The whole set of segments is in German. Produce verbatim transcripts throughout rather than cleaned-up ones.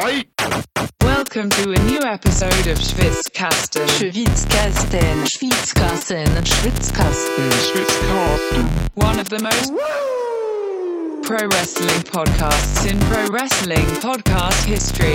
Welcome to a new episode of Schwitzkasten. Schwitzkasten. Schwitzkasten. Schwitzkasten. Schwitzkasten. One of the most Woo! pro wrestling podcasts in pro wrestling podcast history.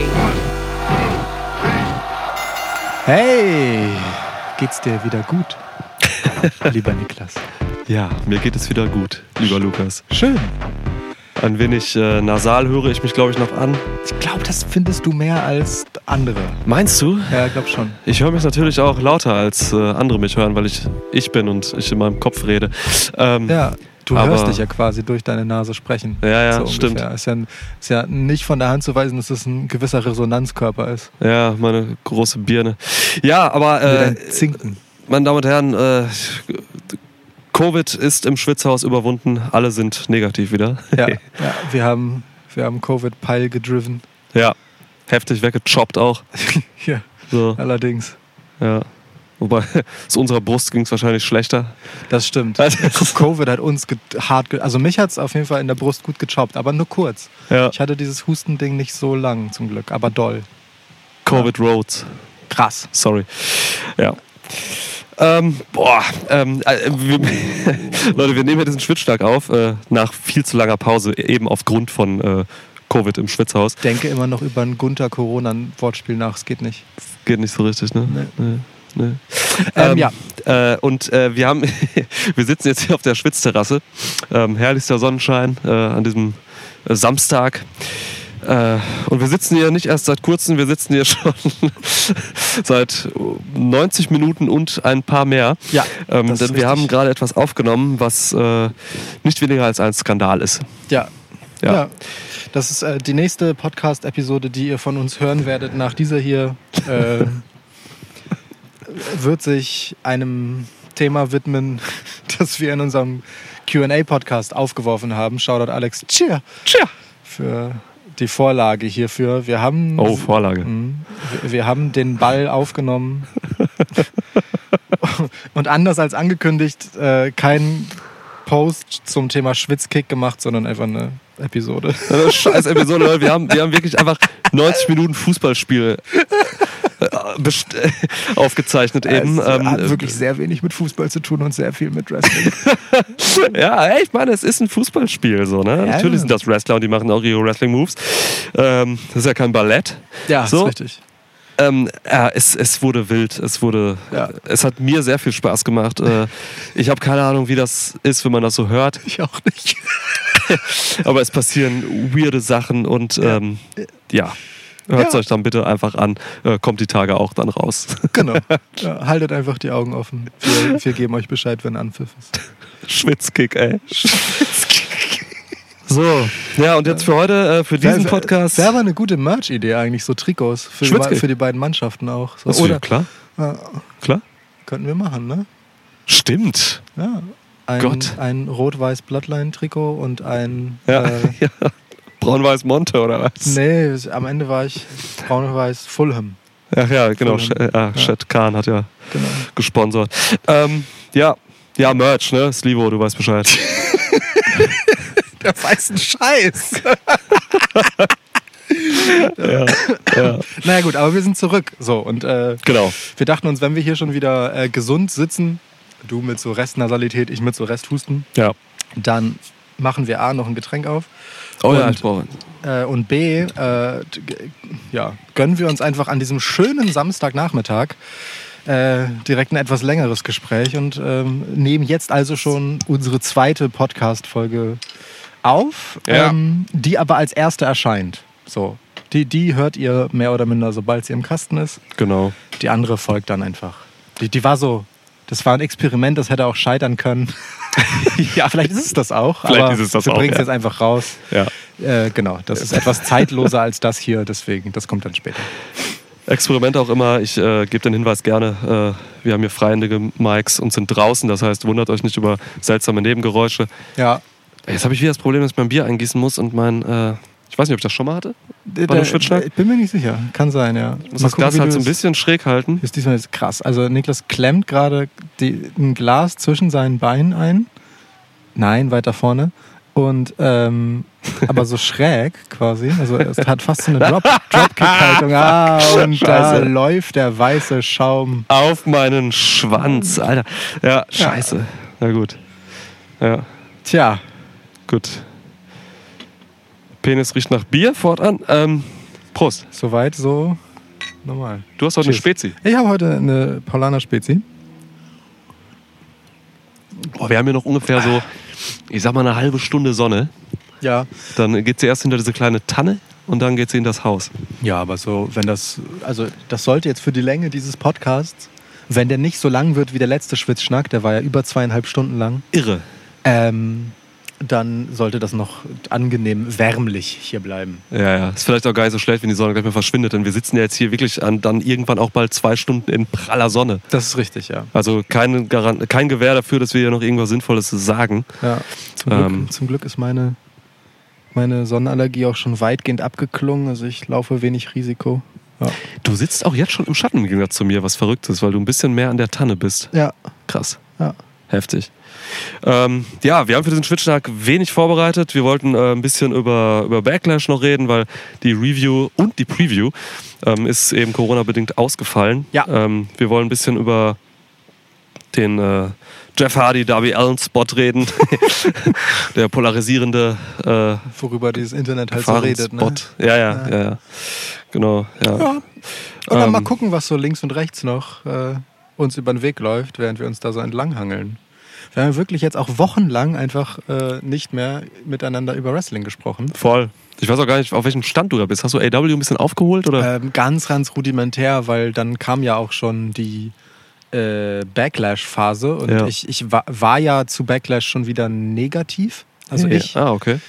Hey, geht's dir wieder gut, lieber Niklas? Ja, mir geht es wieder gut, lieber Lukas. Schön. Ein wenig äh, nasal höre ich mich, glaube ich, noch an. Ich glaube, das findest du mehr als andere. Meinst du? Ja, ich glaube schon. Ich höre mich natürlich auch lauter, als äh, andere mich hören, weil ich ich bin und ich in meinem Kopf rede. Ähm, ja, du aber, hörst dich ja quasi durch deine Nase sprechen. Ja, ja, so stimmt. Ist ja, ist ja nicht von der Hand zu weisen, dass es ein gewisser Resonanzkörper ist. Ja, meine große Birne. Ja, aber... Wie Äh, dein Zinken. Meine Damen und Herren, äh, Covid ist im Schwitzhaus überwunden. Alle sind negativ wieder. Ja, ja wir haben, wir haben Covid Pile gedriven. Ja, heftig weggechoppt auch. Ja, so. Allerdings. Ja. Wobei, zu unserer Brust ging es wahrscheinlich schlechter. Das stimmt. Covid hat uns ge- hart, ge- also mich hat es auf jeden Fall in der Brust gut gechoppt, aber nur kurz. Ja. Ich hatte dieses Hustending nicht so lang zum Glück, aber doll. Covid ja. Roads. Krass. Sorry. Ja. Ähm, boah, ähm, äh, wir, Leute, wir nehmen ja diesen Schwitzschlag auf, äh, nach viel zu langer Pause, eben aufgrund von äh, Covid im Schwitzhaus. Ich denke immer noch über ein Gunter-Corona-Wortspiel nach, es geht nicht. Geht nicht so richtig, ne? Nee. Nee. Nee. Ähm, ähm, ja. Äh, und äh, wir haben, wir sitzen jetzt hier auf der Schwitzterrasse. Ähm, herrlichster Sonnenschein äh, an diesem äh, Samstag. Äh, und wir sitzen hier nicht erst seit kurzem, wir sitzen hier schon seit neunzig Minuten und ein paar mehr. Ja, ähm, das denn ist wir richtig. haben gerade etwas aufgenommen, was äh, nicht weniger als ein Skandal ist. Ja. Ja. ja. Das ist äh, die nächste Podcast-Episode, die ihr von uns hören werdet. Nach dieser hier äh, wird sich einem Thema widmen, das wir in unserem Q and A-Podcast aufgeworfen haben. Shoutout Alex Tschir. Tja. Für die Vorlage hierfür. Wir haben, Oh, Vorlage. Mh, wir, wir haben den Ball aufgenommen und anders als angekündigt äh, keinen Post zum Thema Schwitzkick gemacht, sondern einfach eine Episode. Eine scheiß Episode, Leute. Wir haben, wir haben wirklich einfach neunzig Minuten Fußballspiel best- aufgezeichnet eben. Es hat Ähm, wirklich sehr wenig mit Fußball zu tun und sehr viel mit Wrestling. Ja, ey, ich meine, es ist ein Fußballspiel, so, ne? Ja, Natürlich ja. sind das Wrestler und die machen auch ihre Wrestling-Moves. Ähm, das ist ja kein Ballett. Ja, so. ist richtig. Ähm, ja, es, es wurde wild. Es wurde. Ja. Es hat mir sehr viel Spaß gemacht. Äh, ich habe keine Ahnung, wie das ist, wenn man das so hört. Ich auch nicht. Aber es passieren weirde Sachen und ähm, ja. Hört es Ja. euch dann bitte einfach an. Äh, kommt die Tage auch dann raus. Genau. Ja, haltet einfach die Augen offen. Wir, wir geben euch Bescheid, wenn Anpfiff ist. Schwitzkick, ey. So, ja, und jetzt für heute, äh, für diesen Wär- Podcast. Wäre aber eine gute Merch-Idee eigentlich, so Trikots für, die, Schwitzkick. für die beiden Mannschaften auch. So, Achso, oder ja, klar. Ja, Klar. könnten wir machen, ne? Stimmt. Ja. Ein, Gott. ein rot-weiß-Bloodline-Trikot und ein... Ja. Äh, ja. Braun-Weiß Monte oder was? nee, am Ende war ich braun-weiß Fulham. Ach ja, genau. Fulham. Sch- äh, ja, Shed Khan hat ja Genau. gesponsert. Ähm, ja, ja, Merch, ne? Slivo, du weißt Bescheid. Der weiß einen Scheiß. ja, ja. Naja gut, aber wir sind zurück. So, und äh, Genau. wir dachten uns, wenn wir hier schon wieder äh, gesund sitzen, du mit so Restnasalität, ich mit so Resthusten, Ja. dann machen wir A, noch ein Getränk auf. Oh ja, Und- ich brauche. Äh, und B, äh, g- ja, gönnen wir uns einfach an diesem schönen Samstagnachmittag äh, direkt ein etwas längeres Gespräch und ähm, nehmen jetzt also schon unsere zweite Podcast-Folge auf, Ja. ähm, die aber als erste erscheint. So, die, die hört ihr mehr oder minder, sobald sie im Kasten ist. Genau. Die andere folgt dann einfach. Die, die war so, das war ein Experiment, das hätte auch scheitern können. Ja, vielleicht ist es das auch, Vielleicht aber ist es das wir auch, bringen es ja. jetzt einfach raus. Ja. Äh, genau, das ist etwas zeitloser als das hier, deswegen, das kommt dann später. Experiment auch immer. Ich äh, gebe den Hinweis gerne. Äh, wir haben hier freihändige Mics und sind draußen. Das heißt, wundert euch nicht über seltsame Nebengeräusche. Ja, Jetzt habe ich wieder das Problem, dass ich mein Bier eingießen muss und mein. Äh, ich weiß nicht, ob ich das schon mal hatte. der, dem Schwitzschlag? ich bin mir nicht sicher, kann sein, ja. Ich muss das Glas halt so ein bisschen schräg halten. Ist diesmal jetzt krass. Also Niklas klemmt gerade die- ein Glas zwischen seinen Beinen ein. Nein, weiter vorne. Und ähm, aber so schräg quasi. Also es hat fast so eine Drop, Dropkick-Haltung. Ah, und da Scheiße. läuft der weiße Schaum. Auf meinen Schwanz, Alter. Ja, scheiße. Na gut. Ja, Tja, gut. Penis riecht nach Bier fortan. Ähm, Prost. soweit so normal. Du hast heute eine Cheers. Spezi. Ich habe heute eine Paulaner Spezi. Boah, wir haben hier noch ungefähr so, ich sag mal, eine halbe Stunde Sonne. Ja. Dann geht sie erst hinter diese kleine Tanne und dann geht sie in das Haus. Ja, aber so, wenn das, also das sollte jetzt für die Länge dieses Podcasts, wenn der nicht so lang wird wie der letzte Schwitzschnack, der war ja über zweieinhalb Stunden lang, Irre. ähm, dann sollte das noch angenehm wärmlich hier bleiben. Ja, ja. Ist vielleicht auch gar nicht so schlecht, wenn die Sonne gleich mal verschwindet, denn wir sitzen ja jetzt hier wirklich an, dann irgendwann auch bald zwei Stunden in praller Sonne. Das ist richtig, ja. Also kein, Garant, kein Gewähr dafür, dass wir hier noch irgendwas Sinnvolles sagen. ja. Zum, Glück, Ähm. zum Glück ist meine, meine Sonnenallergie auch schon weitgehend abgeklungen, also ich laufe wenig Risiko. Ja. Du sitzt auch jetzt schon im Schatten im Gegensatz zu mir, was verrückt ist, weil du ein bisschen mehr an der Tanne bist. Ja. Krass. Ja. Heftig. Ähm, ja, wir haben für diesen Schwitzschnack wenig vorbereitet. Wir wollten äh, ein bisschen über, über Backlash noch reden, weil die Review und die Preview ähm, ist eben Corona-bedingt ausgefallen. Ja. Ähm, wir wollen ein bisschen über den äh, Jeff Hardy, Darby Allin-Spot reden. Der polarisierende äh, Worüber dieses Internet halt so redet. Ne? Spot. Ja, ja, ja, ja. Genau, ja. Ja. Und dann Ähm. mal gucken, was so links und rechts noch äh, uns über den Weg läuft, während wir uns da so entlanghangeln. Wir haben wirklich jetzt auch wochenlang einfach äh, nicht mehr miteinander über Wrestling gesprochen. Voll. Ich weiß auch gar nicht, auf welchem Stand du da bist. Hast du A W ein bisschen aufgeholt? Oder? Ähm, ganz, ganz rudimentär, weil dann kam ja auch schon die äh, Backlash-Phase und Ja. ich, ich war, war ja zu Backlash schon wieder negativ. Also Ja. ich. Ah, okay.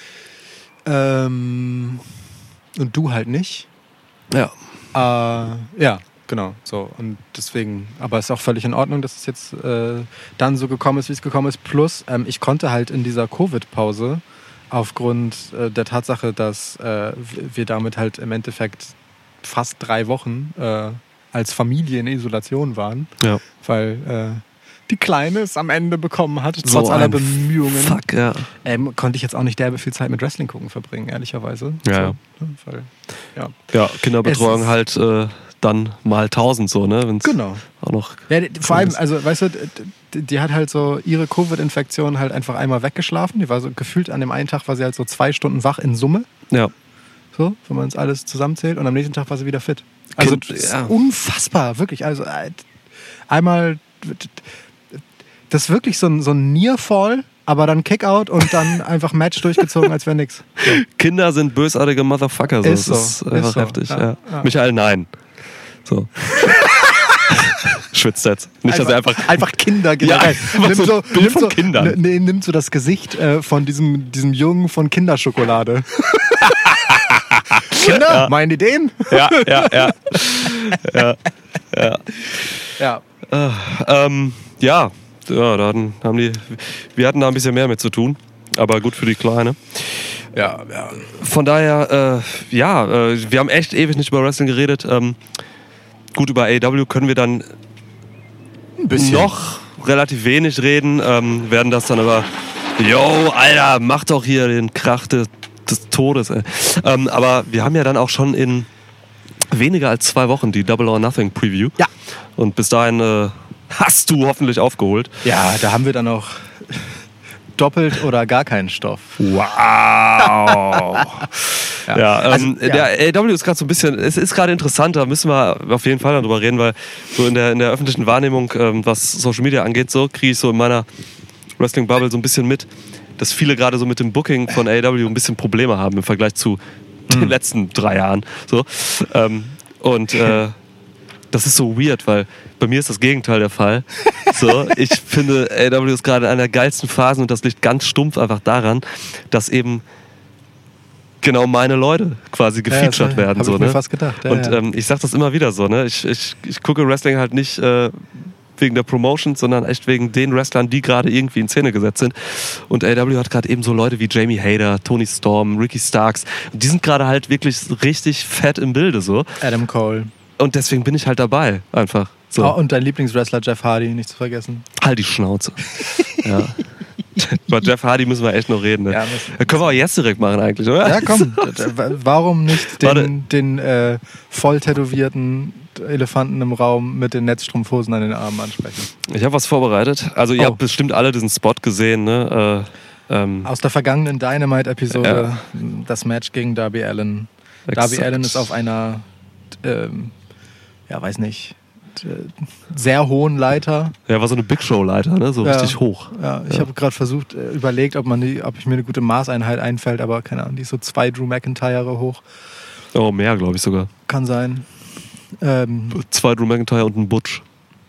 Ähm, und du halt nicht. Ja. Äh, ja, genau. So. Und deswegen, aber es ist auch völlig in Ordnung, dass es jetzt äh, dann so gekommen ist, wie es gekommen ist. Plus, ähm, ich konnte halt in dieser Covid-Pause aufgrund äh, der Tatsache, dass äh, wir damit halt im Endeffekt fast drei Wochen äh, als Familie in Isolation waren, Ja. weil äh, die Kleine es am Ende bekommen hat, trotz So aller ein Bemühungen. Fuck, ja. Ähm, konnte ich jetzt auch nicht derbe viel Zeit mit Wrestling gucken verbringen, ehrlicherweise. Ja, so, ja. ne, weil, ja. Ja, Kinderbetreuung Es ist- halt äh, dann mal tausend so, ne? Wenn's Genau. auch noch. Ja, die, vor allem, also weißt du, die, die hat halt so ihre Covid-Infektion halt einfach einmal weggeschlafen. Die war so gefühlt an dem einen Tag war sie halt so zwei Stunden wach in Summe, Ja. so, wenn man es alles zusammenzählt. Und am nächsten Tag war sie wieder fit. Also Kind- das ist ja. unfassbar, wirklich. Also äh, einmal, das ist wirklich so ein, so ein Nearfall, aber dann Kickout und dann einfach Match durchgezogen, als wäre nix. So. Kinder sind bösartige Motherfucker. So. Ist so, Das ist einfach ist so. heftig. Ja, Ja. ja. Michael, nein. So. Schwitzt jetzt. Nicht, dass er einfach. einfach Kinder generell. Ja, einfach so ein Bild nimmt von so, Kindern. n- Nee, nimmt so das Gesicht äh, von diesem, diesem Jungen von Kinderschokolade. Kinder, Ja. meine Ideen? Ja, ja, ja. ja. Ja. Äh, ähm, ja. Ja, dann haben die. Wir hatten da ein bisschen mehr mit zu tun. Aber gut für die Kleine. Ja, ja. Von daher, äh, ja, äh, wir haben echt ewig nicht über Wrestling geredet. Ähm, gut, über A E W können wir dann Ein bisschen. noch relativ wenig reden. Ähm, werden das dann aber, yo, Alter, mach doch hier den Krach des, des Todes. Ey. Ähm, aber wir haben ja dann auch schon in weniger als zwei Wochen die Double or Nothing Preview. Ja. Und bis dahin äh, hast du hoffentlich aufgeholt. Ja, da haben wir dann auch doppelt oder gar keinen Stoff. Wow. Ja. Ja, Also, ähm, ja. der A E W ist gerade so ein bisschen, es ist gerade interessant, da müssen wir auf jeden Fall darüber reden, weil so in der, in der öffentlichen Wahrnehmung, ähm, was Social Media angeht, so kriege ich so in meiner Wrestling-Bubble so ein bisschen mit, dass viele gerade so mit dem Booking von A E W ein bisschen Probleme haben im Vergleich zu den Hm. letzten drei Jahren. So. Ähm, und äh, das ist so weird, weil bei mir ist das Gegenteil der Fall. So, ich finde, A E W ist gerade in einer der geilsten Phasen und das liegt ganz stumpf einfach daran, dass eben genau meine Leute quasi gefeatured ja, werden. Hab So, ich mir ne? fast gedacht. Ja, und ja. Ähm, ich sag das immer wieder so, ne? Ich, ich, ich gucke Wrestling halt nicht äh, wegen der Promotion, sondern echt wegen den Wrestlern, die gerade irgendwie in Szene gesetzt sind. Und A E W hat gerade eben so Leute wie Jamie Hayter, Tony Storm, Ricky Starks. Und die sind gerade halt wirklich richtig fett im Bilde so. Adam Cole. Und deswegen bin ich halt dabei, einfach. So. Oh, und dein Lieblingswrestler Jeff Hardy, nicht zu vergessen. Halt die Schnauze. Ja. Über Jeff Hardy müssen wir echt noch reden. Ne? Ja, müssen, da können wir auch jetzt direkt machen eigentlich, oder? Ja, komm. Warum nicht Warte. den, den äh, voll tätowierten Elefanten im Raum mit den Netzstrumpfhosen an den Armen ansprechen? Ich habe was vorbereitet. Also ihr Oh. habt bestimmt alle diesen Spot gesehen, ne? Äh, ähm, Aus der vergangenen Dynamite-Episode, Ja. das Match gegen Darby Allin. Exakt. Darby Allin ist auf einer, ähm, ja, weiß nicht, äh, sehr hohen Leiter. ja, war so eine Big Show-Leiter, ne? So Ja. richtig hoch. Ja, ich Ja. habe gerade versucht, äh, überlegt, ob, man die, ob ich mir eine gute Maßeinheit einfällt, aber keine Ahnung, die ist so zwei Drew McIntyre hoch. Oh, mehr, glaube ich sogar. Kann sein. Ähm, Zwei Drew McIntyre und ein Butch.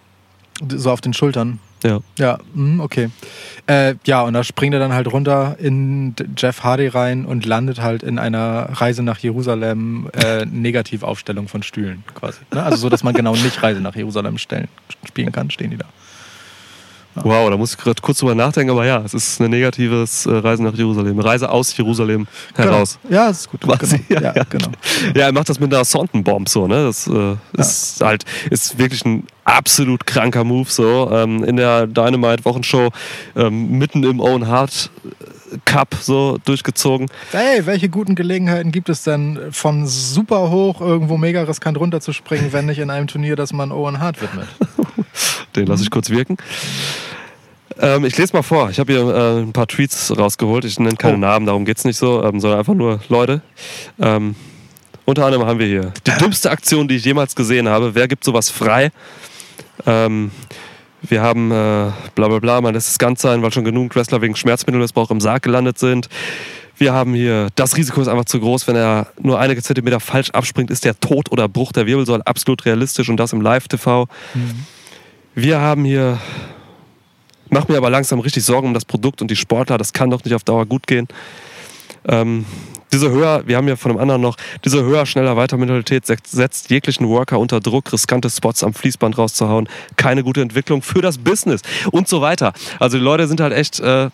so auf den Schultern. Ja. Ja, mh, okay. Äh, ja, und da springt er dann halt runter in D- Jeff Hardy rein und landet halt in einer Reise nach Jerusalem äh, Negativaufstellung von Stühlen quasi. Ne? Also so, dass man genau nicht Reise nach Jerusalem stellen, spielen kann, stehen die da. Wow, da muss ich gerade kurz drüber nachdenken, aber ja, es ist eine negatives äh, Reise nach Jerusalem. Reise aus Jerusalem heraus. Genau. Ja, das ist gut. Quasi, Genau. ja, Ja, ja. genau. Ja, er macht das mit einer Sontenbomb so, ne? Das äh, ist halt, ist wirklich ein absolut kranker Move so. Ähm, in der Dynamite-Wochenshow ähm, mitten im Owen Hart Cup so durchgezogen. Hey, welche guten Gelegenheiten gibt es denn, von super hoch irgendwo mega riskant runterzuspringen, wenn nicht in einem Turnier, das man Owen Hart widmet? Den lasse ich kurz wirken. Ähm, ich lese mal vor. Ich habe hier äh, ein paar Tweets rausgeholt. Ich nenne keine Oh. Namen, darum geht es nicht so, ähm, sondern einfach nur Leute. Ähm, unter anderem haben wir hier die dümmste Aktion, die ich jemals gesehen habe. Wer gibt sowas frei? Ähm, wir haben äh, bla bla bla, man lässt es ganz sein, weil schon genug Wrestler wegen Schmerzmittelmissbrauch im Sarg gelandet sind. Wir haben hier, das Risiko ist einfach zu groß, wenn er nur einige Zentimeter falsch abspringt, ist der Tod oder Bruch der Wirbelsäule absolut realistisch und das im Live-T V. Mhm. Wir haben hier, mach mir aber langsam richtig Sorgen um das Produkt und die Sportler, das kann doch nicht auf Dauer gut gehen. Ähm, diese höher, wir haben ja von einem anderen noch, diese höher, schneller, weiter Mentalität setzt jeglichen Worker unter Druck, riskante Spots am Fließband rauszuhauen, keine gute Entwicklung für das Business und so weiter. Also die Leute sind halt echt, äh,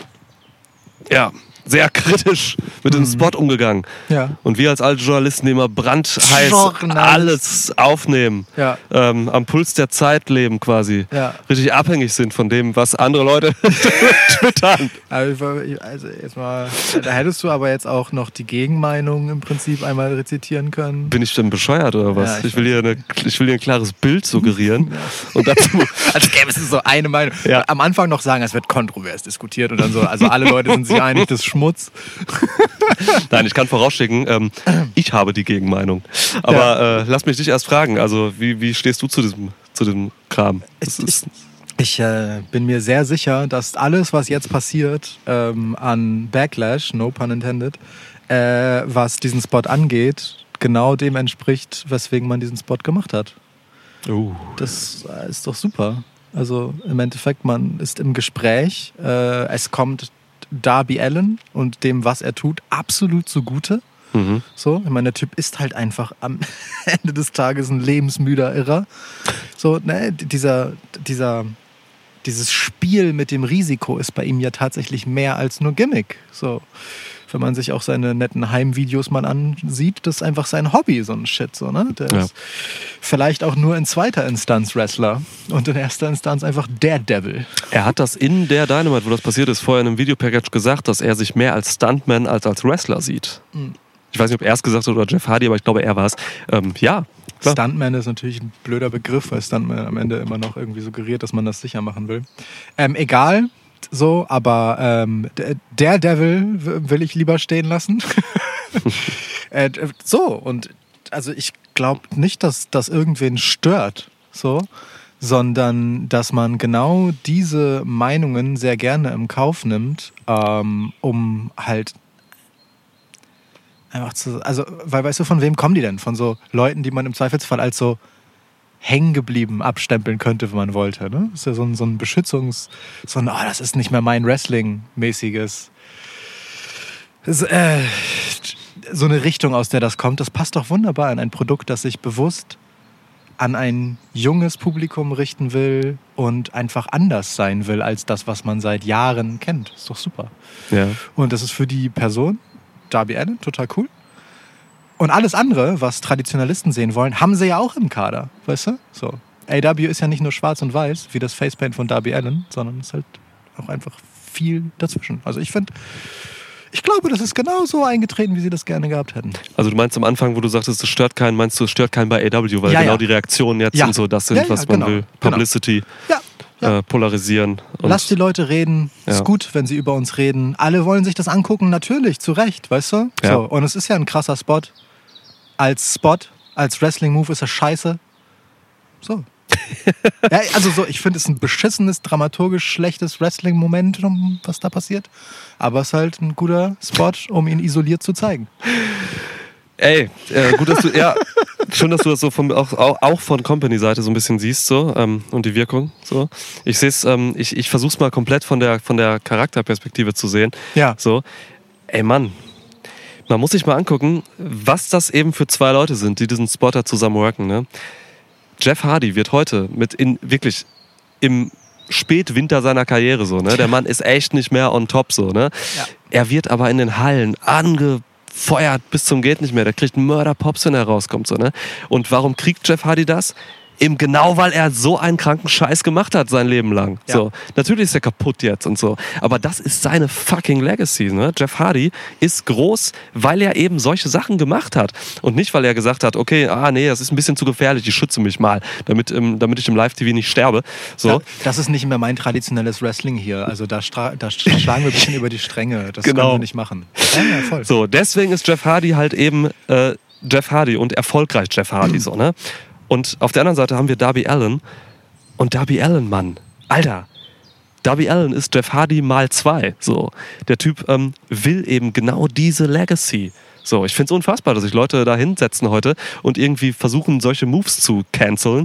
ja, sehr kritisch mit dem Spot umgegangen. Ja. Und wir als alte Journalisten, die immer brandheiß Journalisten. alles aufnehmen, Ja. ähm, am Puls der Zeit leben quasi, Ja. richtig abhängig sind von dem, was andere Leute twittern. Also, also jetzt mal, da hättest du aber jetzt auch noch die Gegenmeinung im Prinzip einmal rezitieren können. Bin ich denn bescheuert oder was? Ja, ich ich, will hier eine, ich will hier ein klares Bild suggerieren. Und dazu, Also gäbe es so eine Meinung. Ja. Am Anfang noch sagen, es wird kontrovers diskutiert und dann so, also alle Leute sind sich einig, das ist Schmutz. nein, ich kann vorausschicken, ähm, ich habe die Gegenmeinung. Aber äh, lass mich dich erst fragen, also wie, wie stehst du zu diesem, zu diesem Kram? Das ist, Ich äh, bin mir sehr sicher, dass alles, was jetzt passiert ähm, an Backlash, no pun intended, äh, was diesen Spot angeht, genau dem entspricht, weswegen man diesen Spot gemacht hat. uh, Das äh, ist doch super. Also im Endeffekt, man ist im Gespräch, äh, es kommt Darby Allin und dem, was er tut, absolut zugute. mhm. So, ich meine, der Typ ist halt einfach am Ende des Tages ein lebensmüder Irrer. So, ne, dieser, dieser, dieses Spiel mit dem Risiko ist bei ihm ja tatsächlich mehr als nur Gimmick. So, wenn man sich auch seine netten Heimvideos mal ansieht, das ist einfach sein Hobby, so ein Shit. So, ne? Der Ja. ist vielleicht auch nur in zweiter Instanz Wrestler und in erster Instanz einfach Daredevil. Er hat das in der Dynamite, wo das passiert ist, vorher in einem Videopackage gesagt, dass er sich mehr als Stuntman als als Wrestler sieht. Mhm. Ich weiß nicht, ob er es gesagt hat oder Jeff Hardy, aber ich glaube, er war es. Ähm, ja, klar. Stuntman ist natürlich ein blöder Begriff, weil Stuntman am Ende immer noch irgendwie suggeriert, dass man das sicher machen will. Ähm, egal, so, aber ähm, der Daredevil w- will ich lieber stehen lassen. äh, d- so, und also ich glaube nicht, dass das irgendwen stört, so, sondern dass man genau diese Meinungen sehr gerne im Kauf nimmt, ähm, um halt einfach zu, also, weil weißt du, von wem kommen die denn? Von so Leuten, die man im Zweifelsfall als so hängen geblieben abstempeln könnte, wenn man wollte. Ne? Das ist ja so ein, so ein Beschützungs-, so ein, oh, das ist nicht mehr mein Wrestling-mäßiges. Das, äh, so eine Richtung, aus der das kommt, das passt doch wunderbar in ein Produkt, das sich bewusst an ein junges Publikum richten will und einfach anders sein will als das, was man seit Jahren kennt. Ist doch super. Ja. Und das ist für die Person, Darby Allin, total cool. Und alles andere, was Traditionalisten sehen wollen, haben sie ja auch im Kader, weißt du? So. A E W ist ja nicht nur schwarz und weiß, wie das Facepaint von Darby Allin, sondern ist halt auch einfach viel dazwischen. Also ich finde, ich glaube, das ist genau so eingetreten, wie sie das gerne gehabt hätten. Also du meinst am Anfang, wo du sagtest, es stört keinen, meinst du, es stört keinen bei A E W, weil Ja, genau ja. die Reaktionen jetzt Ja. und so das sind, Ja, ja, was man genau. will. Genau. Publicity, Ja, ja. Äh, polarisieren. Und Lass die Leute reden. Ja. Ist gut, wenn sie über uns reden. Alle wollen sich das angucken, natürlich, zu Recht, weißt du? Ja. So, und es ist ja ein krasser Spot. Als Spot, als Wrestling-Move ist er scheiße. So. Ja, also so, ich finde es ein beschissenes, dramaturgisch schlechtes Wrestling-Moment, was da passiert. Aber es ist halt ein guter Spot, um ihn isoliert zu zeigen. Ey, äh, gut, dass du, ja, schön, dass du das so von, auch, auch, auch von Company-Seite so ein bisschen siehst, so, ähm, und die Wirkung, so. Ich sehe es, ähm, ich, ich versuch's mal komplett von der, von der Charakterperspektive zu sehen. Ja. So, ey Mann, man muss sich mal angucken, was das eben für zwei Leute sind, die diesen Spotter zusammen worken, ne? Jeff Hardy wird heute mit in, wirklich im Spätwinter seiner Karriere so, ne? Der Mann ist echt nicht mehr on top, so, ne? Ja. Er wird aber in den Hallen angefeuert bis zum geht nicht mehr. Der kriegt Mörder-Pops, wenn er rauskommt, so, ne? Und warum kriegt Jeff Hardy das? Eben genau, weil er so einen kranken Scheiß gemacht hat sein Leben lang. Ja. So. Natürlich ist er kaputt jetzt und so. Aber das ist seine fucking Legacy. Ne? Jeff Hardy ist groß, weil er eben solche Sachen gemacht hat. Und nicht, weil er gesagt hat, okay, ah nee, das ist ein bisschen zu gefährlich, ich schütze mich mal, damit, ähm, damit ich im Live-T V nicht sterbe. So. Ja, das ist nicht mehr mein traditionelles Wrestling hier. Also da, stra- da schlagen wir ein bisschen über die Stränge. Das Genau. können wir nicht machen. Ja, ja, voll. So, deswegen ist Jeff Hardy halt eben äh, Jeff Hardy und erfolgreich Jeff Hardy. So, ne? Und auf der anderen Seite haben wir Darby Allin. Und Darby Allin, Mann, Alter, Darby Allin ist Jeff Hardy mal zwei. So. Der Typ ähm, will eben genau diese Legacy. So, ich finde es unfassbar, dass sich Leute da hinsetzen heute und irgendwie versuchen, solche Moves zu canceln.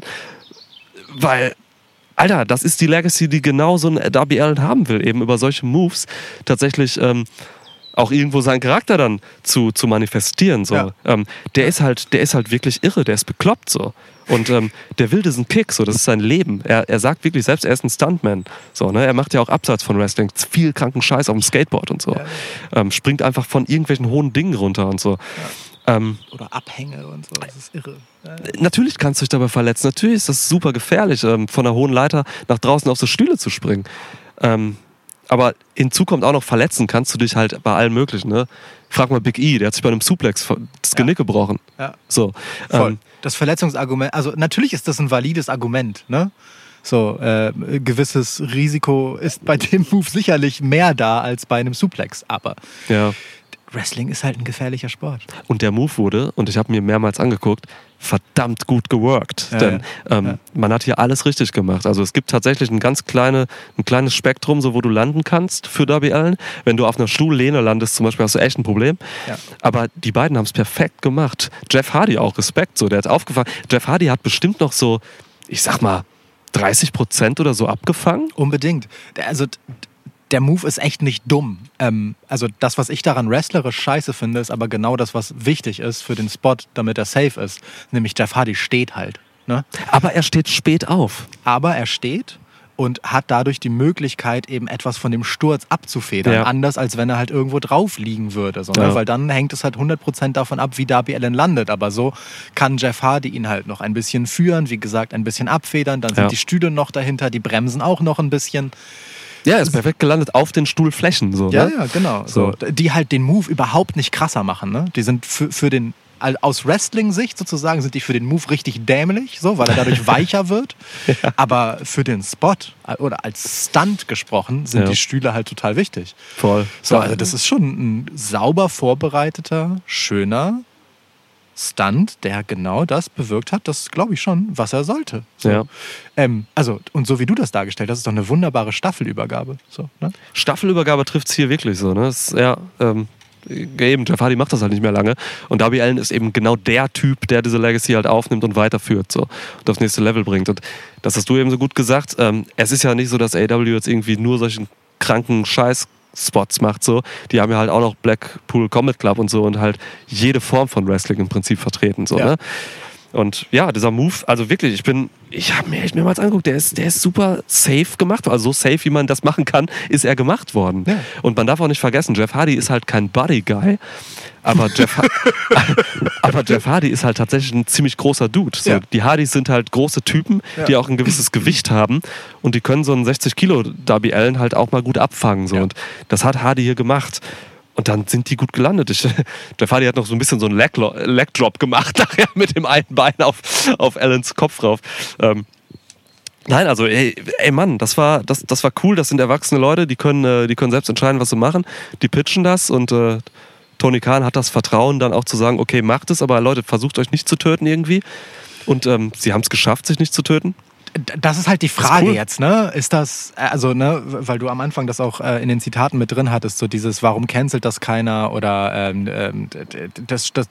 Weil, Alter, das ist die Legacy, die genau so ein Darby Allin haben will, eben über solche Moves tatsächlich ähm, auch irgendwo seinen Charakter dann zu, zu manifestieren. So. Ja. Ähm, der ist halt, der ist halt wirklich irre, der ist bekloppt so. Und ähm, der will diesen Kick, so, das ist sein Leben. Er, er sagt wirklich selbst, er ist ein Stuntman. So, ne? Er macht ja auch Abseits von Wrestling, viel kranken Scheiß auf dem Skateboard und so. Ja. Ähm, springt einfach von irgendwelchen hohen Dingen runter und so. Ähm, Oder Abhänge und so. Das ist irre. Ja, ja. Natürlich kannst du dich dabei verletzen. Natürlich ist das super gefährlich, ähm, von einer hohen Leiter nach draußen auf so Stühle zu springen. Ähm, aber hinzu kommt auch noch, verletzen kannst du dich halt bei allem Möglichen. Ne? Frag mal Big E, der hat sich bei einem Suplex das Genick Ja. gebrochen. Ja. So, Voll. ähm, Das Verletzungsargument, also natürlich ist das ein valides Argument, ne? So, äh, gewisses Risiko ist bei dem Move sicherlich mehr da als bei einem Suplex, aber ja. Wrestling ist halt ein gefährlicher Sport. Und der Move wurde, und ich habe mir mehrmals angeguckt, verdammt gut geworkt. Ja, Denn ja. ähm, Ja. man hat hier alles richtig gemacht. Also es gibt tatsächlich ein ganz kleine, ein kleines Spektrum, so wo du landen kannst für Darby Allin. Wenn du auf einer Stuhllehne landest zum Beispiel, hast du echt ein Problem. Ja. Aber die beiden haben es perfekt gemacht. Jeff Hardy auch, Respekt. So, der hat aufgefangen. Jeff Hardy hat bestimmt noch so, ich sag mal, dreißig Prozent oder so abgefangen. Unbedingt. Also d- der Move ist echt nicht dumm. Ähm, also das, was ich daran wrestlerisch scheiße finde, ist aber genau das, was wichtig ist für den Spot, damit er safe ist. Nämlich Jeff Hardy steht halt. Ne? Aber er steht spät auf. Aber er steht und hat dadurch die Möglichkeit, eben etwas von dem Sturz abzufedern. Ja. Anders, als wenn er halt irgendwo drauf liegen würde. So, ne? Ja. Weil dann hängt es halt hundert Prozent davon ab, wie Darby Allin landet. Aber so kann Jeff Hardy ihn halt noch ein bisschen führen, wie gesagt, ein bisschen abfedern. Dann sind Ja. die Stühle noch dahinter, die bremsen auch noch ein bisschen. Ja, er ist perfekt gelandet auf den Stuhlflächen. So, Ja, ne? ja, genau. So. So. Die halt den Move überhaupt nicht krasser machen. Ne? Die sind für, für den, all- aus Wrestling-Sicht sozusagen, sind die für den Move richtig dämlich, so, weil er dadurch weicher wird. Aber für den Spot äh, oder als Stunt gesprochen, sind Ja. die Stühle halt total wichtig. Voll. So, also das ist schon ein sauber vorbereiteter, schöner Stunt, der genau das bewirkt hat, das glaube ich schon, was er sollte. So. Ja. Ähm, also, und so wie du das dargestellt hast, ist doch eine wunderbare Staffelübergabe. So, ne? Staffelübergabe trifft es hier wirklich so. Ne? Das ist, ja, ähm, eben, Jeff Hardy macht das halt nicht mehr lange. Und Darby Allin ist eben genau der Typ, der diese Legacy halt aufnimmt und weiterführt so, und aufs nächste Level bringt. Und das hast du eben so gut gesagt. Ähm, es ist ja nicht so, dass A E W jetzt irgendwie nur solchen kranken Scheiß-Spots macht. So. Die haben ja halt auch noch Blackpool Combat Club und so und halt jede Form von Wrestling im Prinzip vertreten. So, Ja. ne? Und ja, dieser Move, also wirklich, ich bin, ich habe mir echt mehrmals angeguckt, der ist, der ist super safe gemacht. Also so safe, wie man das machen kann, ist er gemacht worden. Ja. Und man darf auch nicht vergessen, Jeff Hardy ist halt kein Body-Guy, Aber Jeff, aber Jeff Hardy ist halt tatsächlich ein ziemlich großer Dude. So, Ja. Die Hardys sind halt große Typen, Ja. die auch ein gewisses Gewicht haben und die können so einen sechzig Kilo Darby Allin halt auch mal gut abfangen. So. Ja. Und das hat Hardy hier gemacht. Und dann sind die gut gelandet. Ich, Jeff Hardy hat noch so ein bisschen so einen Leg, Leg Drop gemacht, nachher mit dem einen Bein auf, auf Allins Kopf rauf. Ähm, Nein, also ey, ey Mann, das war, das, das war cool, das sind erwachsene Leute, die können, äh, die können selbst entscheiden, was sie machen, die pitchen das und äh, Tony Khan hat das Vertrauen dann auch zu sagen, okay, macht es, aber Leute, versucht euch nicht zu töten irgendwie und ähm, sie haben es geschafft, sich nicht zu töten. Das ist halt die Frage cool. jetzt, ne? Ist das, also, ne, weil du am Anfang das auch äh, in den Zitaten mit drin hattest, so dieses, warum cancelt das keiner oder ähm, ähm, das, das,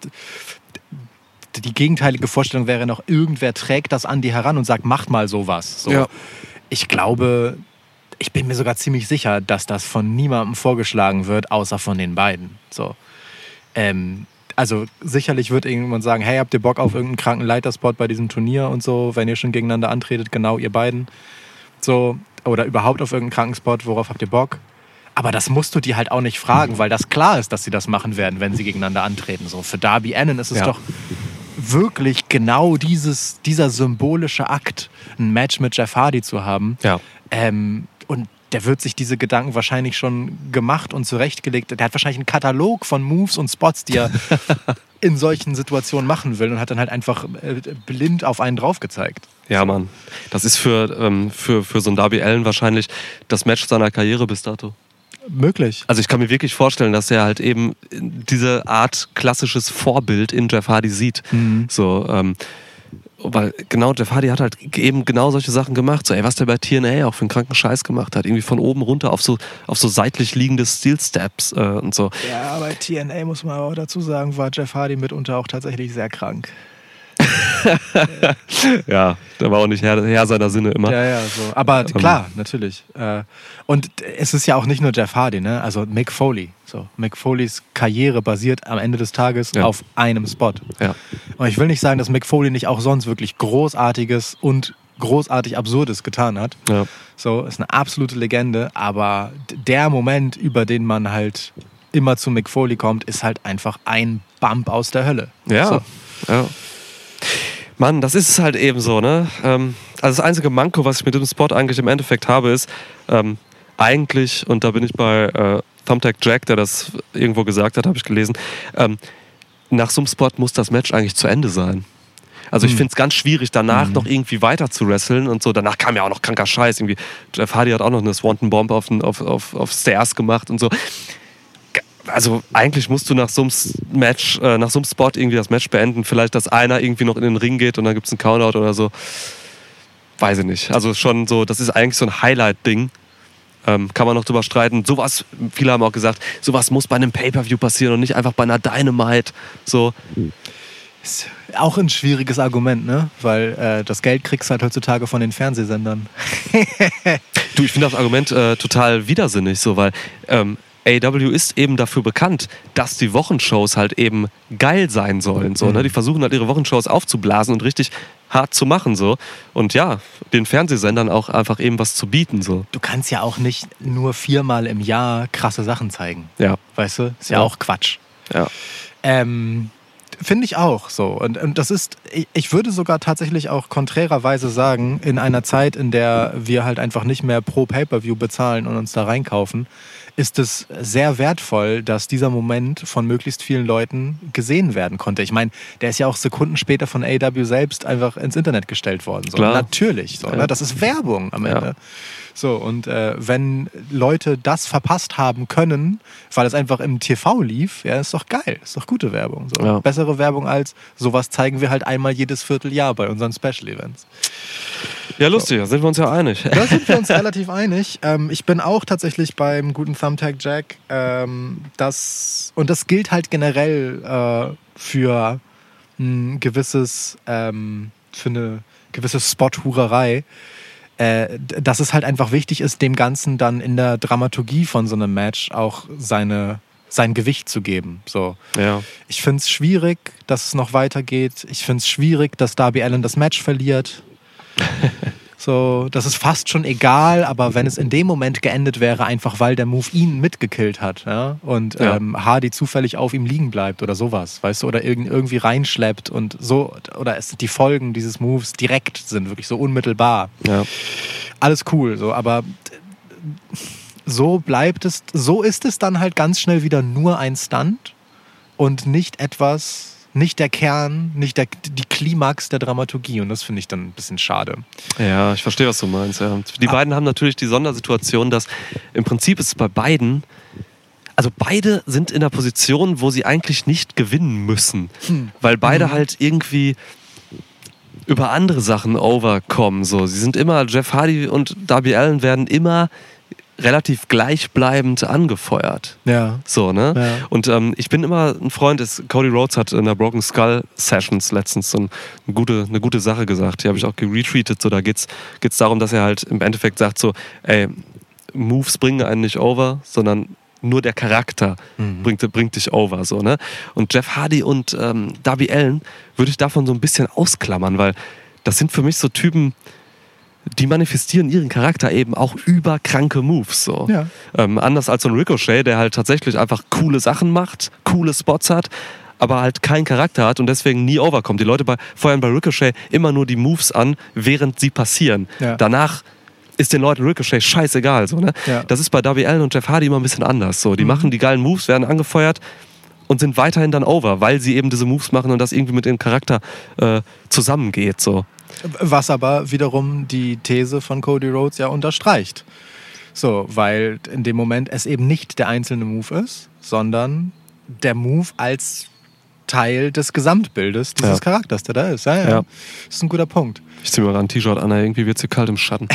die gegenteilige Vorstellung wäre noch, irgendwer trägt das an die heran und sagt, macht mal sowas. So. Ja. Ich glaube, ich bin mir sogar ziemlich sicher, dass das von niemandem vorgeschlagen wird, außer von den beiden. So. Ähm, also sicherlich wird irgendjemand sagen, hey, habt ihr Bock auf irgendeinen kranken Leiterspot bei diesem Turnier und so, wenn ihr schon gegeneinander antretet, genau ihr beiden. So, oder überhaupt auf irgendeinen kranken Spot, worauf habt ihr Bock? Aber das musst du die halt auch nicht fragen, weil das klar ist, dass sie das machen werden, wenn sie gegeneinander antreten. So, für Darby Allin ist es Ja. doch wirklich genau dieses, dieser symbolische Akt, ein Match mit Jeff Hardy zu haben. Ja. Ähm, und der wird sich diese Gedanken wahrscheinlich schon gemacht und zurechtgelegt. Der hat wahrscheinlich einen Katalog von Moves und Spots, die er in solchen Situationen machen will und hat dann halt einfach äh, blind auf einen drauf gezeigt. Ja, Mann. Das ist für, ähm, für, für so einen Darby Allin wahrscheinlich das Match seiner Karriere bis dato. Möglich. Also ich kann mir wirklich vorstellen, dass er halt eben diese Art klassisches Vorbild in Jeff Hardy sieht. Mhm. So, ähm, weil genau, Jeff Hardy hat halt eben genau solche Sachen gemacht. So, ey, was der bei T N A auch für einen kranken Scheiß gemacht hat. Irgendwie von oben runter auf so, auf so seitlich liegende Steel Steps äh, und so. Ja, bei T N A muss man aber dazu sagen, war Jeff Hardy mitunter auch tatsächlich sehr krank. Ja, der war auch nicht Herr, Herr seiner Sinne immer. Ja, ja, so. Aber klar, natürlich. Äh, Und es ist ja auch nicht nur Jeff Hardy, ne? Also Mick Foley. So. Mick Foleys Karriere basiert am Ende des Tages Ja. auf einem Spot. Ja. Und ich will nicht sagen, dass Mick Foley nicht auch sonst wirklich Großartiges und großartig Absurdes getan hat. Ja. So, ist eine absolute Legende, aber der Moment, über den man halt immer zu Mick Foley kommt, ist halt einfach ein Bump aus der Hölle. Ja. So. Ja. Mann, das ist es halt eben so, ne? Ähm, also das einzige Manko, was ich mit diesem Spot eigentlich im Endeffekt habe, ist ähm, eigentlich, und da bin ich bei äh, Thumbtack Jack, der das irgendwo gesagt hat, habe ich gelesen, ähm, nach so einem Spot muss das Match eigentlich zu Ende sein. Also ich Mhm. finde es ganz schwierig, danach Mhm. noch irgendwie weiter zu wresteln und so. Danach kam ja auch noch kranker Scheiß. Irgendwie Jeff Hardy hat auch noch eine Swanton Bomb auf, auf, auf, auf Stairs gemacht und so. Also eigentlich musst du nach so einem Match, äh, nach so einem Spot irgendwie das Match beenden. Vielleicht, dass einer irgendwie noch in den Ring geht und dann gibt es einen Countout oder so. Weiß ich nicht. Also schon so, das ist eigentlich so ein Highlight-Ding. Ähm, kann man noch drüber streiten. Sowas, viele haben auch gesagt, sowas muss bei einem Pay-Per-View passieren und nicht einfach bei einer Dynamite. So. Ist auch ein schwieriges Argument, ne? Weil äh, das Geld kriegst du halt heutzutage von den Fernsehsendern. Du, ich finde das Argument äh, total widersinnig, so, weil ähm, A E W ist eben dafür bekannt, dass die Wochenshows halt eben geil sein sollen. So, ne? Die versuchen halt ihre Wochenshows aufzublasen und richtig hart zu machen. So. Und ja, den Fernsehsendern auch einfach eben was zu bieten. So. Du kannst ja auch nicht nur viermal im Jahr krasse Sachen zeigen. Ja. Weißt du? Ist ja, Ja. auch Quatsch. Ja. Ähm, Finde ich auch so. Und, und das ist, ich, ich würde sogar tatsächlich auch konträrerweise sagen, in einer Zeit, in der wir halt einfach nicht mehr pro Pay-Per-View bezahlen und uns da reinkaufen, ist es sehr wertvoll, dass dieser Moment von möglichst vielen Leuten gesehen werden konnte. Ich meine, der ist ja auch Sekunden später von A E W selbst einfach ins Internet gestellt worden. So. Klar. Natürlich. So, Ja. ne? Das ist Werbung am Ende. Ja. So, und äh, wenn Leute das verpasst haben können, weil es einfach im T V lief, ja, ist doch geil. Ist doch gute Werbung. So. Ja. Bessere Werbung als sowas zeigen wir halt einmal jedes Vierteljahr bei unseren Special Events. Ja, lustig, da sind wir uns ja einig. Da sind wir uns relativ einig. Ähm, ich bin auch tatsächlich beim guten Thumbtack Jack. Ähm, das, und das gilt halt generell äh, für ein gewisses, ähm, für eine gewisse Spot-Hurerei. Äh, dass es halt einfach wichtig ist, dem Ganzen dann in der Dramaturgie von so einem Match auch seine, sein Gewicht zu geben. So. Ja. Ich finde es schwierig, dass es noch weitergeht. Ich finde es schwierig, dass Darby Allin das Match verliert. So, das ist fast schon egal, aber wenn es in dem Moment geendet wäre, einfach weil der Move ihn mitgekillt hat, ja, und Ja. ähm, Hardy zufällig auf ihm liegen bleibt oder sowas, weißt du, oder irg- irgendwie reinschleppt und so, oder es, die Folgen dieses Moves direkt sind, wirklich so unmittelbar. Ja. Alles cool, so, aber so bleibt es, so ist es dann halt ganz schnell wieder nur ein Stunt und nicht etwas, nicht der Kern, nicht der, die Klimax der Dramaturgie, und das finde ich dann ein bisschen schade. Ja, ich verstehe, was du meinst. Ja. Die beiden haben natürlich die Sondersituation, dass im Prinzip ist es bei beiden, also beide sind in der Position, wo sie eigentlich nicht gewinnen müssen, Hm. weil beide Mhm. halt irgendwie über andere Sachen overkommen. So. Sie sind immer, Jeff Hardy und Darby Allin werden immer relativ gleichbleibend angefeuert. Ja. So, ne? Ja. Und ähm, ich bin immer ein Freund, ist, Cody Rhodes hat in der Broken Skull Sessions letztens so ein, eine, gute, eine gute Sache gesagt. Die habe ich auch geretweetet. So, da geht's geht's darum, dass er halt im Endeffekt sagt so, ey, Moves bringen einen nicht over, sondern nur der Charakter Mhm. bringt, bringt dich over. So, ne? Und Jeff Hardy und ähm, Darby Allin würde ich davon so ein bisschen ausklammern, weil das sind für mich so Typen, die manifestieren ihren Charakter eben auch über kranke Moves. So. Ja. Ähm, anders als so ein Ricochet, der halt tatsächlich einfach coole Sachen macht, coole Spots hat, aber halt keinen Charakter hat und deswegen nie overkommt. Die Leute bei, feuern bei Ricochet immer nur die Moves an, während sie passieren. Ja. Danach ist den Leuten Ricochet scheißegal. So, ne? Ja. Das ist bei Darby Allin und Jeff Hardy immer ein bisschen anders. So. Die Mhm. machen die geilen Moves, werden angefeuert und sind weiterhin dann over, weil sie eben diese Moves machen und das irgendwie mit ihrem Charakter äh, zusammengeht. So. Was aber wiederum die These von Cody Rhodes ja unterstreicht. So, weil in dem Moment es eben nicht der einzelne Move ist, sondern der Move als Teil des Gesamtbildes dieses Ja. Charakters, der da ist. Ja, ja. Ja. Das ist ein guter Punkt. Ich zieh mir mal ein T-Shirt an, irgendwie wird es hier kalt im Schatten.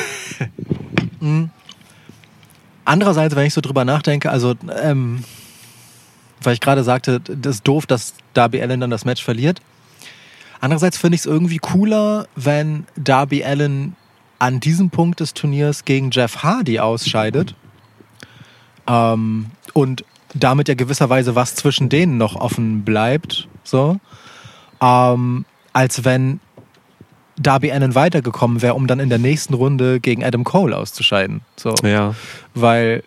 Andererseits, wenn ich so drüber nachdenke, also, ähm, weil ich gerade sagte, das ist doof, dass Darby Allin dann das Match verliert. Andererseits finde ich es irgendwie cooler, wenn Darby Allin an diesem Punkt des Turniers gegen Jeff Hardy ausscheidet ähm, und damit ja gewisserweise was zwischen denen noch offen bleibt, so, ähm, als wenn Darby Allin weitergekommen wäre, um dann in der nächsten Runde gegen Adam Cole auszuscheiden. So. Ja. Weil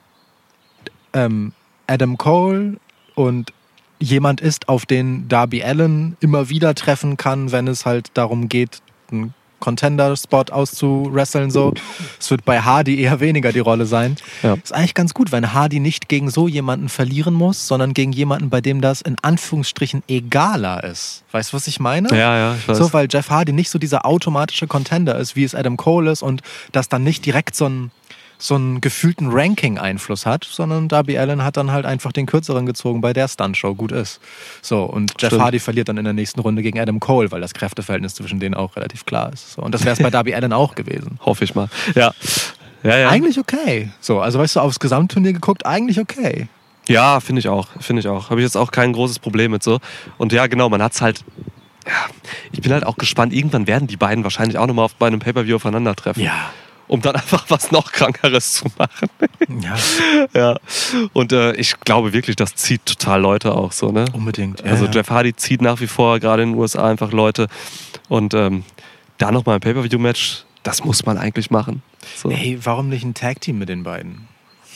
ähm, Adam Cole und jemand ist, auf den Darby Allin immer wieder treffen kann, wenn es halt darum geht, einen Contender-Spot auszuwresteln. So. Es wird bei Hardy eher weniger die Rolle sein. Ja. Ist eigentlich ganz gut, wenn Hardy nicht gegen so jemanden verlieren muss, sondern gegen jemanden, bei dem das in Anführungsstrichen egaler ist. Weißt du, was ich meine? Ja, ja, ich weiß. So, weil Jeff Hardy nicht so dieser automatische Contender ist, wie es Adam Cole ist, und das dann nicht direkt so einen, so einen gefühlten Ranking-Einfluss hat, sondern Darby Allin hat dann halt einfach den kürzeren gezogen bei der Stuntshow, gut ist. So, und Jeff Stimmt. Hardy verliert dann in der nächsten Runde gegen Adam Cole, weil das Kräfteverhältnis zwischen denen auch relativ klar ist. So, und das wäre es bei Darby Allin auch gewesen. Hoffe ich mal. Ja. Ja, ja. Eigentlich okay. So, also weißt du, aufs Gesamtturnier geguckt, eigentlich okay. Ja, finde ich auch. Finde ich auch. Habe ich jetzt auch kein großes Problem mit so. Und ja, genau, man hat es halt. Ja, ich bin halt auch gespannt. Irgendwann werden die beiden wahrscheinlich auch nochmal bei einem Pay-Per-View aufeinandertreffen. Ja. Um dann einfach was noch Krankeres zu machen. Ja, Ja. Und äh, ich glaube wirklich, das zieht total Leute auch so, ne? unbedingt. Ja, Also ja. Jeff Hardy zieht nach wie vor gerade in den U S A einfach Leute. Und ähm, da nochmal ein Pay-Per-View-Match, das muss man eigentlich machen. So. Hey, warum nicht ein Tag-Team mit den beiden?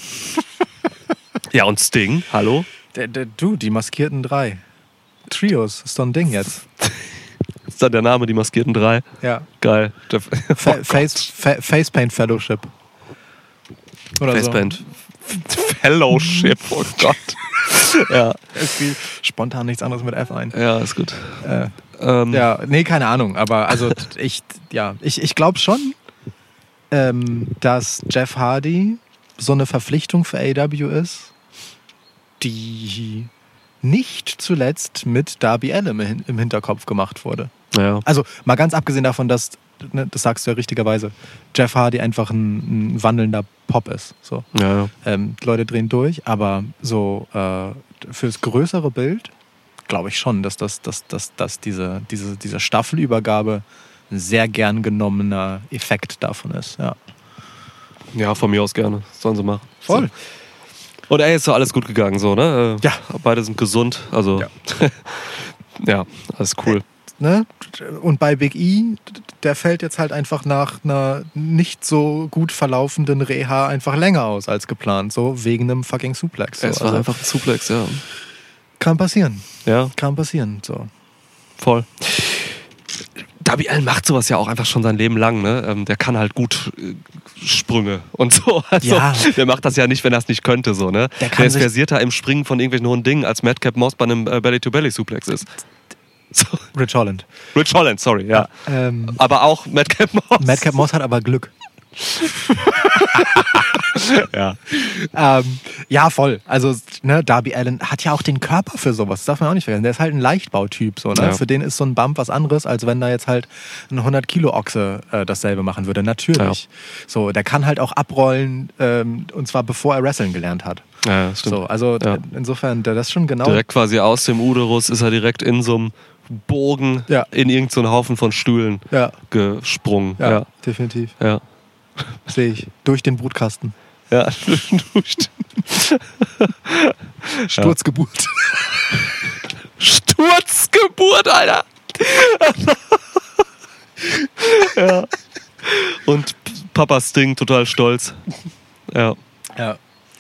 Ja, und Sting, hallo? Der, der, du, die maskierten drei. Trios, ist doch ein Ding jetzt. Ist dann der Name, die maskierten drei. Ja. Geil. Jeff Fa Face, Fa Facepaint Fellowship. Oder Facepaint. Fellowship, oh Gott. Ja, so. Es fiel spontan nichts anderes mit F ein. ja, ist gut. Äh, Ähm, ja, nee, keine Ahnung. Aber also ich, ja, ich, ich glaube schon, ähm, dass Jeff Hardy so eine Verpflichtung für A E W ist, die nicht zuletzt mit Darby Allin im Hin- im Hinterkopf gemacht wurde. ja. Also mal ganz abgesehen davon, dass, ne, das sagst du ja richtigerweise, Jeff Hardy einfach ein, ein wandelnder Pop ist. So. Ja, ja. Ähm, die Leute drehen durch, aber so äh, fürs größere Bild glaube ich schon, dass, das, dass, dass, dass diese, diese, diese Staffelübergabe ein sehr gern genommener Effekt davon ist. Ja. Ja, von mir aus gerne. Sollen sie machen. Voll. So. Und ey, ist doch alles gut gegangen, so, ne? Äh, Ja. Beide sind gesund, also. Ja. Ja, alles cool. Ne? Und bei Big E, der fällt jetzt halt einfach nach einer nicht so gut verlaufenden Reha einfach länger aus als geplant, so wegen einem fucking Suplex. So. Es war Also, einfach ein Suplex, ja. kann passieren, Ja, kann passieren. So. voll. Darby Allin macht sowas ja auch einfach schon sein Leben lang, ne? Ähm, der kann halt gut äh, Sprünge und so. Also, Ja. Der macht das ja nicht, wenn er es nicht könnte, so, ne? Der kann Der ist sich- versierter im Springen von irgendwelchen hohen Dingen, als Madcap Moss bei einem äh, Belly-to-Belly-Suplex ist. So. Rich Holland. Rich Holland, sorry, ja. Ähm, Aber auch Madcap Moss. Madcap Moss hat aber Glück. Ja. Ähm, ja, voll. Also, ne, Darby Allin hat ja auch den Körper für sowas. Das darf man auch nicht vergessen. Der ist halt ein Leichtbautyp. So, ne? Ja. Für den ist so ein Bump was anderes, als wenn da jetzt halt ein hundert Kilo Ochse äh, dasselbe machen würde. Natürlich. So, der kann halt auch abrollen, ähm, und zwar bevor er Wrestling gelernt hat. Ja, stimmt. So, also Ja. insofern, der das ist schon genau. Direkt quasi aus dem Uterus ist er direkt in so einem Bogen Ja. in irgendeinen so Haufen von Stühlen Ja, gesprungen. ja, Ja, definitiv. ja. Sehe ich. Durch den Brutkasten. Ja. Sturzgeburt. Sturzgeburt, Alter! Ja. Und Papa Sting total stolz. Ja. Ja.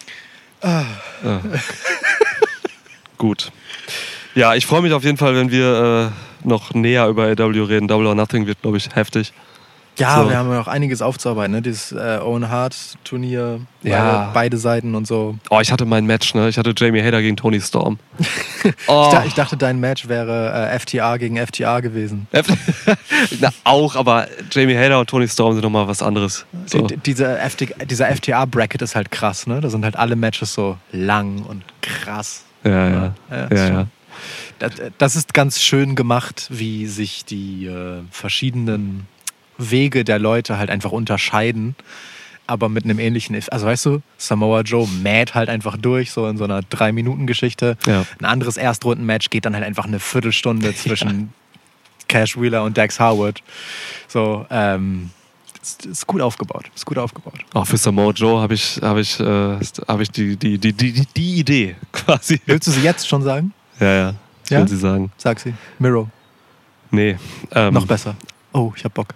Gut. Ja, ich freue mich auf jeden Fall, wenn wir äh, noch näher über A E W reden. Double or Nothing wird, glaube ich, heftig. Ja, So. wir haben ja noch einiges aufzuarbeiten, ne? Dieses äh, Owen Hart Turnier, Ja. beide, beide Seiten und so. Oh, ich hatte mein Match, ne? Ich hatte Jamie Hader gegen Tony Storm. Ich, Oh. da, ich dachte, dein Match wäre äh, F T R gegen F T R gewesen. Na, auch, aber Jamie Hader und Tony Storm sind nochmal was anderes. So. Die, diese F T, dieser F T R-Bracket ist halt krass, ne? Da sind halt alle Matches so lang und krass. Ja, ja. Ja, ja, ist ja. schon- Das, das ist ganz schön gemacht, wie sich die äh, verschiedenen Wege der Leute halt einfach unterscheiden, aber mit einem ähnlichen, Eff- also weißt du, Samoa Joe mäht halt einfach durch, so in so einer drei-Minuten-Geschichte. Ja. Ein anderes Erstrunden-Match geht dann halt einfach eine Viertelstunde zwischen Cash Wheeler und Dax Howard. So, ähm, ist, ist gut aufgebaut, ist gut aufgebaut. Auch für Samoa Joe habe ich, hab ich, äh, hab ich die, die, die, die, die Idee quasi. Willst du sie jetzt schon sagen? Ja, ja. Ich Ja? will sie sagen. Sag sie. Miro. Nee. Ähm, Noch besser. Oh, ich hab Bock.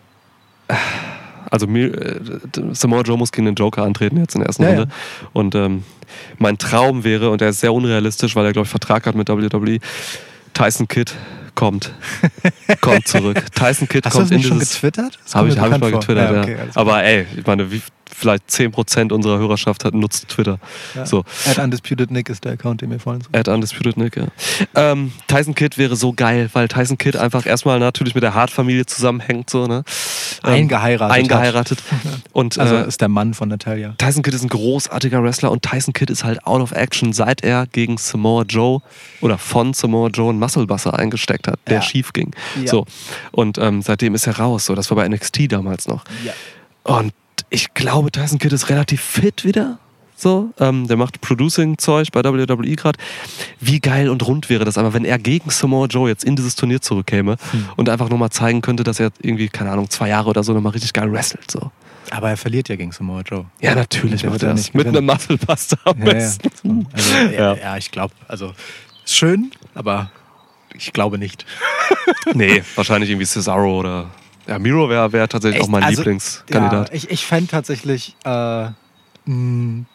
Also mir, äh, Samoa Joe muss gegen den Joker antreten jetzt in der ersten Ja, Runde. Und ähm, mein Traum wäre, und der ist sehr unrealistisch, weil er, glaube ich, Vertrag hat mit W W E, Tyson Kidd kommt. kommt zurück. Tyson Kidd Hast du kommt das nicht in schon dieses... getwittert? Das Habe kommt ich, mir hab ich mal bekannt vor. getwittert, ja. okay, alles klar. Aber ey, ich meine, wie, vielleicht zehn Prozent unserer Hörerschaft hat, nutzt Twitter. Ja. So. At Undisputed Nick ist der Account, den wir vorhin so. At Undisputed Nick, ja. Ähm, Tyson Kidd wäre so geil, weil Tyson Kidd einfach erstmal natürlich mit der Hart-Familie zusammenhängt, so, ne? Ähm, Eingeheiratet. Eingeheiratet. Und Also äh, ist der Mann von Natalia. Tyson Kidd ist ein großartiger Wrestler und Tyson Kidd ist halt out of action, seit er gegen Samoa Joe oder von Samoa Joe einen Musclebuster eingesteckt hat, der Ja. schief ging. Ja. So. Und ähm, seitdem ist er raus. So. Das war bei N X T damals noch. Ja. Und ich glaube, Tyson Kidd ist relativ fit wieder. So, ähm, der macht Producing-Zeug bei W W E gerade. Wie geil und rund wäre das aber, wenn er gegen Samoa Joe jetzt in dieses Turnier zurückkäme Hm. und einfach nochmal zeigen könnte, dass er irgendwie, keine Ahnung, zwei Jahre oder so nochmal richtig geil wrestelt. So. Aber er verliert ja gegen Samoa Joe. Ja, natürlich Der macht wird ja er das. nicht Mit gewinnen. einem Musclebuster am Ja, ja. besten. So. Also, ja, Ja. ja, ich glaube, also ist schön, aber ich glaube nicht. Nee, wahrscheinlich irgendwie Cesaro oder... Ja, Miro wäre wär tatsächlich Echt? auch mein Also, Lieblingskandidat. Ja, ich ich fände tatsächlich, äh, mh,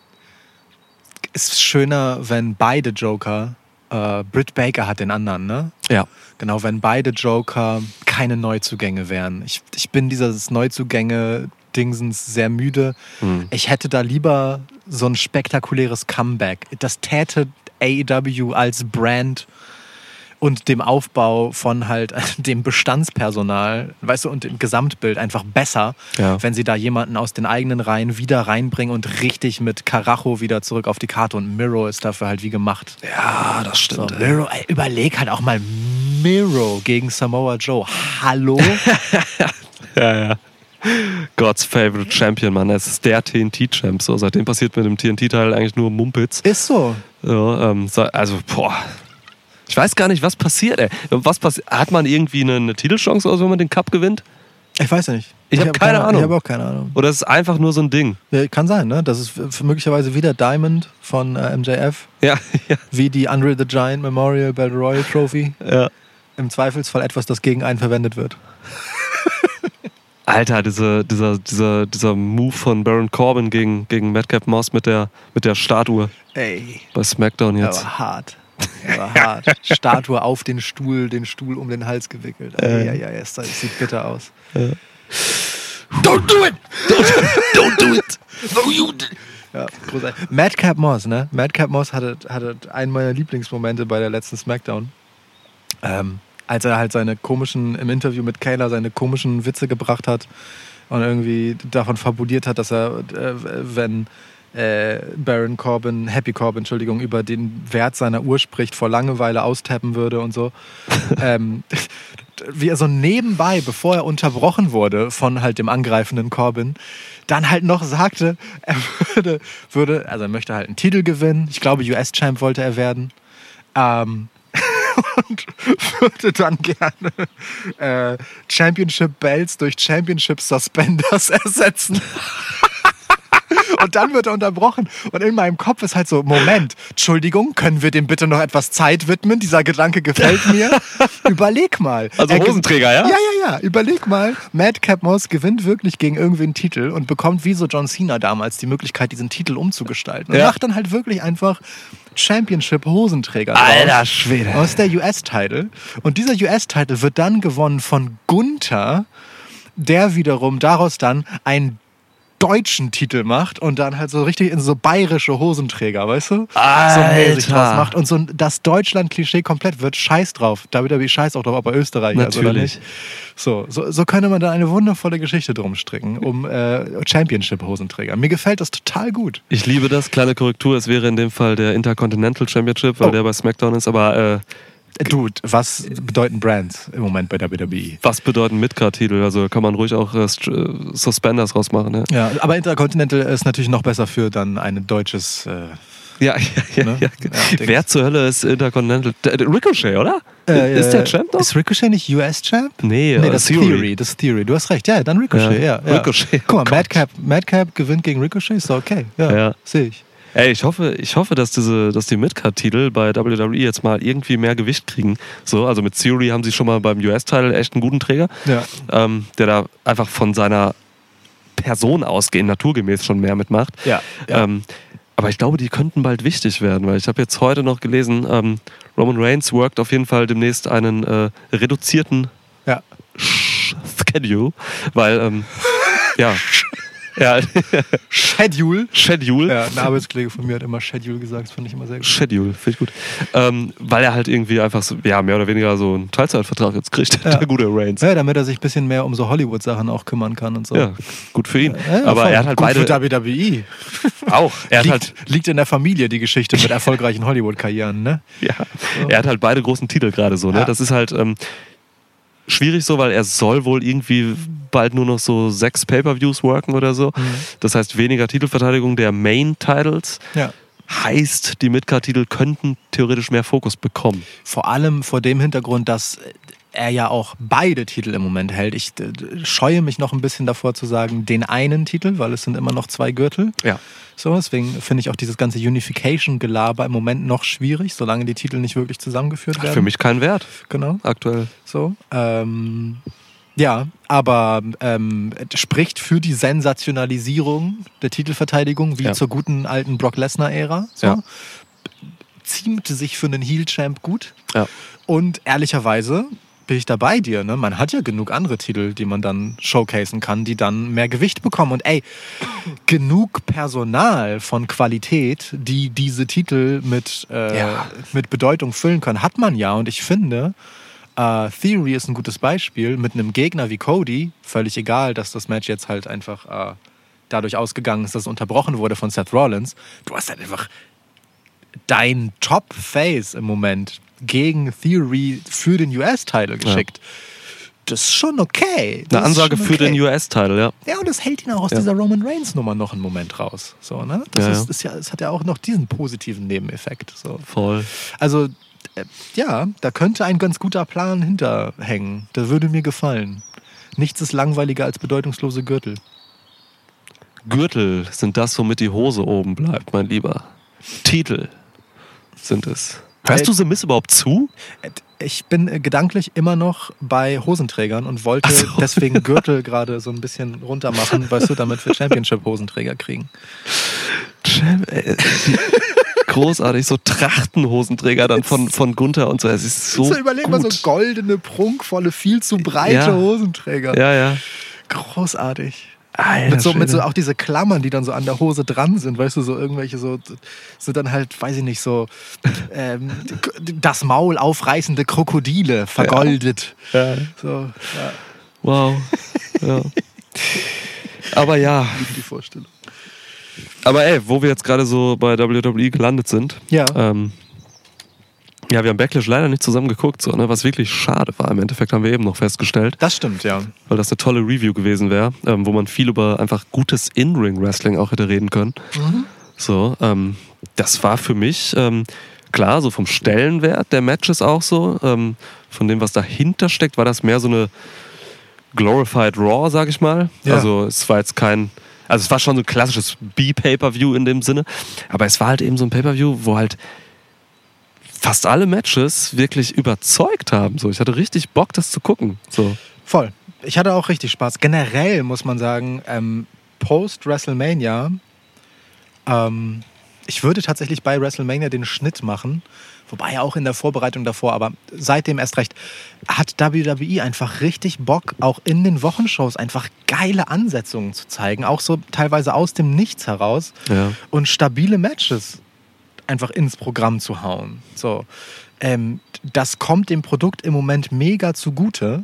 ist schöner, wenn beide Joker, äh, Britt Baker hat den anderen, ne? Ja. Genau, wenn beide Joker keine Neuzugänge wären. Ich, ich bin dieses Neuzugänge-Dingsens sehr müde. Hm. Ich hätte da lieber so ein spektakuläres Comeback. Das täte A E W als Brand und dem Aufbau von halt dem Bestandspersonal, weißt du, und dem Gesamtbild einfach besser, Ja. wenn sie da jemanden aus den eigenen Reihen wieder reinbringen und richtig mit Karacho wieder zurück auf die Karte. Und Miro ist dafür halt wie gemacht. Ja, das So, stimmt. ey. Miro, ey, überleg halt auch mal Miro gegen Samoa Joe. Hallo? Ja, ja. God's favorite Champion, Mann. Es ist der T N T-Champ. So, seitdem passiert mit dem T N T-Teil eigentlich nur Mumpitz. Ist so. Ja, ähm, so- also, boah. Ich weiß gar nicht, was passiert, ey. Was passi- Hat man irgendwie eine, eine Titelchance oder so, wenn man den Cup gewinnt? Ich weiß nicht. Ich hab keine Ahnung. Ich habe auch keine Ahnung. Oder ist es einfach nur so ein Ding? Ja, kann sein, ne? Das ist f- möglicherweise wieder Diamond von äh, M J F, Ja, ja, wie die Andre the Giant Memorial Battle Royal Trophy. ja. Im Zweifelsfall etwas, das gegen einen verwendet wird. Alter, diese, dieser, dieser, dieser Move von Baron Corbin gegen, gegen Madcap Moss mit der, mit der Statue Ey, bei SmackDown der jetzt. war hart. Der war hart. Statue auf den Stuhl, den Stuhl um den Hals gewickelt. Ey, ja, ja, es sieht bitter aus. Ja. Don't do it! Don't, don't do it! No, you did. Ja, großartig. Madcap Moss, ne? Madcap Moss hatte, hatte einen meiner Lieblingsmomente bei der letzten SmackDown. Ähm, als er halt seine komischen, im Interview mit Kayla seine komischen Witze gebracht hat und irgendwie davon fabuliert hat, dass er, äh, wenn äh, Baron Corbin, Happy Corbin, Entschuldigung, über den Wert seiner Uhr spricht, vor Langeweile austappen würde und so. ähm, wie er so nebenbei, bevor er unterbrochen wurde von halt dem angreifenden Corbin, dann halt noch sagte, er würde, würde also er möchte halt einen Titel gewinnen. Ich glaube, U S-Champ wollte er werden. Ähm, und würde dann gerne äh, Championship Belts durch Championship Suspenders ersetzen. Und dann wird er unterbrochen. Und in meinem Kopf ist halt so, Moment, Entschuldigung, können wir dem bitte noch etwas Zeit widmen? Dieser Gedanke gefällt mir. Überleg mal. Also Er ge- Hosenträger, ja? Ja, ja, ja. Überleg mal, Madcap Moss gewinnt wirklich gegen irgendwen einen Titel und bekommt wie so John Cena damals die Möglichkeit, diesen Titel umzugestalten. Und Ja. macht dann halt wirklich einfach Championship Hosenträger drauf. Alter Schwede. Aus der U S-Title. Und dieser U S-Title wird dann gewonnen von Gunther, der wiederum daraus dann einen deutschen Titel macht und dann halt so richtig in so bayerische Hosenträger, weißt du? Alter. So mäßig draus macht. Und so das Deutschland-Klischee komplett wird scheiß drauf. W W E scheiß auch drauf, ob er Österreicher ist oder Natürlich. nicht. So, so, so könnte man da eine wundervolle Geschichte drum stricken, um äh, Championship-Hosenträger. Mir gefällt das total gut. Ich liebe das. Kleine Korrektur, es wäre in dem Fall der Intercontinental Championship, weil Oh. der bei SmackDown ist, aber äh, Dude, was bedeuten Brands im Moment bei der W W E? was bedeuten Midcard-Titel? Also kann man ruhig auch äh, St- äh, Suspenders rausmachen. Ja, Ja, aber Intercontinental ist natürlich noch besser für dann ein deutsches. Äh, ja, ja. ja, Ne? ja. Ja, Wer zur Hölle ist Intercontinental? Der, der Ricochet, oder? äh, ist der Champ noch? Ist Ricochet nicht U S-Champ? Nee, Nee, äh, das ist Theory. Das ist Theory. Du hast recht. Ja, dann Ricochet. Ja, Ja, ja. Ricochet, Guck mal, oh Gott. Madcap, Madcap gewinnt gegen Ricochet. Ist doch okay. Ja, Ja. sehe ich. Ey, ich hoffe, ich hoffe, dass diese, dass die Midcard-Titel bei W W E jetzt mal irgendwie mehr Gewicht kriegen. So, also mit Theory haben sie schon mal beim U S-Titel echt einen guten Träger, Ja. ähm, der da einfach von seiner Person ausgehend naturgemäß schon mehr mitmacht. Ja. ja. Ähm, aber ich glaube, die könnten bald wichtig werden, weil ich habe jetzt heute noch gelesen, ähm, Roman Reigns workt auf jeden Fall demnächst einen äh, reduzierten ja. Schedule, weil ähm, ja, ja, Schedule. Schedule. Ja, ein Arbeitskollege von mir hat immer Schedule gesagt. Das fand ich immer sehr gut. Schedule, finde ich gut. Ähm, weil er halt irgendwie einfach so, ja, mehr oder weniger so einen Teilzeitvertrag jetzt kriegt, Ja. der gute Reigns. Ja, damit er sich ein bisschen mehr um so Hollywood-Sachen auch kümmern kann und so. Ja, gut für ihn. Ja, ja, aber voll. er hat halt gut beide für W W E. auch. Er hat liegt, halt, liegt in der Familie die Geschichte mit erfolgreichen Hollywood-Karrieren, ne? ja, er hat halt beide großen Titel gerade so. Ne? Ja. Das ist halt ähm, schwierig so, weil er soll wohl irgendwie bald nur noch so sechs Pay-Per-Views worken oder so. Mhm. Das heißt weniger Titelverteidigung der Main-Titles. Ja. Heißt, die Midcard-Titel könnten theoretisch mehr Fokus bekommen. Vor allem vor dem Hintergrund, dass er ja auch beide Titel im Moment hält. Ich äh, scheue mich noch ein bisschen davor zu sagen, den einen Titel, weil es sind immer noch zwei Gürtel. Ja. So, deswegen finde ich auch dieses ganze Unification-Gelaber im Moment noch schwierig, solange die Titel nicht wirklich zusammengeführt werden. Für mich kein Wert Genau. aktuell. So. Ähm, ja, aber ähm, es spricht für die Sensationalisierung der Titelverteidigung, wie Ja. zur guten alten Brock Lesnar-Ära. So. Ja. Ziemte sich für einen Heel-Champ gut. Ja. Und ehrlicherweise bin ich da bei dir. Ne? Man hat ja genug andere Titel, die man dann showcasen kann, die dann mehr Gewicht bekommen. Und ey, genug Personal von Qualität, die diese Titel mit, äh, Ja. mit Bedeutung füllen können, hat man ja. Und ich finde, äh, Theory ist ein gutes Beispiel. Mit einem Gegner wie Cody, völlig egal, dass das Match jetzt halt einfach äh, dadurch ausgegangen ist, dass es unterbrochen wurde von Seth Rollins. Du hast halt einfach dein Top-Face im Moment gegen Theory für den U S-Title geschickt. Das ist schon okay. Das Eine Ansage ist schon für okay. den U S-Title, ja. Ja, und das hält ihn auch aus Ja. dieser Roman Reigns-Nummer noch einen Moment raus. So, ne? Das Ja, ist, ja. ist ja, es hat ja auch noch diesen positiven Nebeneffekt. So. Voll. Also, äh, ja, da könnte ein ganz guter Plan hinterhängen. Das würde mir gefallen. Nichts ist langweiliger als bedeutungslose Gürtel. Gürtel sind das, womit die Hose oben bleibt, mein Lieber. Titel sind es. Hörst du The Miz überhaupt zu? Ich bin äh, gedanklich immer noch bei Hosenträgern und wollte Ach so. deswegen Gürtel gerade so ein bisschen runter machen, weißt du, damit wir Championship-Hosenträger kriegen. Champ- äh, die- Großartig, so Trachtenhosenträger dann von, von Gunther und so. Es ist so So, überleg gut. mal, so goldene, prunkvolle, viel zu breite Ja. Hosenträger. Ja, ja. Großartig. Alter, Mit so, mit so Schwede. auch diese Klammern, die dann so an der Hose dran sind, weißt du, so irgendwelche so, so dann halt, weiß ich nicht, so ähm, das Maul aufreißende Krokodile, vergoldet. Ja. So, ja, Wow. Ja. Aber ja, liebe die Vorstellung. aber ey, wo wir jetzt gerade so bei W W E gelandet sind, Ja. ähm, ja, wir haben Backlash leider nicht zusammen geguckt, so, ne, was wirklich schade war. Im Endeffekt haben wir eben noch festgestellt, Das stimmt, ja. weil das eine tolle Review gewesen wäre, ähm, wo man viel über einfach gutes In-Ring-Wrestling auch hätte reden können. So, ähm, das war für mich, ähm, klar, so vom Stellenwert der Matches auch so, ähm, von dem, was dahinter steckt, war das mehr so eine Glorified Raw, sag ich mal. Ja. Also es war jetzt kein, also es war schon so ein klassisches B-Pay-Per-View in dem Sinne, aber es war halt eben so ein Pay-Per-View, wo halt fast alle Matches wirklich überzeugt haben. So, ich hatte richtig Bock, das zu gucken. So. Voll. Ich hatte auch richtig Spaß. Generell muss man sagen, ähm, post-WrestleMania, ähm, ich würde tatsächlich bei WrestleMania den Schnitt machen, wobei auch in der Vorbereitung davor, aber seitdem erst recht, hat W W E einfach richtig Bock, auch in den Wochenshows einfach geile Ansetzungen zu zeigen, auch so teilweise aus dem Nichts heraus Ja. und stabile Matches einfach ins Programm zu hauen. So, ähm, das kommt dem Produkt im Moment mega zugute.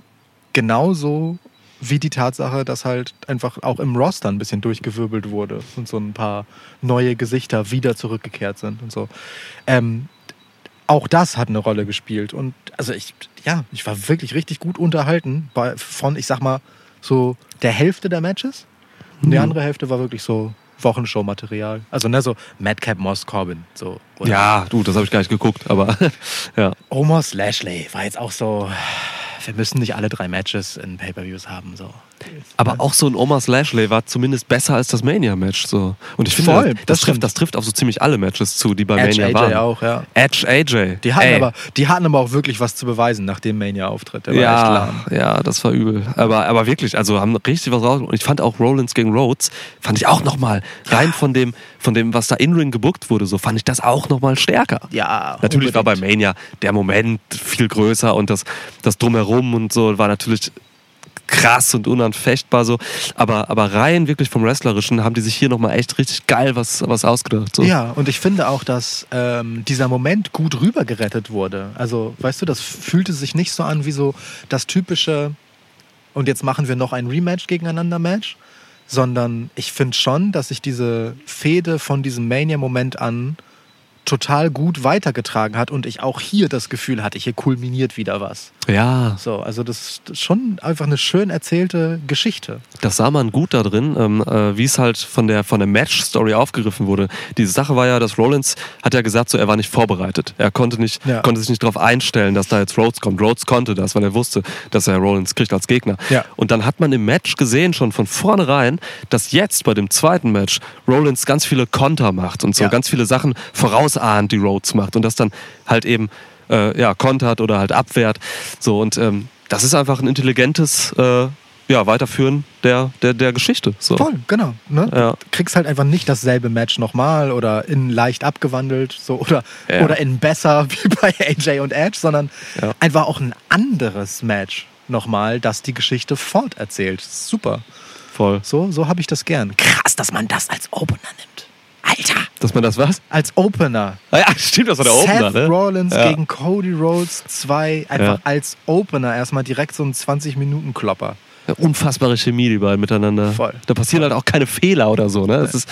Genauso wie die Tatsache, dass halt einfach auch im Roster ein bisschen durchgewirbelt wurde und so ein paar neue Gesichter wieder zurückgekehrt sind und so. Ähm, auch das hat eine Rolle gespielt. Und also ich, ja, ich war wirklich richtig gut unterhalten bei, von, ich sag mal, so der Hälfte der Matches. Und die andere Hälfte war wirklich so Wochenshow-Material. Also ne, so Madcap Moss Corbin. So, oder Ja, du, das habe ich gar nicht geguckt, aber ja. Omos Lashley war jetzt auch so, wir müssen nicht alle drei Matches in Pay-Per-Views haben. So. Aber auch so ein Omas Lashley war zumindest besser als das Mania-Match. So. Und ich finde, Voll, das, das das, stimmt. trifft, das trifft auf so ziemlich alle Matches zu, die bei Edge Mania A J waren. auch, ja. Edge A J. Die hatten, Ey. aber, die hatten aber auch wirklich was zu beweisen nach dem Mania-Auftritt. Der war echt Ja, lahm. ja, das war übel. Aber, aber wirklich, also haben richtig was raus. Und ich fand auch Rollins gegen Rhodes, fand ich auch nochmal, rein von dem, von dem, was da in-Ring gebuckt wurde, so fand ich das auch nochmal stärker. Ja, Natürlich war bei unbedingt. Mania der Moment viel größer und das, das Drumherum und so war natürlich krass und unanfechtbar so. Aber, aber rein wirklich vom Wrestlerischen haben die sich hier nochmal echt richtig geil was, was ausgedacht. So. Ja, und ich finde auch, dass ähm, dieser Moment gut rübergerettet wurde. Also, weißt du, das fühlte sich nicht so an wie so das typische und jetzt machen wir noch ein Rematch gegeneinander Match, sondern ich finde schon, dass sich diese Fehde von diesem Mania-Moment an total gut weitergetragen hat und ich auch hier das Gefühl hatte, hier kulminiert wieder was. Ja, So, also das ist schon einfach eine schön erzählte Geschichte. das sah man gut da drin, ähm, äh, wie es halt von der, von der Match-Story aufgegriffen wurde. Diese Sache war ja, dass Rollins hat ja gesagt, so, er war nicht vorbereitet. Er konnte, nicht, Ja. konnte sich nicht darauf einstellen, dass da jetzt Rhodes kommt. Rhodes konnte das, weil er wusste, dass er Rollins kriegt als Gegner. Ja. Und dann hat man im Match gesehen, schon von vornherein, dass jetzt bei dem zweiten Match Rollins ganz viele Konter macht und so, Ja. ganz viele Sachen vorausahnt, die Rhodes macht. Und das dann halt eben äh, ja, kontert oder halt abwehrt. So, und ähm, das ist einfach ein intelligentes äh, ja, Weiterführen der, der, der Geschichte. So. Voll, genau. Ne? Ja. Du kriegst halt einfach nicht dasselbe Match nochmal oder in leicht abgewandelt so, oder, Ja. oder in besser wie bei A J und Edge, sondern Ja. einfach auch ein anderes Match nochmal, das die Geschichte forterzählt. Super. Voll. So, so habe ich das gern. Krass, dass man das als Opener nimmt. Alter! Dass man das was? Als Opener. Ah, ja, stimmt, das war der Opener, Seth ne? Rollins Ja. gegen Cody Rhodes zwei, einfach Ja. als Opener erstmal direkt so ein zwanzig-Minuten-Klopper. Ja, unfassbare Chemie, die beiden miteinander. Voll. Da passieren halt auch keine Fehler oder so, ne? Das ist,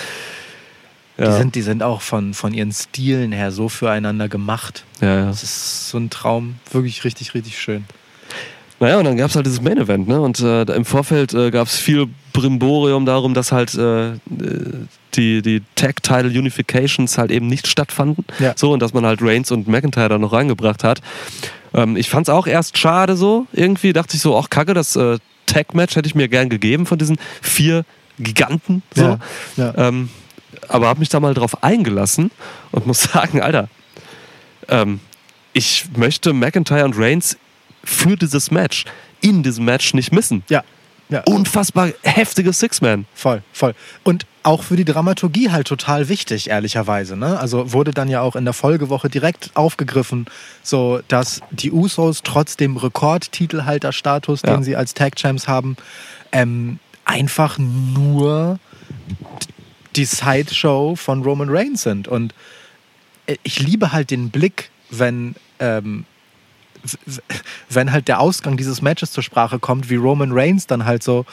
Die, ja. sind, die sind auch von, von ihren Stilen her so füreinander gemacht. ja, ja. Das ist so ein Traum. Wirklich richtig, richtig schön. Naja, und dann gab es halt dieses Main Event, ne? Und äh, im Vorfeld äh, gab es viel Brimborium darum, dass halt äh, die, die Tag-Title Unifications halt eben nicht stattfanden. Ja. So, und dass man halt Reigns und McIntyre da noch reingebracht hat. Ähm, ich fand es auch erst schade so. Irgendwie dachte ich so, ach kacke, das äh, Tag-Match hätte ich mir gern gegeben von diesen vier Giganten. So. Ja, ja. Ähm, aber habe mich da mal drauf eingelassen und muss sagen, Alter, ähm, ich möchte McIntyre und Reigns für dieses Match, in diesem Match nicht missen. Ja. Ja. Unfassbar heftiges Six-Man. Voll, voll. Und auch für die Dramaturgie halt total wichtig, ehrlicherweise. Ne? Also wurde dann ja auch in der Folgewoche direkt aufgegriffen, so dass die Usos trotz dem Rekordtitelhalterstatus, Ja. den sie als Tag-Champs haben, ähm, einfach nur die Sideshow von Roman Reigns sind. Und ich liebe halt den Blick, wenn... Ähm, wenn halt der Ausgang dieses Matches zur Sprache kommt, wie Roman Reigns dann halt so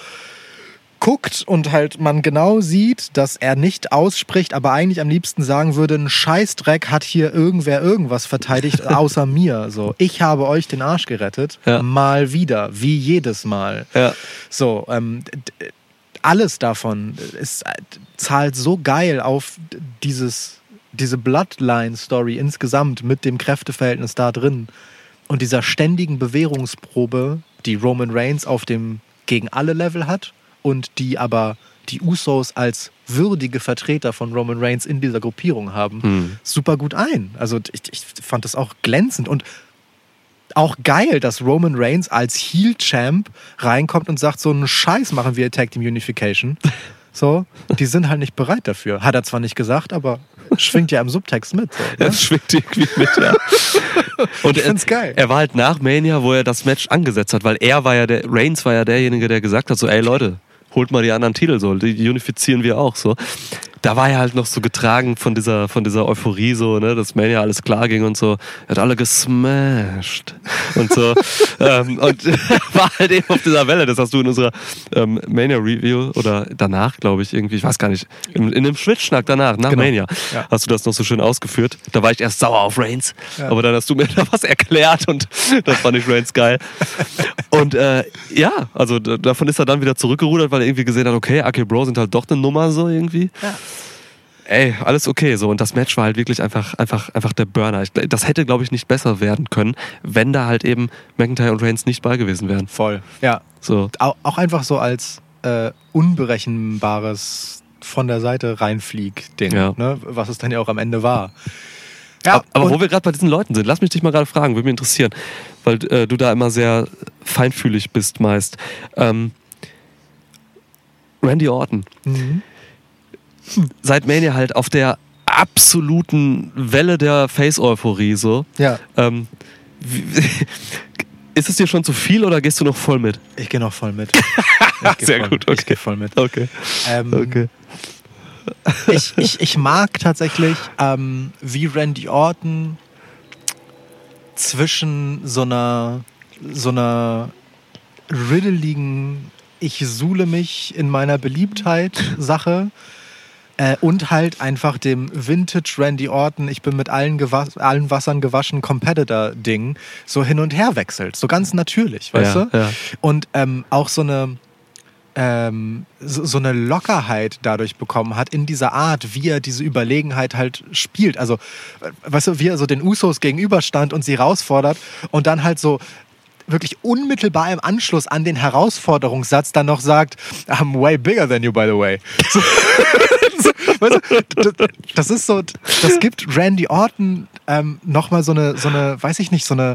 guckt und halt man genau sieht, dass er nicht ausspricht, aber eigentlich am liebsten sagen würde, ein Scheißdreck hat hier irgendwer irgendwas verteidigt, außer mir. So, ich habe euch den Arsch gerettet, Ja. mal wieder, wie jedes Mal. Ja. So, ähm, d- alles davon ist, zahlt so geil auf dieses, diese Bloodline-Story insgesamt mit dem Kräfteverhältnis da drin. Und dieser ständigen Bewährungsprobe, die Roman Reigns auf dem gegen alle Level hat und die aber die Usos als würdige Vertreter von Roman Reigns in dieser Gruppierung haben, Hm. super gut ein. Also ich, ich fand das auch glänzend und auch geil, dass Roman Reigns als Heel-Champ reinkommt und sagt, so einen Scheiß machen wir Tag Team Unification. So, die sind halt nicht bereit dafür. Hat er zwar nicht gesagt, aber schwingt ja im Subtext mit. So, ne? Das schwingt irgendwie mit, ja. Und Ich find's geil. Er war halt nach Mania, wo er das Match angesetzt hat, weil er war ja der, Reigns war ja derjenige, der gesagt hat, so, ey Leute, holt mal die anderen Titel, so, die unifizieren wir auch, so. Da war er halt noch so getragen von dieser, von dieser Euphorie, so, ne, dass Mania alles klar ging und so. Er hat alle gesmashed und so. ähm, und war halt eben auf dieser Welle. Das hast du in unserer ähm, Mania-Review oder danach, glaube ich, irgendwie, ich weiß gar nicht, in, in dem Schwitschnack danach, nach Genau. Mania, Ja. hast du das noch so schön ausgeführt. Da war ich erst sauer auf Reigns, Ja. aber dann hast du mir da was erklärt und das fand ich Reigns geil. Und äh, ja, also d- davon ist er dann wieder zurückgerudert, weil er irgendwie gesehen hat, okay, R K Bro sind halt doch eine Nummer so irgendwie. Ja. Ey, alles okay so. Und das Match war halt wirklich einfach, einfach, einfach der Burner. Ich, das hätte, glaube ich, nicht besser werden können, wenn da halt eben McIntyre und Reigns nicht bei gewesen wären. Voll. Ja. So. Au- Auch einfach so als äh, unberechenbares von der Seite reinflieg-Ding, Ja. ne? Was es dann ja auch am Ende war. Ja, aber aber und- wo wir gerade bei diesen Leuten sind, lass mich dich mal gerade fragen, würde mich interessieren, weil äh, du da immer sehr feinfühlig bist meist. Ähm, Randy Orton. Mhm. Seit Mania halt auf der absoluten Welle der Face-Euphorie so. Ja, Ähm, wie, ist es dir schon zu viel oder gehst du noch voll mit? ich gehe noch voll mit. Ich geh Sehr voll, gut, Ich okay. gehe voll mit. Okay. Ähm, Okay. ich, ich, ich mag tatsächlich, ähm, wie Randy Orton zwischen so einer, so einer riddeligen Ich suhle mich in meiner Beliebtheit Sache äh, und halt einfach dem Vintage Randy Orton, ich bin mit allen, gewas- allen Wassern gewaschen Competitor-Ding so hin und her wechselt. So ganz natürlich, weißt Ja, du? ja. Und ähm, auch so eine ähm, so, so eine Lockerheit dadurch bekommen hat in dieser Art, wie er diese Überlegenheit halt spielt. Also, äh, weißt du, wie er so den Usos gegenüberstand und sie herausfordert und dann halt so wirklich unmittelbar im Anschluss an den Herausforderungssatz dann noch sagt, I'm way bigger than you, by the way. So, so, weißt du, das, das ist so, das gibt Randy Orton ähm, nochmal so eine, so eine, weiß ich nicht, so eine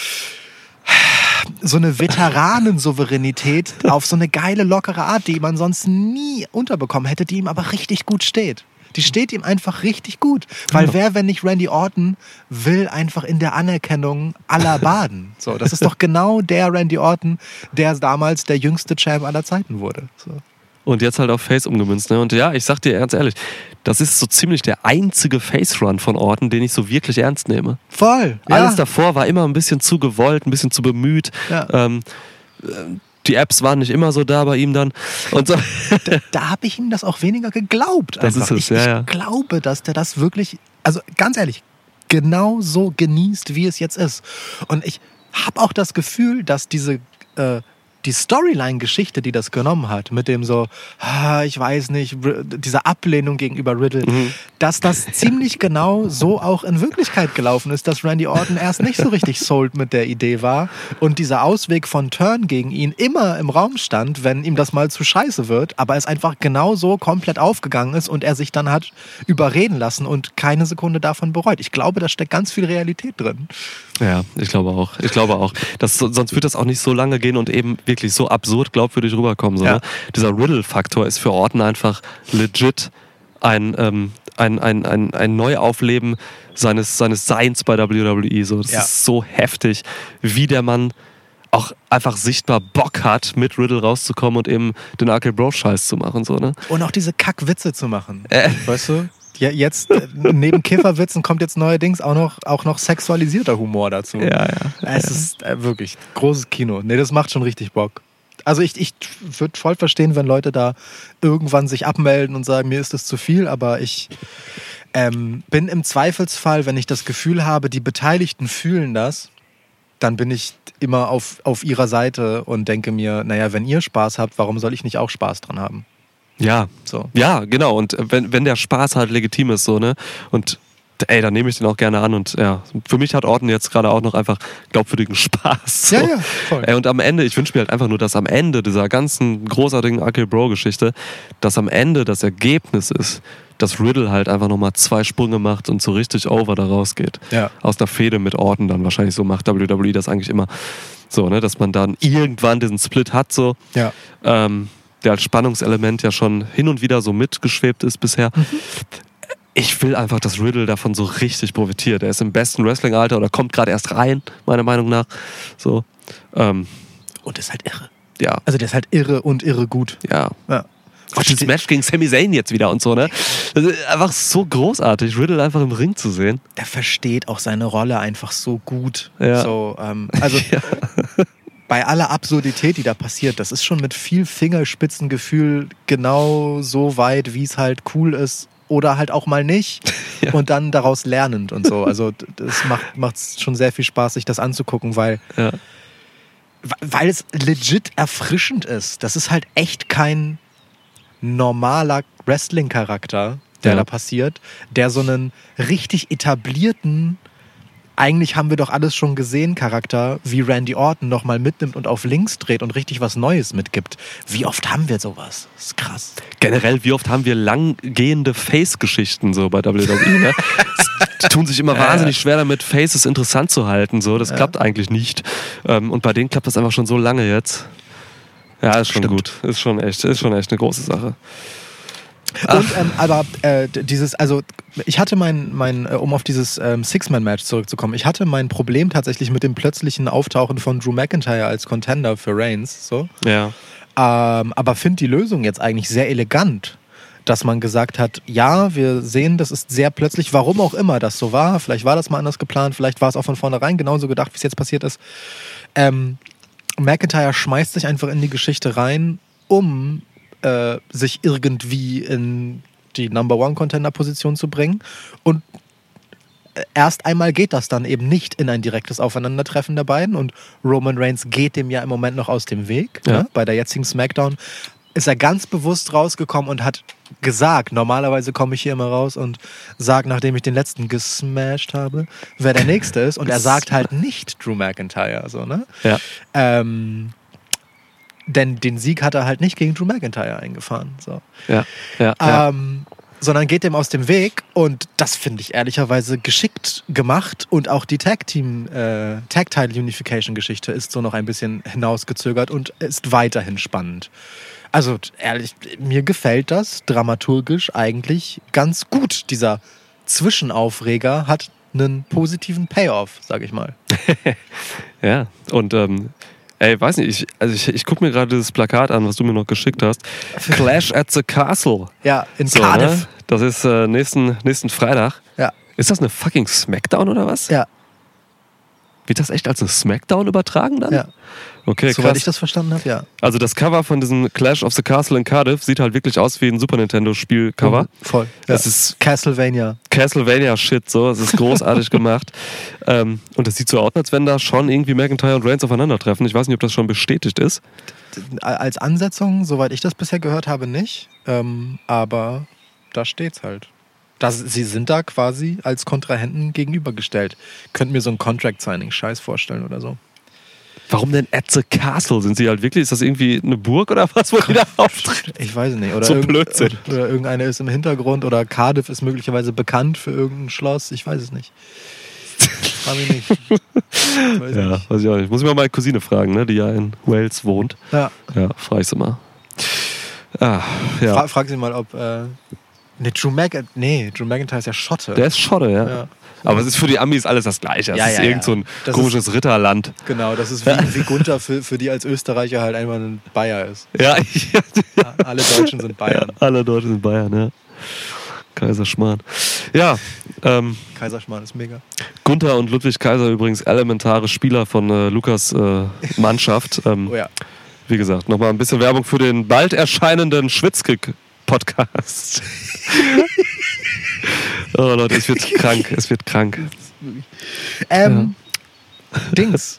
so eine Veteranensouveränität auf so eine geile, lockere Art, die man sonst nie unterbekommen hätte, die ihm aber richtig gut steht. Die steht ihm einfach richtig gut. Weil Ja. wer, wenn nicht Randy Orton, will einfach in der Anerkennung aller baden. So, das ist doch genau der Randy Orton, der damals der jüngste Champ aller Zeiten wurde. So. Und jetzt halt auf Face umgemünzt. Ne? Und ja, ich sag dir ganz ehrlich, das ist so ziemlich der einzige Face-Run von Orton, den ich so wirklich ernst nehme. Voll. Alles ja. davor war immer ein bisschen zu gewollt, ein bisschen zu bemüht. Ja. Ähm, äh, die Apps waren nicht immer so da bei ihm dann. Und so. Da, da habe ich ihm das auch weniger geglaubt. Das einfach. ist es, ich, ja, ich ja. glaube, dass der das wirklich, also ganz ehrlich, genau so genießt, wie es jetzt ist. Und ich habe auch das Gefühl, dass diese äh, die Storyline-Geschichte, die das genommen hat, mit dem so, ah, ich weiß nicht, dieser Ablehnung gegenüber Riddle, mhm. dass das ziemlich genau so auch in Wirklichkeit gelaufen ist, dass Randy Orton erst nicht so richtig sold mit der Idee war und dieser Ausweg von Turn gegen ihn immer im Raum stand, wenn ihm das mal zu scheiße wird, aber es einfach genau so komplett aufgegangen ist und er sich dann hat überreden lassen und keine Sekunde davon bereut. Ich glaube, da steckt ganz viel Realität drin. Ja, ich glaube auch. Ich glaube auch. Das, sonst wird das auch nicht so lange gehen und eben wirklich so absurd glaubwürdig rüberkommen. So, ja. ne? Dieser Riddle-Faktor ist für Orton einfach legit ein, ähm, ein, ein, ein, ein Neuaufleben seines, seines Seins bei W W E. So. Das ja. ist so heftig, wie der Mann auch einfach sichtbar Bock hat, mit Riddle rauszukommen und eben den R K Bro-Scheiß zu machen. So, ne? Und auch diese Kackwitze zu machen. Äh. Weißt du? Ja, jetzt, neben Kifferwitzen kommt jetzt neuerdings auch noch, auch noch sexualisierter Humor dazu. Ja, ja. Es ja. ist äh, wirklich großes Kino. Nee, das macht schon richtig Bock. Also ich, ich würde voll verstehen, wenn Leute da irgendwann sich abmelden und sagen, mir ist das zu viel, aber ich ähm, bin im Zweifelsfall, wenn ich das Gefühl habe, die Beteiligten fühlen das, dann bin ich immer auf, auf ihrer Seite und denke mir, naja, wenn ihr Spaß habt, warum soll ich nicht auch Spaß dran haben? Ja, so. Ja, genau. Und wenn, wenn der Spaß halt legitim ist, so, ne? Und ey, dann nehme ich den auch gerne an. Und ja, für mich hat Orton jetzt gerade auch noch einfach glaubwürdigen Spaß. So. Ja, ja, voll. Ey, und am Ende, ich wünsche mir halt einfach nur, dass am Ende dieser ganzen großartigen R K Bro-Geschichte, dass am Ende das Ergebnis ist, dass Riddle halt einfach nochmal zwei Sprünge macht und so richtig over da rausgeht. Ja. Aus der Fehde mit Orton dann wahrscheinlich, so macht W W E das eigentlich immer so, ne? Dass man dann irgendwann diesen Split hat, so. Ja. Ähm, der als Spannungselement ja schon hin und wieder so mitgeschwebt ist bisher. Mhm. Ich will einfach, dass Riddle davon so richtig profitiert. Er ist im besten Wrestling-Alter oder kommt gerade erst rein, meiner Meinung nach. So, ähm, und ist halt irre. Ja. Also der ist halt irre und irre gut. Ja. ja. Auch dieses Match gegen Sami Zayn jetzt wieder und so, ne? Das ist einfach so großartig, Riddle einfach im Ring zu sehen. Der versteht auch seine Rolle einfach so gut. Ja. So, ähm, also ja. Bei aller Absurdität, die da passiert, das ist schon mit viel Fingerspitzengefühl genau so weit, wie es halt cool ist oder halt auch mal nicht ja. und dann daraus lernend und so. Also das macht macht's schon sehr viel Spaß, sich das anzugucken, weil, ja. weil es legit erfrischend ist. Das ist halt echt kein normaler Wrestling-Charakter, der ja. da passiert, der so einen richtig etablierten, eigentlich haben wir doch alles schon gesehen, Charakter, wie Randy Orton nochmal mitnimmt und auf links dreht und richtig was Neues mitgibt. Wie oft haben wir sowas? Das ist krass. Generell, wie oft haben wir langgehende Face-Geschichten so bei W W E, ne? Die tun sich immer wahnsinnig schwer damit, Faces interessant zu halten. So. Das ja. klappt eigentlich nicht. Und bei denen klappt das einfach schon so lange jetzt. Ja, ist schon Stimmt. gut. Ist schon echt, ist schon echt eine große Sache. Und ähm, aber äh, dieses, also ich hatte mein, mein äh, um auf dieses ähm, Six-Man-Match zurückzukommen, ich hatte mein Problem tatsächlich mit dem plötzlichen Auftauchen von Drew McIntyre als Contender für Reigns. So. Ja. Ähm, aber finde die Lösung jetzt eigentlich sehr elegant, dass man gesagt hat, ja, wir sehen, das ist sehr plötzlich, warum auch immer das so war, vielleicht war das mal anders geplant, vielleicht war es auch von vornherein genauso gedacht, wie es jetzt passiert ist. Ähm, McIntyre schmeißt sich einfach in die Geschichte rein, um äh, sich irgendwie in die Number-One-Contender-Position zu bringen. Und erst einmal geht das dann eben nicht in ein direktes Aufeinandertreffen der beiden. Und Roman Reigns geht dem ja im Moment noch aus dem Weg. Ja. Ne? Bei der jetzigen SmackDown ist er ganz bewusst rausgekommen und hat gesagt, normalerweise komme ich hier immer raus und sage, nachdem ich den letzten gesmashed habe, wer der Nächste ist. Und er sagt halt nicht Drew McIntyre. So, ne? Ja. Ähm, denn den Sieg hat er halt nicht gegen Drew McIntyre eingefahren. So. Ja. Ja. Ja. Ähm, sondern geht dem aus dem Weg. Und das finde ich ehrlicherweise geschickt gemacht. Und auch die Tag-Team, äh, Tag-Title-Unification-Geschichte ist so noch ein bisschen hinausgezögert und ist weiterhin spannend. Also ehrlich, mir gefällt das dramaturgisch eigentlich ganz gut. Dieser Zwischenaufreger hat einen positiven Payoff, sag ich mal. Ja, und ähm, ey, weiß nicht, ich, also ich, ich gucke mir gerade das Plakat an, was du mir noch geschickt hast. Clash at the Castle. Ja, in so, Cardiff. Ne? Das ist äh, nächsten, nächsten Freitag. Ja. Ist das eine fucking Smackdown oder was? Ja. Wird das echt als eine Smackdown übertragen dann? Ja. Okay, Soweit krass. ich das verstanden habe, ja. Also das Cover von diesem Clash of the Castle in Cardiff sieht halt wirklich aus wie ein Super Nintendo-Spiel-Cover. Mhm, voll. Das ja. ist Castlevania. Castlevania-Shit, so. Es ist großartig gemacht. Ähm, und es sieht so aus, als wenn da schon irgendwie McIntyre und Reigns aufeinandertreffen. Ich weiß nicht, ob das schon bestätigt ist. Als Ansetzung, soweit ich das bisher gehört habe, nicht. Ähm, aber da steht's halt. Das, sie sind da quasi als Kontrahenten gegenübergestellt. Könnt mir so ein Contract-Signing-Scheiß vorstellen oder so. Warum denn at the Castle? Sind sie halt wirklich, ist das irgendwie eine Burg oder was, wo die da auftreten? Ich weiß es nicht. Oder, So irgend- Blödsinn. oder irgendeine ist im Hintergrund oder Cardiff ist möglicherweise bekannt für irgendein Schloss. Ich weiß es nicht. Frag mich nicht. Ich weiß Ja, nicht. weiß ich auch nicht. Muss ich mal meine Cousine fragen, ne, die ja in Wales wohnt. Ja. Ja, frag ich sie mal. Ah, ja. Fra frag sie mal, ob. Äh, nee, Drew McIntyre. Nee, Drew McIntyre ist ja Schotte. Der ist Schotte, ja. Ja. Aber es ist für die Amis alles das Gleiche. Es Ja, ist ja, irgend so ein ja. Das komisches Ritterland. Genau, das ist wie, wie Gunther für, für die als Österreicher halt einfach ein Bayer ist. Ja, Ja, alle Deutschen sind Bayern. ja, alle Deutschen sind Bayern, ja. Kaiserschmarrn. Ja, ähm, Kaiserschmarrn ist mega. Gunther und Ludwig Kaiser übrigens elementare Spieler von äh, Lukas äh, Mannschaft. Ähm, Oh ja. Wie gesagt, nochmal ein bisschen Werbung für den bald erscheinenden Schwitzkick-Podcast. Oh Leute, es wird krank, es wird krank. Ähm, Dings.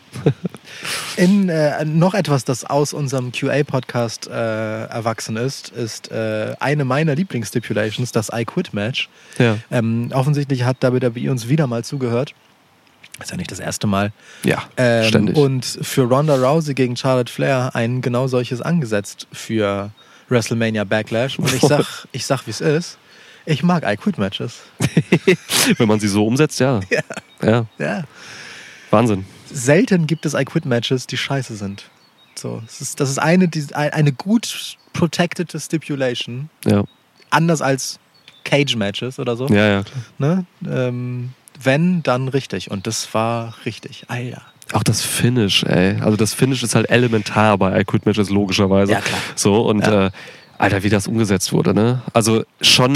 In äh, noch etwas, das aus unserem Q A-Podcast äh, erwachsen ist, ist äh, eine meiner Lieblingsstipulations, das I Quit Match. Ja, Ähm, offensichtlich hat W W E uns wieder mal zugehört. Ist ja nicht das erste Mal. ja Ähm, ständig. Und für Ronda Rousey gegen Charlotte Flair ein genau solches angesetzt für WrestleMania Backlash. Und ich sag, ich sag, wie es ist. Ich mag I Quit Matches. Wenn man sie so umsetzt, ja. Ja. Ja, Ja. Wahnsinn. Selten gibt es I Quit Matches, die scheiße sind. So, es ist, das ist eine, die, eine gut protected Stipulation. Ja, Anders als Cage Matches oder so. ja, ja, klar. Ne? Ähm, wenn, dann richtig. Und das war richtig. Alter. Auch das Finish, ey. Also das Finish ist halt elementar bei I Quit Matches, logischerweise. Ja, klar. So, und Ja. äh, Alter, wie das umgesetzt wurde, ne? Also schon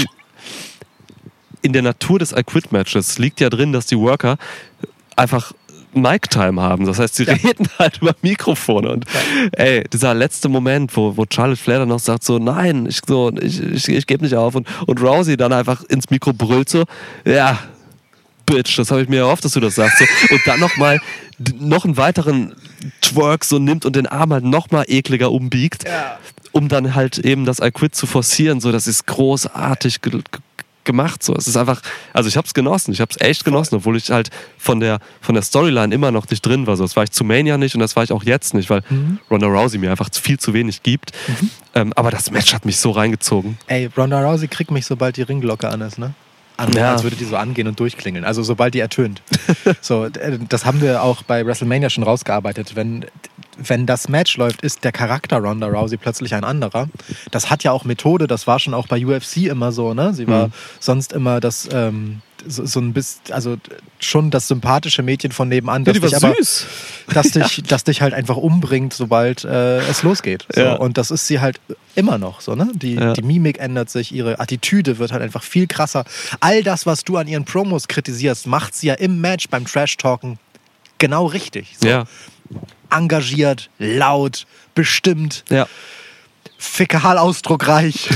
in der Natur des I Quit Matches liegt ja drin, dass die Worker einfach Mic-Time haben. Das heißt, sie Ja. reden halt über Mikrofone. Und ey, dieser letzte Moment, wo, wo Charlotte Flair dann noch sagt so, nein, ich, so, ich, ich, ich gebe nicht auf. Und, und Rousey dann einfach ins Mikro brüllt so, ja, Bitch, das habe ich mir erhofft, dass du das sagst. So. Und dann nochmal noch einen weiteren Twerk so nimmt und den Arm halt nochmal ekliger umbiegt, Ja. um dann halt eben das I Quit zu forcieren. So, das ist großartig ge ge gemacht. So. Es ist einfach, also ich habe es genossen, ich habe es echt genossen, obwohl ich halt von der, von der Storyline immer noch nicht drin war. So, das war ich zu Mania nicht und das war ich auch jetzt nicht, weil Mhm. Ronda Rousey mir einfach viel zu wenig gibt. Ähm, aber das Match hat mich so reingezogen. Ey, Ronda Rousey kriegt mich, sobald die Ringglocke an ist, ne? An, Ja. Als würde die so angehen und durchklingeln. Also sobald die ertönt. So, äh, das haben wir auch bei WrestleMania schon rausgearbeitet. Wenn, wenn das Match läuft, ist der Charakter Ronda Rousey plötzlich ein anderer. Das hat ja auch Methode, das war schon auch bei U F C immer so, ne? Sie war Mhm. sonst immer das, ähm, so, so ein bisschen, also schon das sympathische Mädchen von nebenan, das die war dich aber, süß. das dich, das dich halt einfach umbringt, sobald äh, es losgeht. So. Ja. Und das ist sie halt immer noch so, ne? Die, Ja. die Mimik ändert sich, ihre Attitüde wird halt einfach viel krasser. All das, was du an ihren Promos kritisierst, macht sie ja im Match beim Trash-Talken genau richtig. So. Ja, Engagiert, laut, bestimmt, ja. fäkal ausdruckreich.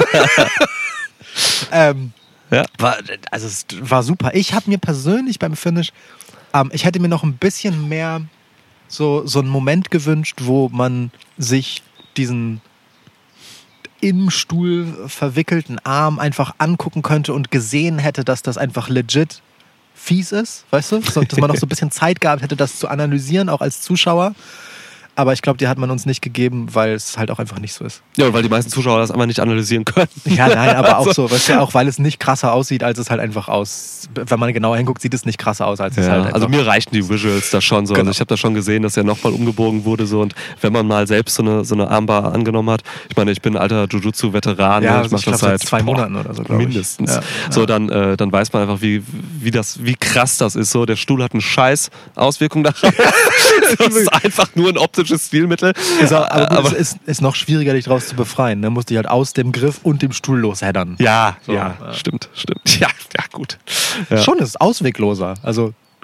ähm, Ja. war, also es war super. Ich habe mir persönlich beim Finish, ähm, ich hätte mir noch ein bisschen mehr so, so einen Moment gewünscht, wo man sich diesen im Stuhl verwickelten Arm einfach angucken könnte und gesehen hätte, dass das einfach legit fies ist, weißt du? So, dass man noch so ein bisschen Zeit gehabt hätte, das zu analysieren, auch als Zuschauer. Aber ich glaube, die hat man uns nicht gegeben, weil es halt auch einfach nicht so ist. Ja, weil die meisten Zuschauer das einfach nicht analysieren können. Ja, nein, aber auch so, weißt du, auch weil es nicht krasser aussieht, als es halt einfach aus. Wenn man genauer hinguckt, sieht es nicht krasser aus, als es Ja, halt einfach. also mir reichten die Visuals da schon so. Genau. Also ich habe da schon gesehen, dass er nochmal umgebogen wurde so, und wenn man mal selbst so eine, so eine Armbar angenommen hat, ich meine, ich bin ein alter Jujutsu-Veteran, Ja, ne? also ich mache ich glaub, das seit seit zwei boah, Monaten oder so, glaub ich. mindestens. Ja, So, ja. dann, äh, dann weiß man einfach, wie, wie, das, wie krass das ist. So, der Stuhl hat eine scheiß Auswirkung darauf. Das ist einfach nur ein optisches Stilmittel. Ist auch, aber, gut, aber es ist, ist noch schwieriger, dich draus zu befreien. Ne? Musst dich halt aus dem Griff und dem Stuhl losheddern. ja, So, ja, ja. stimmt, stimmt. Ja, ja, gut. Ja. Schon ist es auswegloser. Also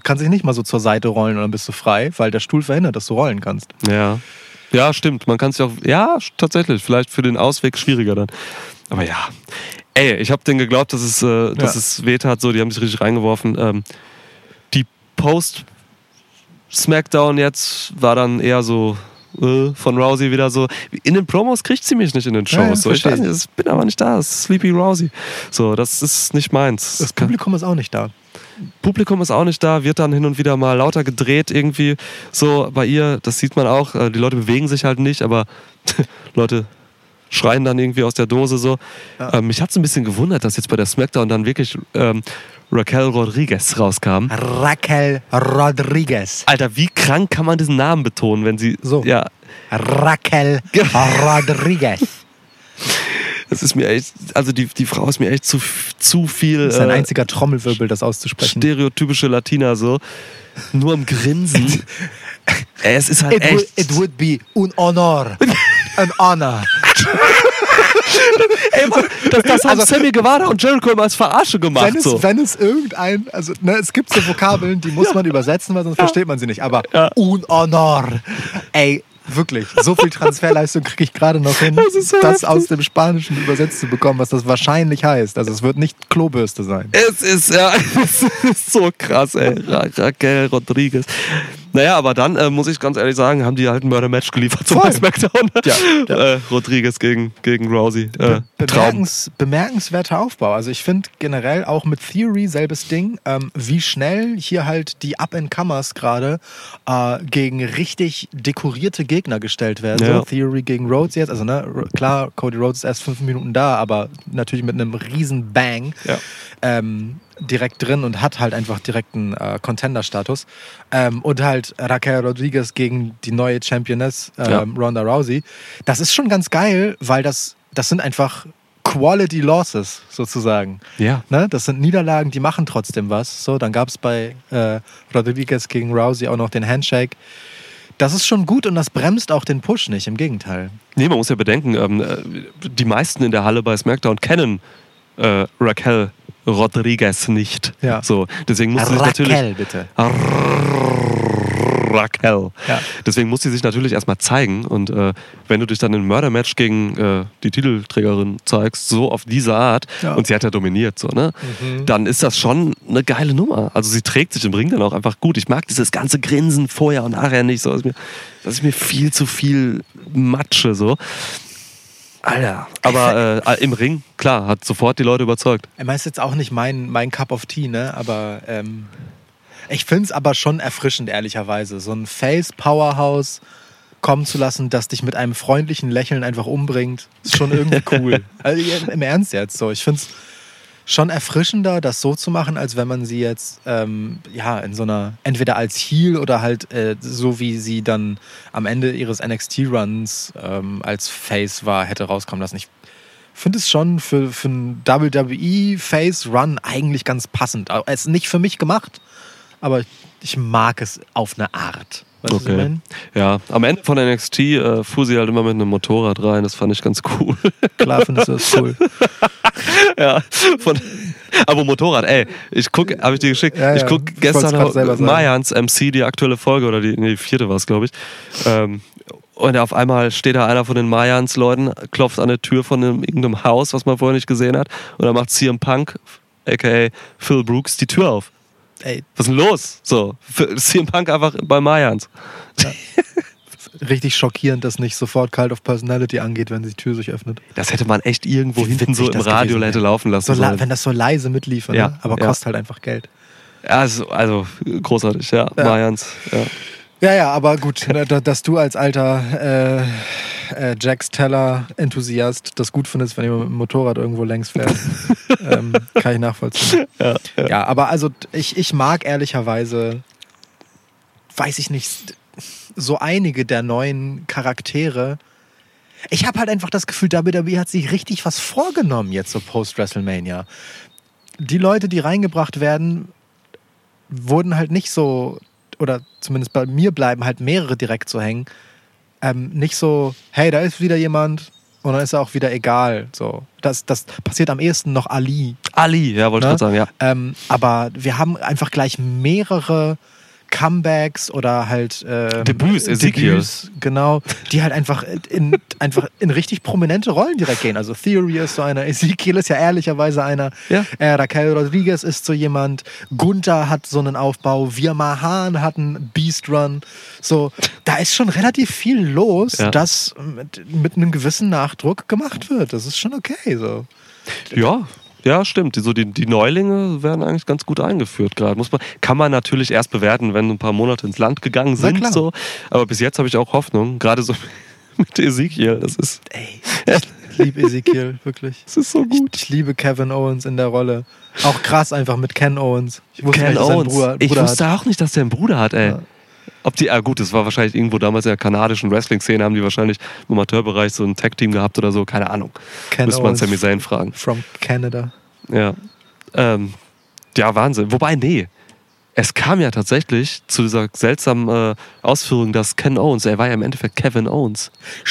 kannst dich nicht mal so zur Seite rollen und dann bist du frei, weil der Stuhl verhindert, dass du rollen kannst. Ja. Ja, stimmt. Man kann sich auch. Ja, tatsächlich. Vielleicht für den Ausweg schwieriger dann. Aber ja. Ey, ich habe denen geglaubt, dass es, äh, dass Ja. es weh tat. So, die haben sich richtig reingeworfen. Ähm, die Post-Smackdown jetzt war dann eher so äh, von Rousey wieder so. In den Promos kriegt sie mich nicht in den Shows. Ja, ja, so, ich verstehe. weiß nicht, ich bin aber nicht da. Das ist Sleepy Rousey. So, das ist nicht meins. Das Publikum ist auch nicht da. Publikum ist auch nicht da, wird dann hin und wieder mal lauter gedreht irgendwie. So bei ihr, das sieht man auch, äh, die Leute bewegen sich halt nicht, aber Leute schreien dann irgendwie aus der Dose so. Ja. Ähm, mich hat es ein bisschen gewundert, dass jetzt bei der Smackdown dann wirklich ähm, Raquel Rodriguez rauskam. Raquel Rodriguez. Alter, wie krank kann man diesen Namen betonen, wenn sie... So. Ja, Raquel Rodriguez. es ist mir echt... Also die, die Frau ist mir echt zu, zu viel... Das ist ein äh, einziger Trommelwirbel, das auszusprechen. stereotypische Latina so. Nur am Grinsen. Ey, es ist halt It, echt... would, it would be un honor. An honor. Ey, Mann, das, das haben Also- Sammy Guevara und Jericho immer als Verarsche gemacht. Wenn es, so. wenn es irgendein, also ne, es gibt so Vokabeln, die muss man übersetzen, weil sonst versteht man sie nicht. Aber un honor. Ey, wirklich, so viel Transferleistung kriege ich gerade noch hin, Das ist so das heftig. aus dem Spanischen übersetzt zu bekommen, was das wahrscheinlich heißt. Also es wird nicht Klobürste sein. Es ist ja es ist so krass, ey. Ra Raquel Rodriguez. Naja, aber dann, äh, muss ich ganz ehrlich sagen, haben die halt ein Mörder-Match geliefert zum Voll. SmackDown. Ja, ja. Äh, Rodriguez gegen, gegen Rousey. Äh, Be Traum. bemerkens bemerkenswerter Aufbau. Also ich finde generell auch mit Theory selbes Ding, ähm, wie schnell hier halt die Up-and-Comers gerade äh, gegen richtig dekorierte Gegner gestellt werden. Ja. So, Theory gegen Rhodes jetzt, also ne, r- klar, Cody Rhodes ist erst fünf Minuten da, aber natürlich mit einem riesen Bang. Ja. Ähm, direkt drin und hat halt einfach direkten äh, Contender-Status. Ähm, und halt Raquel Rodriguez gegen die neue Championess ähm, Ja. Ronda Rousey. Das ist schon ganz geil, weil das, das sind einfach Quality Losses sozusagen. Ja. Ne? Das sind Niederlagen, die machen trotzdem was. So, dann gab es bei äh, Rodriguez gegen Rousey auch noch den Handshake. Das ist schon gut und das bremst auch den Push nicht, im Gegenteil. Nee, man muss ja bedenken, ähm, äh, die meisten in der Halle bei SmackDown kennen äh, Raquel Rodriguez nicht. Ja. So, deswegen muss sie sich natürlich... Raquel, bitte. Raquel. Ja. Deswegen muss sie sich natürlich erstmal zeigen. Und äh, wenn du dich dann im Mörder-Match gegen äh, die Titelträgerin zeigst, so auf diese Art, Ja. und sie hat ja dominiert, so, ne? Mhm. Dann ist das schon eine geile Nummer. Also sie trägt sich im Ring dann auch einfach gut. Ich mag dieses ganze Grinsen vorher und nachher nicht. So. Das, ist mir, das ist mir viel zu viel Matsche. So. Alter. Aber äh, im Ring, klar, hat sofort die Leute überzeugt. Ich meine, ist jetzt auch nicht mein, mein Cup of Tea, ne? Aber ähm, ich finde es aber schon erfrischend, ehrlicherweise. So ein Face-Powerhouse kommen zu lassen, das dich mit einem freundlichen Lächeln einfach umbringt, ist schon irgendwie cool. Also im Ernst jetzt so. Ich finde es schon erfrischender, das so zu machen, als wenn man sie jetzt ähm, ja in so einer, entweder als Heel oder halt äh, so wie sie dann am Ende ihres N X T-Runs ähm, als Face war, hätte rauskommen lassen. Ich finde es schon für, für einen W W E-Face-Run eigentlich ganz passend. Es ist nicht für mich gemacht, aber ich mag es auf eine Art. Weißt du, was ich Okay. meine? Ja, am Ende von N X T äh, fuhr sie halt immer mit einem Motorrad rein. Das fand ich ganz cool. Klar findest du das cool. Ja, von, aber Motorrad, ey, ich guck, habe ich dir geschickt, Ja, ja, ich guck ich wollt's gestern grad selber sagen. Mayans M C, die aktuelle Folge, oder die, nee, die vierte war es, glaube ich. Ähm, und auf einmal steht da einer von den Mayans-Leuten, klopft an der Tür von einem, irgendeinem Haus, was man vorher nicht gesehen hat, und dann macht C M Punk, aka Phil Brooks, die Tür auf. Ey, Was ist denn los? So, C M Punk einfach bei Mayans. richtig schockierend, dass nicht sofort Cult of Personality angeht, wenn die Tür sich öffnet. Das hätte man echt irgendwo Wie hinten witzig so im das Radio gewesen hätte wäre. laufen lassen So la- sollen. wenn das so leise mitliefert, Ja, ne? aber ja. kostet halt einfach Geld. Ja, also, also großartig, ja, Ja. Mayans, ja. Ja, ja, aber gut, ne, da- dass du als alter äh, äh, Jax Teller-Enthusiast das gut findest, wenn jemand mit dem Motorrad irgendwo längs fährt, ähm, kann ich nachvollziehen. Ja, ja. Ja, aber also ich, ich mag ehrlicherweise, weiß ich nicht, so einige der neuen Charaktere. Ich habe halt einfach das Gefühl, W W E hat sich richtig was vorgenommen jetzt so post-WrestleMania. Die Leute, die reingebracht werden, wurden halt nicht so, oder zumindest bei mir bleiben halt mehrere direkt so hängen. Ähm, nicht so, hey, da ist wieder jemand Und dann ist er auch wieder egal. So. Das, das passiert am ehesten noch Ali. Ali, ja, wollte Ne? ich gerade sagen, ja. Ähm, aber wir haben einfach gleich mehrere Comebacks oder halt ähm, Debüts, Ezekiel. Debüts, genau, die halt einfach in, einfach in richtig prominente Rollen direkt gehen. Also Theory ist so einer, Ezekiel ist ja ehrlicherweise einer, Ja. äh, Raquel Rodriguez ist so jemand, Gunther hat so einen Aufbau, Wir Mahan hat einen Beast Run. So, da ist schon relativ viel los, Ja. das mit, mit einem gewissen Nachdruck gemacht wird. Das ist schon okay. So. Ja, ja, stimmt. Die, so die, die Neulinge werden eigentlich ganz gut eingeführt gerade. Muss man, kann man natürlich erst bewerten, wenn ein paar Monate ins Land gegangen Na sind. klar. So. Aber bis jetzt habe ich auch Hoffnung. Gerade so mit Ezekiel. Das ist, Ey, ich liebe Ezekiel, wirklich. das ist so gut. Ich liebe Kevin Owens in der Rolle. Auch krass einfach mit Ken Owens. Ich wusste Ken nicht, dass er einen Owens. Bruder, ich Bruder wusste hat. auch nicht, dass der einen Bruder hat, ey. Ja. Ob die, ah gut, das war wahrscheinlich irgendwo damals in der kanadischen Wrestling-Szene, haben die wahrscheinlich im Amateurbereich so ein Tag-Team gehabt oder so, keine Ahnung. Ken Müsste man Owens Sami Zayn fragen. from Canada. Ja. Ähm, ja, Wahnsinn. Wobei, nee. Es kam ja tatsächlich zu dieser seltsamen äh, Ausführung, dass Ken Owens, er war ja im Endeffekt Kevin Owens.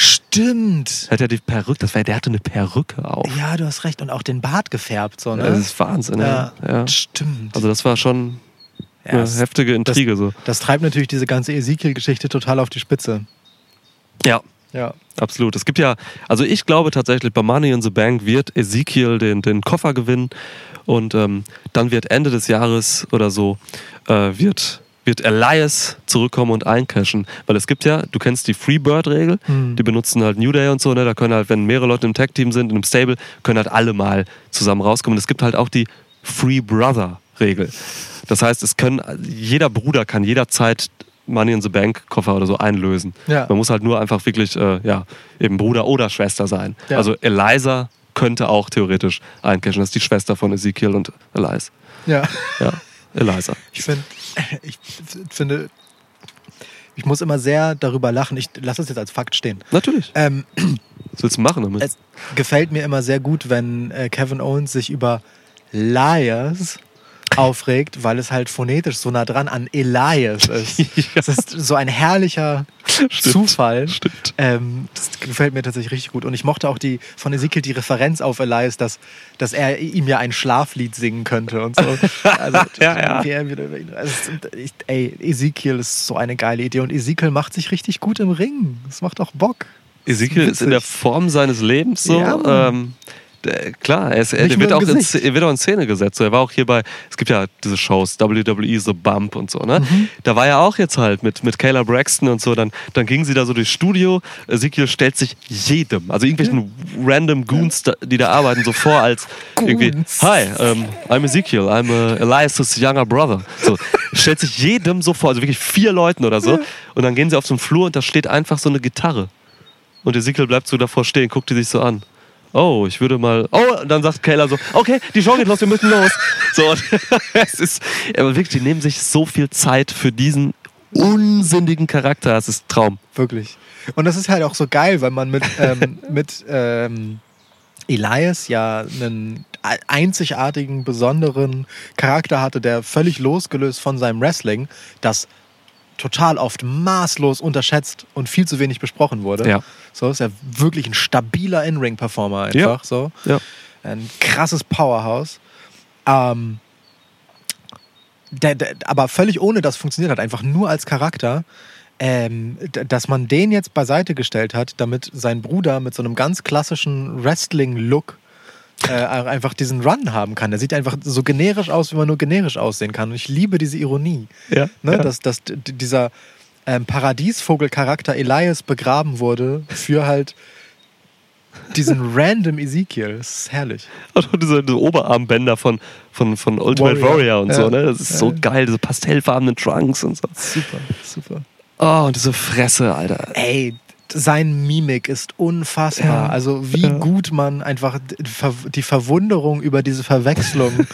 Stimmt. Er hat ja die Perücke, das war, der hatte eine Perücke auf. Ja, du hast recht. Und auch den Bart gefärbt, so, ne? Das ist Wahnsinn, ja. ja, ja. stimmt. Also das war schon Ja, eine es- heftige Intrige. so. Das treibt natürlich diese ganze Ezekiel-Geschichte total auf die Spitze. Ja, Ja. absolut. Es gibt ja, also ich glaube tatsächlich, bei Money in the Bank wird Ezekiel den, den Koffer gewinnen und ähm, dann wird Ende des Jahres oder so, äh, wird, wird Elias zurückkommen und eincashen. Weil es gibt ja, du kennst die Freebird-Regel, Hm. die benutzen halt New Day und so, ne? Da können halt, wenn mehrere Leute im Tag-Team sind, in einem Stable, können halt alle mal zusammen rauskommen. Und es gibt halt auch die Free Brother-Regel. Das heißt, es können, jeder Bruder kann jederzeit Money in the Bank Koffer oder so einlösen. Ja. Man muss halt nur einfach wirklich, äh, ja, eben Bruder oder Schwester sein. Ja. Also Eliza könnte auch theoretisch eincashen. Das ist die Schwester von Ezekiel und Elias. Ja. Ja, Eliza. Ich, find, ich finde, ich muss immer sehr darüber lachen. Ich lasse es jetzt als Fakt stehen. Natürlich. Ähm, Was willst du machen damit? es gefällt mir immer sehr gut, wenn äh, Kevin Owens sich über Liars aufregt, weil es halt phonetisch so nah dran an Elias ist. Das ist so ein herrlicher Zufall. Stimmt. Ähm, das gefällt mir tatsächlich richtig gut. Und ich mochte auch die von Ezekiel die Referenz auf Elias, dass, dass er ihm ja ein Schlaflied singen könnte und so. Also, Ja, ja. wie er wieder über ihn- also, ich, ey, Ezekiel ist so eine geile Idee. Und Ezekiel macht sich richtig gut im Ring. Das macht auch Bock. Ezekiel ist in der witzig. Form seines Lebens so. Ja, Mann. ähm, der, klar, er, ist, er, Nicht wird nur auch im in, Gesicht. er wird auch in Szene gesetzt. So, er war auch hier bei, es gibt ja diese Shows, W W E The Bump und so, ne? Mhm. Da war er auch jetzt halt mit, mit Kayla Braxton und so. Dann, dann gingen sie da so durchs Studio. Ezekiel stellt sich jedem, also irgendwelchen random Goons, da- die da arbeiten, so vor als irgendwie, Goons. hi, um, I'm Ezekiel, I'm uh, Elias' younger brother. So, stellt sich jedem so vor, also wirklich vier Leuten oder so. Und dann gehen sie auf so einen Flur und da steht einfach so eine Gitarre. Und Ezekiel bleibt so davor stehen, guckt die sich so an. Oh, ich würde mal. Oh, und dann sagt Kayla so, okay, die Show geht los, wir müssen los. So, und es ist, aber wirklich, die nehmen sich so viel Zeit für diesen unsinnigen Charakter. Das ist Traum. Wirklich. Und das ist halt auch so geil, weil man mit, ähm, mit ähm, Elias ja einen einzigartigen, besonderen Charakter hatte, der völlig losgelöst von seinem Wrestling, das total oft maßlos unterschätzt und viel zu wenig besprochen wurde. Ja. So ist er wirklich ein stabiler In-Ring-Performer einfach. Ja. So. Ja. Ein krasses Powerhouse. Ähm, der, der, aber völlig ohne das funktioniert hat, einfach nur als Charakter. Ähm, d- dass man den jetzt beiseite gestellt hat, damit sein Bruder mit so einem ganz klassischen Wrestling-Look äh, einfach diesen Run haben kann. Der sieht einfach so generisch aus, wie man nur generisch aussehen kann. Und ich liebe diese Ironie. Ja. Ne? ja. Dass, dass d- dieser ähm, Paradiesvogel-Charakter Elias begraben wurde für halt diesen random Ezekiel. Das ist herrlich. Und auch diese, diese Oberarmbänder von, von, von Ultimate Warrior. Warrior, und Ja. so, ne? Das ist so Ja. geil, diese pastellfarbenen Trunks und so. Super, super. Oh, und diese Fresse, Alter. Ey, sein Mimik ist unfassbar. Ja, Also wie ja. gut man einfach d- ver- die Verwunderung über diese Verwechslung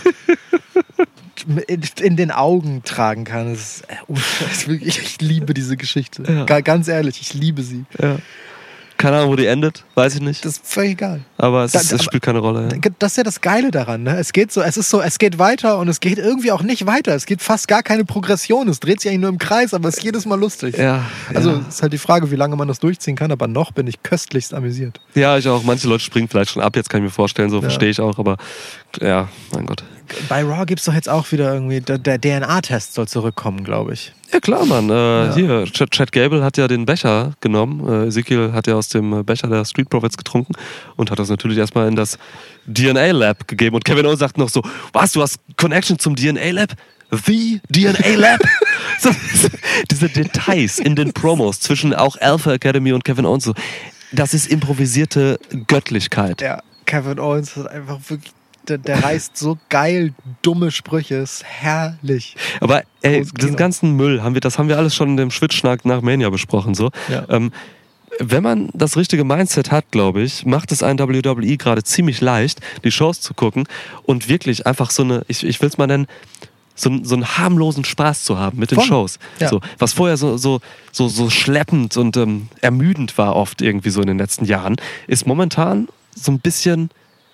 in, in den Augen tragen kann. Das ist, äh, unfassbar. Das ist wirklich, ich liebe diese Geschichte. Ja. Ga- Ganz ehrlich, ich liebe sie. Ja. Keine Ahnung, wo die endet, weiß ich nicht. Das ist völlig egal. aber es, Da- ist, es aber- spielt keine Rolle. Ja. Das ist ja das Geile daran, ne? Es geht so, es ist so, es geht weiter und es geht irgendwie auch nicht weiter. Es gibt fast gar keine Progression. Es dreht sich eigentlich nur im Kreis, aber es ist jedes Mal lustig. Ja, Also ja. es ist halt die Frage, wie lange man das durchziehen kann, aber noch bin ich köstlichst amüsiert. ja, ich auch. Manche Leute springen vielleicht schon ab, jetzt kann ich mir vorstellen, so Ja. verstehe ich auch, aber ja, mein Gott. Bei Raw gibt es doch jetzt auch wieder irgendwie, der, der D N A-Test soll zurückkommen, glaube ich. Ja klar, Mann. Äh, Ja. Hier, Chad, Chad Gable hat ja den Becher genommen. Äh, Ezekiel hat ja aus dem Becher der Street Profits getrunken und hat das natürlich erstmal in das D N A-Lab gegeben. Und Kevin Owens sagt noch so, was, du hast Connection zum D N A-Lab? The D N A-Lab? so, diese Details in den Promos zwischen auch Alpha Academy und Kevin Owens, so, das ist improvisierte Göttlichkeit. Ja, Kevin Owens ist einfach wirklich, der, der reißt so geil dumme Sprüche, ist herrlich. Aber ey, Großes Kino. diesen ganzen Müll, haben wir, das haben wir alles schon in dem Schwitzschnack nach Mania besprochen. So. Ja. Ähm, wenn man das richtige Mindset hat, glaube ich, macht es ein W W E gerade ziemlich leicht, die Shows zu gucken und wirklich einfach so eine, ich, ich will es mal nennen, so, so einen harmlosen Spaß zu haben mit den Voll. Shows. Ja. So, was vorher so, so, so, so schleppend und ähm, ermüdend war oft irgendwie so in den letzten Jahren, ist momentan so ein bisschen...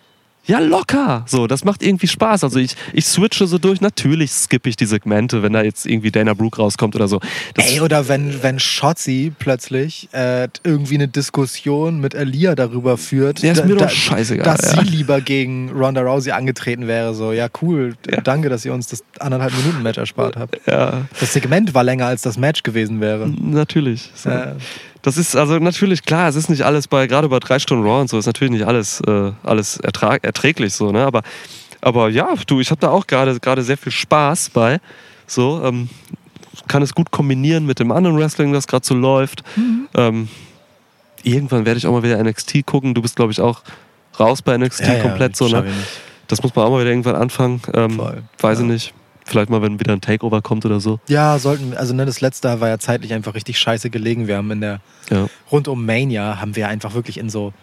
Ja, locker. So, das macht irgendwie Spaß. Also ich, ich switche so durch. Natürlich skippe ich die Segmente, wenn da jetzt irgendwie Dana Brooke rauskommt oder so. Das, Ey, oder wenn, wenn Shotzi plötzlich äh, irgendwie eine Diskussion mit Aaliyah darüber führt, Der ist da- mir doch da- scheißegal, dass ja. sie lieber gegen Ronda Rousey angetreten wäre. So, ja, cool, Ja. danke, dass ihr uns das anderthalb Minuten Match erspart habt. ja, Das Segment war länger, als das Match gewesen wäre. natürlich. So. Äh, Das ist also natürlich klar, es ist nicht alles bei, gerade bei drei Stunden Raw und so, ist natürlich nicht alles, äh, alles ertrag, erträglich so, ne? Aber, aber ja, du, ich habe da auch gerade gerade sehr viel Spaß bei. So, ähm, kann es gut kombinieren mit dem anderen Wrestling, das gerade so läuft. Mhm. Ähm, irgendwann werde ich auch mal wieder N X T gucken. Du bist, glaube ich, auch raus bei N X T ja, ja, komplett so, schau ne? ich nicht. Das muss man auch mal wieder irgendwann anfangen. Ähm, Voll. weiß Ja. ich nicht. Vielleicht mal, wenn wieder ein Takeover kommt oder so. Ja, sollten, also ne, das letzte war ja zeitlich einfach richtig scheiße gelegen. Wir haben in der, Ja. rund um Mania haben wir einfach wirklich in so,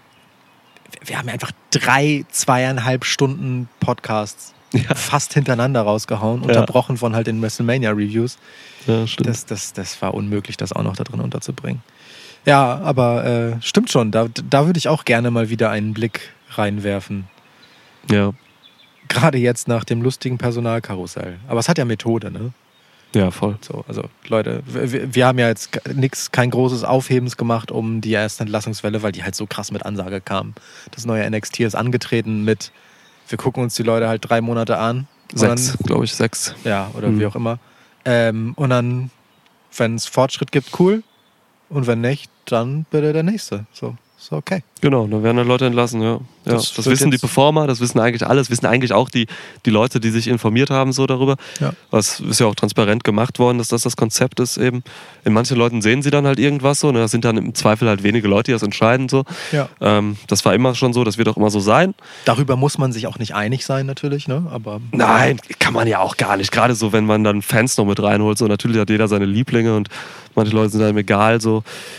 wir haben einfach drei, zweieinhalb Stunden Podcasts Ja. fast hintereinander rausgehauen, unterbrochen von halt den WrestleMania-Reviews. Ja, stimmt. Das, das, das war unmöglich, das auch noch da drin unterzubringen. Ja, aber äh, stimmt schon, da, da würde ich auch gerne mal wieder einen Blick reinwerfen. ja. Gerade jetzt nach dem lustigen Personalkarussell. Aber es hat ja Methode, ne? ja, voll. So, also Leute, wir, wir haben ja jetzt nix, kein großes Aufhebens gemacht um die erste Entlassungswelle, weil die halt so krass mit Ansage kam. Das neue N X T ist angetreten mit, wir gucken uns die Leute halt drei Monate an. und Sechs, glaube ich, sechs. Dann, ja, oder Mhm. wie auch immer. Ähm, und dann, wenn es Fortschritt gibt, cool. Und wenn nicht, dann bitte der nächste. So, ist okay. Genau, da werden dann Leute entlassen, ja. ja. Das Das, wird wissen die jetzt- Performer, das wissen eigentlich alles, wissen eigentlich auch die, die Leute, die sich informiert haben so darüber. Ja. Das ist ja auch transparent gemacht worden, dass das das Konzept ist eben. In manchen Leuten sehen sie dann halt irgendwas so, ne? Das sind dann im Zweifel halt wenige Leute, die das entscheiden so. Ja. Ähm, das war immer schon so, das wird auch immer so sein. Darüber muss man sich auch nicht einig sein, natürlich, ne? Aber Nein, kann man ja auch gar nicht. Gerade so, wenn man dann Fans noch mit reinholt. So, natürlich hat jeder seine Lieblinge und manche Leute sind einem egal. So.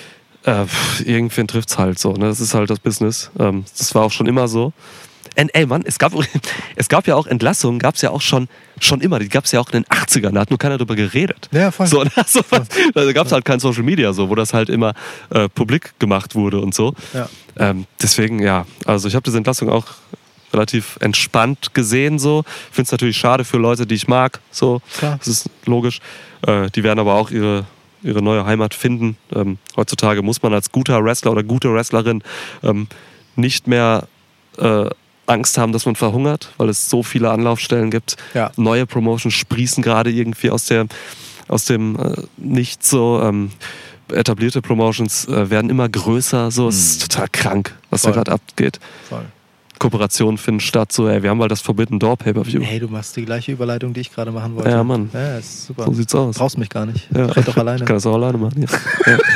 Äh, pff, irgendwen trifft es halt so. Ne? Das ist halt das Business. Ähm, das war auch schon immer so. Und ey, Mann, es gab, es gab ja auch Entlassungen, gab es ja auch schon, schon immer. Die gab es ja auch in den achtzigern, da hat nur keiner drüber geredet. Ja, voll. So, also, da gab es halt kein Social Media, so, wo das halt immer äh, publik gemacht wurde und so. Ja. Ähm, deswegen, ja, also ich habe diese Entlassung auch relativ entspannt gesehen. So. Ich finde es natürlich schade für Leute, die ich mag. So. Klar. Das ist logisch. Äh, die werden aber auch ihre, ihre neue Heimat finden. Ähm, heutzutage muss man als guter Wrestler oder gute Wrestlerin ähm, nicht mehr äh, Angst haben, dass man verhungert, weil es so viele Anlaufstellen gibt. Ja. Neue Promotions sprießen gerade irgendwie aus, der, aus dem äh, Nichts so. Ähm, etablierte Promotions äh, werden immer größer. So. Es ist total krank, was Voll. da gerade abgeht. Voll. Kooperationen finden statt. So, ey, wir haben halt das Forbidden Door Pay-Per-View. Hey, du machst die gleiche Überleitung, die ich gerade machen wollte. Ja, Mann. Ja, ist super. So sieht's aus. Brauchst mich gar nicht. Ja. Red doch alleine. Ich kann das auch alleine machen. Ja. Ja.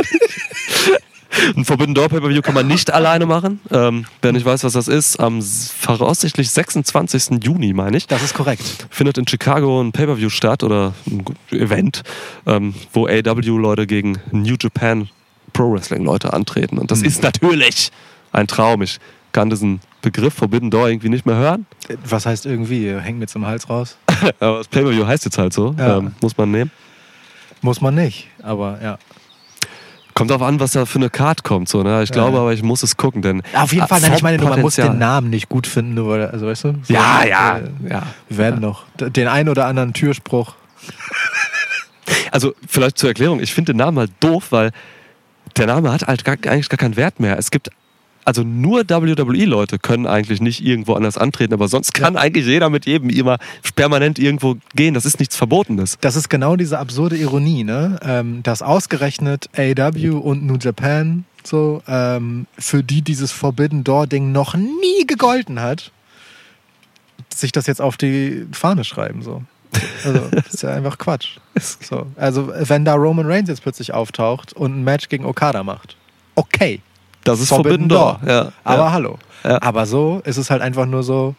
Ein Forbidden Door Pay-Per-View kann man nicht alleine machen. Ähm, wer nicht weiß, was das ist, am s- voraussichtlich sechsundzwanzigsten Juni, meine ich, Das ist korrekt. findet in Chicago ein Pay-Per-View statt oder ein Event, ähm, wo A E W-Leute gegen New Japan Pro-Wrestling-Leute antreten. Und das Mhm. ist natürlich ein Traum. Ich kann diesen Begriff Forbidden Door irgendwie nicht mehr hören. Was heißt irgendwie? Hängt mir zum Hals raus. Aber das Pay-Per-View heißt jetzt halt so. Ja. Ähm, muss man nehmen. Muss man nicht, aber ja. Kommt drauf an, was da für eine Card kommt. So, ne? Ich Ja. glaube aber, ich muss es gucken. Denn Auf jeden Fall, nein, ich meine nur, man muss Potenzial. den Namen nicht gut finden, nur weil, also weißt du? So, Ja, ja, äh, ja. Wir werden noch d- den einen oder anderen Türspruch. Also vielleicht zur Erklärung, ich finde den Namen halt doof, weil der Name hat halt gar, eigentlich gar keinen Wert mehr. Es gibt, also nur W W E-Leute können eigentlich nicht irgendwo anders antreten, aber sonst kann eigentlich jeder mit jedem immer permanent irgendwo gehen. Das ist nichts Verbotenes. Das ist genau diese absurde Ironie, ne? Ähm, dass ausgerechnet A E W und New Japan, so, ähm, für die dieses Forbidden Door-Ding noch nie gegolten hat, sich das jetzt auf die Fahne schreiben, so. Also, das ist ja einfach Quatsch. So. Also, wenn da Roman Reigns jetzt plötzlich auftaucht und ein Match gegen Okada macht, okay. Das ist Forbidden, Door. Ja, Aber ja. hallo. Ja. Aber so ist es halt einfach nur so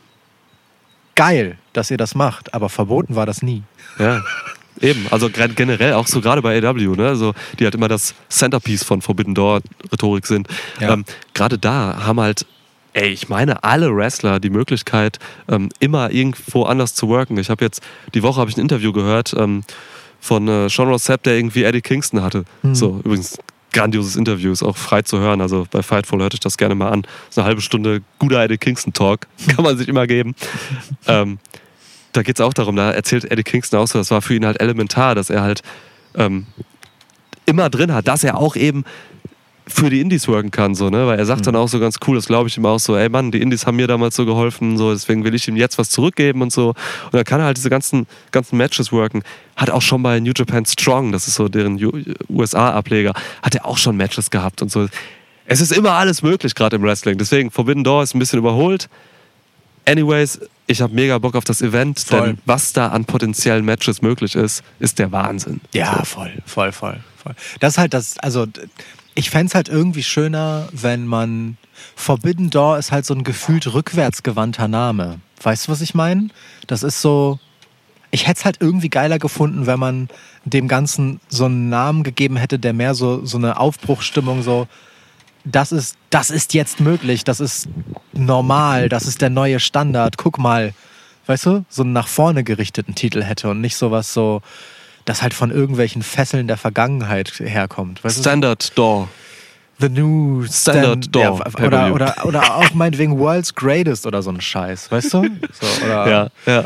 geil, dass ihr das macht. Aber verboten war das nie. Ja, eben. Also gerade generell auch so gerade bei A E W, ne? Also, die halt immer das Centerpiece von Forbidden Door Rhetorik sind. Ja. Ähm, gerade da haben halt, ey, ich meine, alle Wrestler die Möglichkeit, ähm, immer irgendwo anders zu worken. Ich habe jetzt, die Woche habe ich ein Interview gehört ähm, von äh, Sean Ross Sapp, der irgendwie Eddie Kingston hatte. Hm. So, übrigens grandioses Interview, ist auch frei zu hören. Also bei Fightful hört euch das gerne mal an. Das ist eine halbe Stunde guter Eddie Kingston Talk. Kann man sich immer geben. ähm, da geht es auch darum, da erzählt Eddie Kingston auch so, das war für ihn halt elementar, dass er halt ähm, immer drin hat, dass er auch eben für die Indies worken kann, so, ne? Weil er sagt Mhm. dann auch so ganz cool, das glaube ich ihm auch so, ey Mann, die Indies haben mir damals so geholfen, so, deswegen will ich ihm jetzt was zurückgeben und so. Und dann kann er halt diese ganzen, ganzen Matches worken. Hat auch schon bei New Japan Strong, das ist so deren U S A-Ableger, hat er auch schon Matches gehabt und so. Es ist immer alles möglich, gerade im Wrestling. Deswegen, Forbidden Door ist ein bisschen überholt. Anyways, ich habe mega Bock auf das Event, Voll. denn was da an potenziellen Matches möglich ist, ist der Wahnsinn. Ja, voll, voll, voll, voll. Das ist halt das, also ich fände es halt irgendwie schöner, wenn man, Forbidden Door ist halt so ein gefühlt rückwärtsgewandter Name. Weißt du, was ich meine? Das ist so, ich hätte es halt irgendwie geiler gefunden, wenn man dem Ganzen so einen Namen gegeben hätte, der mehr so, so eine Aufbruchsstimmung, so, das ist, das ist jetzt möglich, das ist normal, das ist der neue Standard, guck mal, weißt du, so einen nach vorne gerichteten Titel hätte und nicht sowas so, das halt von irgendwelchen Fesseln der Vergangenheit herkommt. Weißt Standard Door. du? The New Standard Stand, Door, ja, oder, Pay-Per-View. oder, oder auch meinetwegen World's Greatest oder so ein Scheiß, weißt du? So, oder, Ja, ja.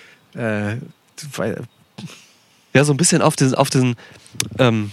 Äh, weil, Ja, so ein bisschen auf diesen, auf diesen ähm,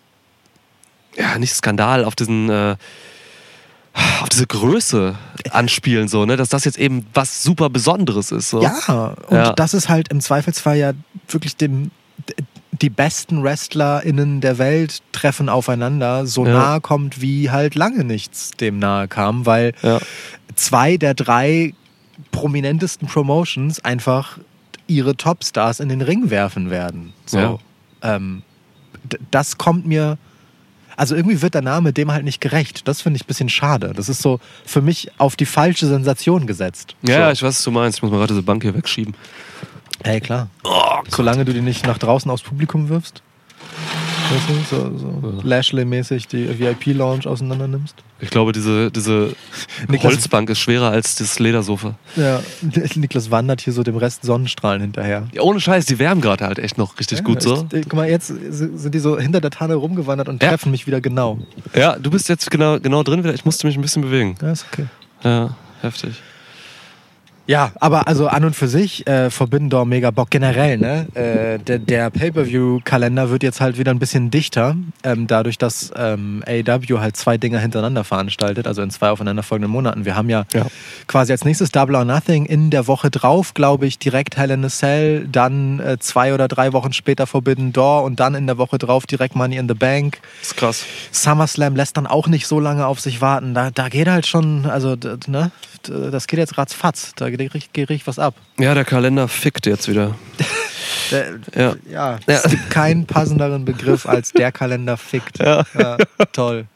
ja, nicht Skandal, auf diesen, äh, auf diese Größe anspielen, so, ne? Dass das jetzt eben was super Besonderes ist. So. ja, und Ja. das ist halt im Zweifelsfall ja wirklich dem, die besten WrestlerInnen der Welt treffen aufeinander, so Ja. nahe kommt, wie halt lange nichts dem nahe kam, weil Ja. zwei der drei prominentesten Promotions einfach ihre Topstars in den Ring werfen werden. So, Ja. ähm, d- das kommt mir, also irgendwie wird der Name dem halt nicht gerecht. Das finde ich ein bisschen schade. Das ist so für mich auf die falsche Sensation gesetzt. Ja, ja, so. ich weiß, was du meinst. Ich muss mal gerade diese Bank hier wegschieben. Hey, klar. Solange du die nicht nach draußen aufs Publikum wirfst. Weißt du, so, so Lashley-mäßig die V I P-Lounge auseinander nimmst. Ich glaube, diese, diese Niklas- Holzbank ist schwerer als das Ledersofa. Ja, Niklas wandert hier so dem Rest Sonnenstrahlen hinterher. Ja, ohne Scheiß, die wärmen gerade halt echt noch richtig gut so. Ich, guck mal, jetzt sind die so hinter der Tanne rumgewandert und Ja. treffen mich wieder genau. Ja, du bist jetzt genau, genau drin wieder. Ich musste mich ein bisschen bewegen. Ja, ist okay. Ja, heftig. Ja, aber also an und für sich, äh, Forbidden Door mega Bock generell, ne? Äh, der der Pay-Per-View-Kalender wird jetzt halt wieder ein bisschen dichter, ähm, dadurch, dass ähm, A E W halt zwei Dinge hintereinander veranstaltet, also in zwei aufeinanderfolgenden Monaten. Wir haben ja, Ja. quasi als nächstes Double or Nothing in der Woche drauf, glaube ich, direkt Hell in a Cell, dann äh, zwei oder drei Wochen später Forbidden Door und dann in der Woche drauf direkt Money in the Bank. Das ist krass. SummerSlam lässt dann auch nicht so lange auf sich warten. Da, da geht halt schon, also, d- ne? D- Das geht jetzt ratzfatz. Da geht richtig, geht richtig was ab. Ja, der Kalender fickt jetzt wieder. Der, Ja. ja, Ja. es gibt keinen passenderen Begriff als der Kalender fickt. Ja. Ja, toll.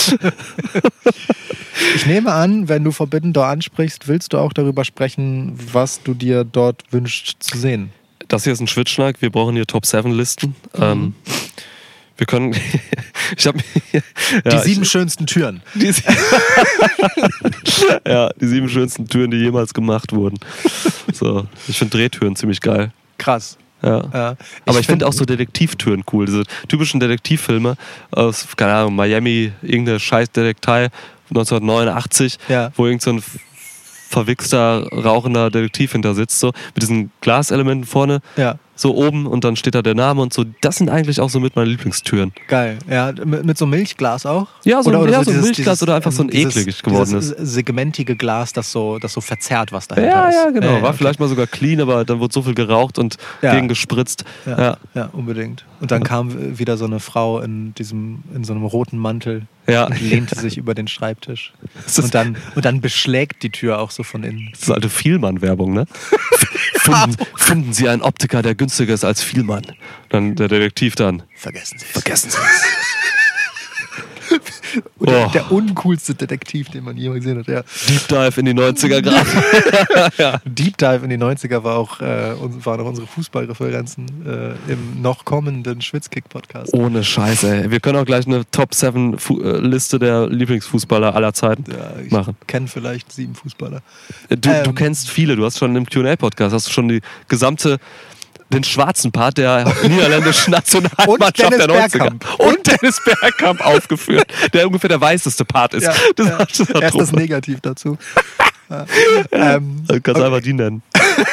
Ich nehme an, wenn du Forbidden Door ansprichst, willst du auch darüber sprechen, was du dir dort wünschst zu sehen. Das hier ist ein Schwitzschnack. Wir brauchen hier Top sieben Listen. Mhm. Ähm, wir können. ich habe ja, Die sieben ich, schönsten Türen. die, sie- ja, die sieben schönsten Türen, die jemals gemacht wurden. So, ich finde Drehtüren ziemlich geil. Krass. Ja. Ja. Aber ich finde find- auch so Detektivtüren cool. Diese typischen Detektivfilme aus, keine Ahnung, Miami, irgendeine scheiß Detektei neunzehnhundertneunundachtzig, Ja. wo irgend so ein verwichster, rauchender Detektiv hinter sitzt, so mit diesen Glaselementen vorne, Ja, so oben und dann steht da der Name und so. Das sind eigentlich auch so mit meine Lieblingstüren. geil. Ja, mit, mit so Milchglas auch? Ja, so ein- ja, so ein dieses- Milchglas dieses, oder einfach so ein ähm, dieses- eklig gewordenes. Dieses segmentige Glas, das so, das so verzerrt, was dahinter Ja, ist. ja, genau. War okay. vielleicht mal sogar clean, aber dann wurde so viel geraucht und Ja. gegen gespritzt. Ja, Ja. ja. unbedingt. Und dann kam wieder so eine Frau in diesem, in so einem roten Mantel Ja. und lehnte sich über den Schreibtisch. Das ist- Und dann, und dann beschlägt die Tür auch so von innen. Das ist alte Vielmann-Werbung, ne? finden, finden Sie einen Optiker, der günstiger ist als Vielmann. Dann der Detektiv dann. Vergessen Sie es. Vergessen Sie Und der, Oh. der uncoolste Detektiv, den man jemals gesehen hat. Ja. Deep Dive in die neunziger Grad. Deep Dive in die neunziger war auch, äh, uns- waren auch unsere Fußballreferenzen äh, im noch kommenden Schwitzkick-Podcast. Ohne Scheiße, ey. Wir können auch gleich eine Top sieben Fu- äh, Liste der Lieblingsfußballer aller Zeiten Ja, ich machen. kenne vielleicht sieben Fußballer. Du, Ähm. du kennst viele, du hast schon im Q und A-Podcast, hast du schon die gesamte, den schwarzen Part der niederländischen Nationalmannschaft Dennis der neunziger. Bergkamp. Und Dennis Bergkamp aufgeführt, der ungefähr der weißeste Part ist. Ja, Das ja. hast du da Erst das drüber. Negativ dazu. Ja. ähm, Du kannst okay. einfach die nennen.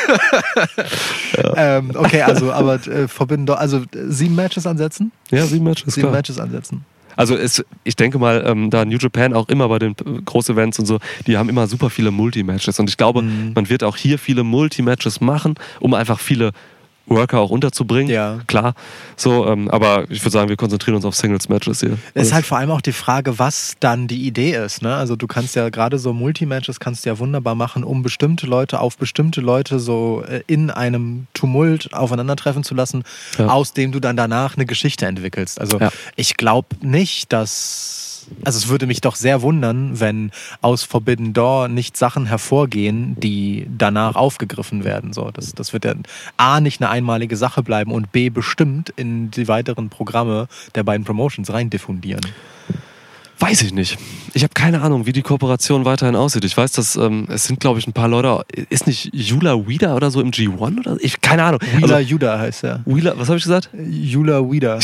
ähm, okay, also, aber äh, verbinden doch, also äh, sieben Matches ansetzen? Ja, sieben Matches, Sieben klar. Matches ansetzen. Also es, ich denke mal, ähm, da New Japan auch immer bei den äh, Groß-Events und so, die haben immer super viele Multi-Matches. Und ich glaube, Mhm. man wird auch hier viele Multi-Matches machen, um einfach viele Worker auch unterzubringen. Ja. Klar. So, ähm, aber ich würde sagen, wir konzentrieren uns auf Singles-Matches hier. Es ist halt vor allem auch die Frage, was dann die Idee ist. Ne? Also du kannst ja gerade so Multimatches kannst du ja wunderbar machen, um bestimmte Leute auf bestimmte Leute so äh, in einem Tumult aufeinandertreffen zu lassen, Ja. aus dem du dann danach eine Geschichte entwickelst. Also Ja. ich glaube nicht, dass... Also es würde mich doch sehr wundern, wenn aus Forbidden Door nicht Sachen hervorgehen, die danach aufgegriffen werden. So, das, das wird ja A, nicht eine einmalige Sache bleiben und B, bestimmt in die weiteren Programme der beiden Promotions rein diffundieren. Weiß ich nicht. Ich habe keine Ahnung, wie die Kooperation weiterhin aussieht. Ich weiß, dass ähm, es sind, glaube ich, ein paar Leute. Ist nicht Yula Ueda oder so im G eins oder? Ich keine Ahnung. Wheeler Also, Yuda heißt er. Wheeler, was habe ich gesagt? Yula Ueda.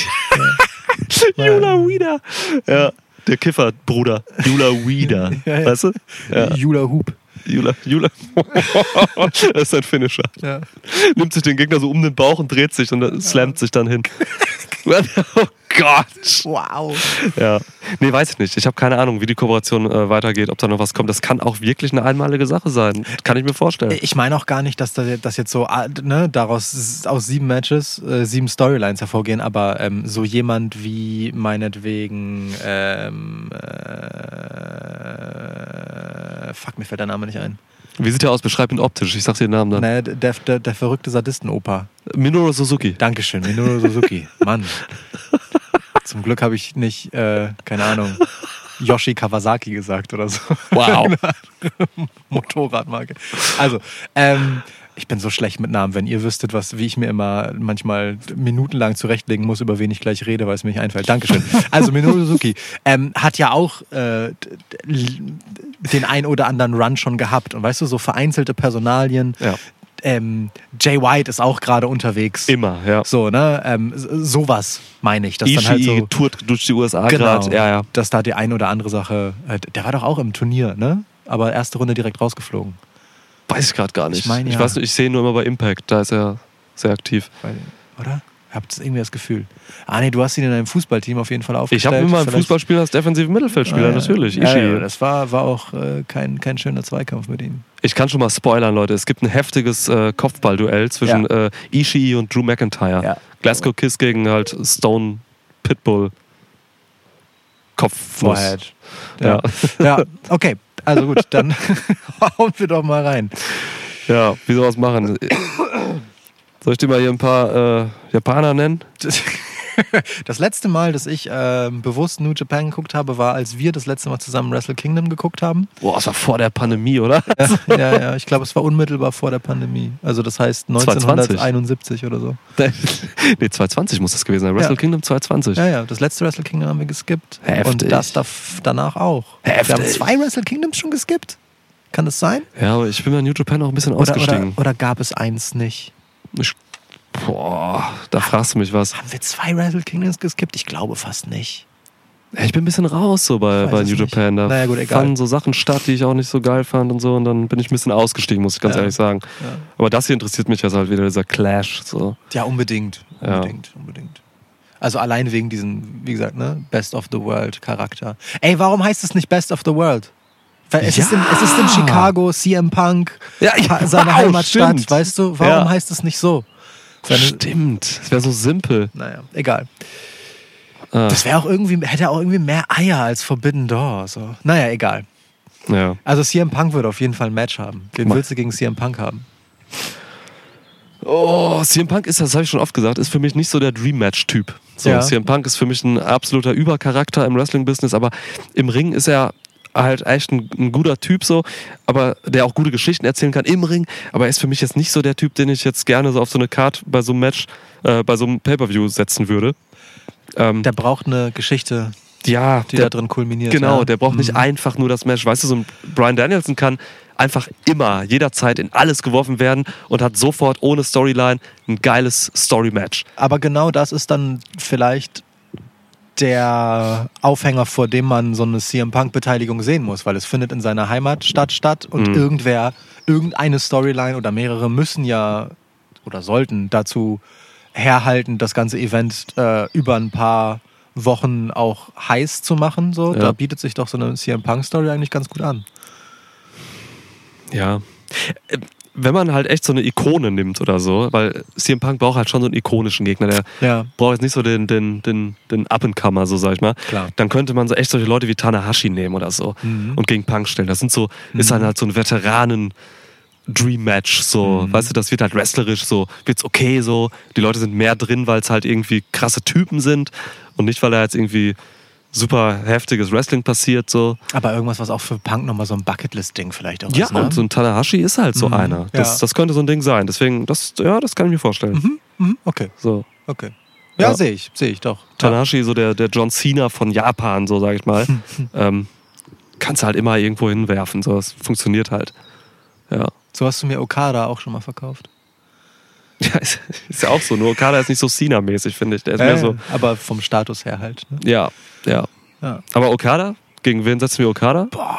Yula Ueda. Ja, der Kiffer-Bruder. Yula Ueda. Ja, ja. Weißt du? Ja. Yula Hoop. Jula, Jula. Das ist ein Finisher. Ja. Nimmt sich den Gegner so um den Bauch und dreht sich und dann slammt sich dann hin. Oh Gott. Wow. Ja. Nee, weiß ich nicht. Ich habe keine Ahnung, wie die Kooperation äh, weitergeht, ob da noch was kommt. Das kann auch wirklich eine einmalige Sache sein. Kann ich mir vorstellen. Ich meine auch gar nicht, dass das das jetzt so ah, ne, daraus aus sieben Matches äh, sieben Storylines hervorgehen, aber ähm, so jemand wie meinetwegen ähm, äh, fuck, mir fällt der Name nicht ein. Wie sieht der aus? Beschreib ihn optisch. Ich sag dir den Namen dann. Ne, der, der, der verrückte Sadisten-Opa. Minoru Suzuki. Dankeschön, Minoru Suzuki. Mann. Zum Glück habe ich nicht, äh, keine Ahnung, Yoshi Kawasaki gesagt oder so. Wow. Motorradmarke. Also, ähm, ich bin so schlecht mit Namen. Wenn ihr wüsstet, was, wie ich mir immer manchmal minutenlang zurechtlegen muss, über wen ich gleich rede, weil es mir nicht einfällt. Dankeschön. Also Minoru Suzuki ähm, hat ja auch äh, den ein oder anderen Run schon gehabt. Und weißt du, so vereinzelte Personalien. Ja. Ähm, Jay White ist auch gerade unterwegs. Immer, ja. So, ne? Ähm, so- sowas meine ich. Dass dann halt Ishii so, tourt durch die U S A genau, gerade. Ja, ja. dass da die ein oder andere Sache. Äh, der war doch auch im Turnier, ne? Aber erste Runde direkt rausgeflogen. Weiß ich gerade gar nicht. Ich meine, ja. ich weiß nicht, ich sehe ihn nur immer bei Impact. Da ist er sehr aktiv. Weil, oder? Habt irgendwie das Gefühl. Ah, nee, du hast ihn in deinem Fußballteam auf jeden Fall aufgestellt. Ich habe immer einen Vielleicht- Fußballspieler als defensiven Mittelfeldspieler, Ah, ja. natürlich. Ja, Ishii. ja, das war, war auch äh, kein, kein schöner Zweikampf mit ihm. Ich kann schon mal spoilern, Leute. Es gibt ein heftiges äh, Kopfballduell zwischen äh, Ishii und Drew McIntyre. Ja. Glasgow Kiss gegen halt Stone Pitbull. Kopfnuss. Forehead. Ja. ja, okay. Also gut, dann hauen wir doch mal rein. Ja, wie soll was machen? Soll ich dir mal hier ein paar äh, Japaner nennen? Das, das letzte Mal, dass ich ähm, bewusst New Japan geguckt habe, war, als wir das letzte Mal zusammen Wrestle Kingdom geguckt haben. Boah, das war vor der Pandemie, oder? Ja, ja, ja, ich glaube, es war unmittelbar vor der Pandemie. Also das heißt neunzehnhunderteinundsiebzig oder so. Nee, zweitausendzwanzig muss das gewesen sein. Wrestle Ja. Kingdom zweitausendzwanzig. Ja, ja, das letzte Wrestle Kingdom haben wir geskippt. Heftig. Und das darf danach auch. Heftig. Wir haben zwei Wrestle Kingdoms schon geskippt. Kann das sein? Ja, aber ich bin bei New Japan auch ein bisschen Oder, oder, ausgestiegen. oder gab es eins nicht? Ich Boah, da fragst du mich was. Haben wir zwei Wrestle Kingdoms geskippt? Ich glaube fast nicht. Ich bin ein bisschen raus so bei, Ich weiß bei es New nicht. Japan. Da Naja, gut, egal. fanden so Sachen statt, die ich auch nicht so geil fand und so. Und dann bin ich ein bisschen ausgestiegen, muss ich ganz Ja. ehrlich sagen. Ja. Aber das hier interessiert mich jetzt halt wieder, dieser Clash. So. Ja, unbedingt. Ja. Unbedingt, unbedingt. Also allein wegen diesem, wie gesagt, ne, Best of the World Charakter. Ey, warum heißt es nicht Best of the World? Weil es, Ja. ist in, es ist in Chicago, C M Punk, Ja, ja, seine wow, Heimatstadt, stimmt. weißt du? Warum Ja. heißt es nicht so? Seine, Stimmt, das wäre so simpel. Naja, egal. Ah, Das wäre auch irgendwie, hätte auch irgendwie mehr Eier als Forbidden Door. So. Naja, egal. ja. Also C M Punk würde auf jeden Fall ein Match haben. Wen Ma- willst du gegen C M Punk haben? Oh, C M Punk ist, das habe ich schon oft gesagt, ist für mich nicht so der Dream-Match-Typ. So, Ja. C M Punk ist für mich ein absoluter Übercharakter im Wrestling-Business, aber im Ring ist er halt echt ein, ein guter Typ so, aber der auch gute Geschichten erzählen kann im Ring, aber er ist für mich jetzt nicht so der Typ, den ich jetzt gerne so auf so eine Card bei so einem Match, äh, bei so einem Pay-Per-View setzen würde. Ähm, Der braucht eine Geschichte, ja, die der, da drin kulminiert. genau, ja. der braucht nicht Mhm. einfach nur das Match. Weißt du, so ein Bryan Danielson kann einfach immer, jederzeit in alles geworfen werden und hat sofort ohne Storyline ein geiles Story-Match. Aber genau das ist dann vielleicht der Aufhänger, vor dem man so eine C M Punk-Beteiligung sehen muss, weil es findet in seiner Heimatstadt statt und Mhm. irgendwer, irgendeine Storyline oder mehrere müssen ja oder sollten dazu herhalten, das ganze Event äh, über ein paar Wochen auch heiß zu machen. So. Ja. Da bietet sich doch so eine C M Punk-Story eigentlich ganz gut an. Ja. Äh, Wenn man halt echt so eine Ikone nimmt oder so, weil C M Punk braucht halt schon so einen ikonischen Gegner, der Ja. braucht jetzt nicht so den, den, den, den Up-and-Comer, so sag ich mal. Klar. Dann könnte man so echt solche Leute wie Tanahashi nehmen oder so Mhm. und gegen Punk stellen. Das sind so, ist dann halt so ein Veteranen- Dream-Match, so, Mhm. weißt du, das wird halt wrestlerisch, so, wird's okay, so, die Leute sind mehr drin, weil es halt irgendwie krasse Typen sind und nicht, weil da jetzt irgendwie super heftiges Wrestling passiert, so. Aber irgendwas, was auch für Punk nochmal so ein Bucketlist-Ding vielleicht auch Ja, ist. Ne? und so ein Tanahashi ist halt so Mhm. einer. Das, Ja. das könnte so ein Ding sein. Deswegen, das, ja, das kann ich mir vorstellen. Mhm. Mhm. Okay, So. okay. Ja, Ja. sehe ich, sehe ich doch. Tanahashi, so der, der John Cena von Japan, so sage ich mal. ähm, kannst du halt immer irgendwo hinwerfen. So, das funktioniert halt. Ja. So hast du mir Okada auch schon mal verkauft. Ja, ist, ist ja auch so. Nur Okada ist nicht so Cena-mäßig, finde ich. Der ist Äh, mehr so. Aber vom Status her halt. Ne? Ja, ja. Ja. Aber Okada? Gegen wen setzen wir Okada? Boah.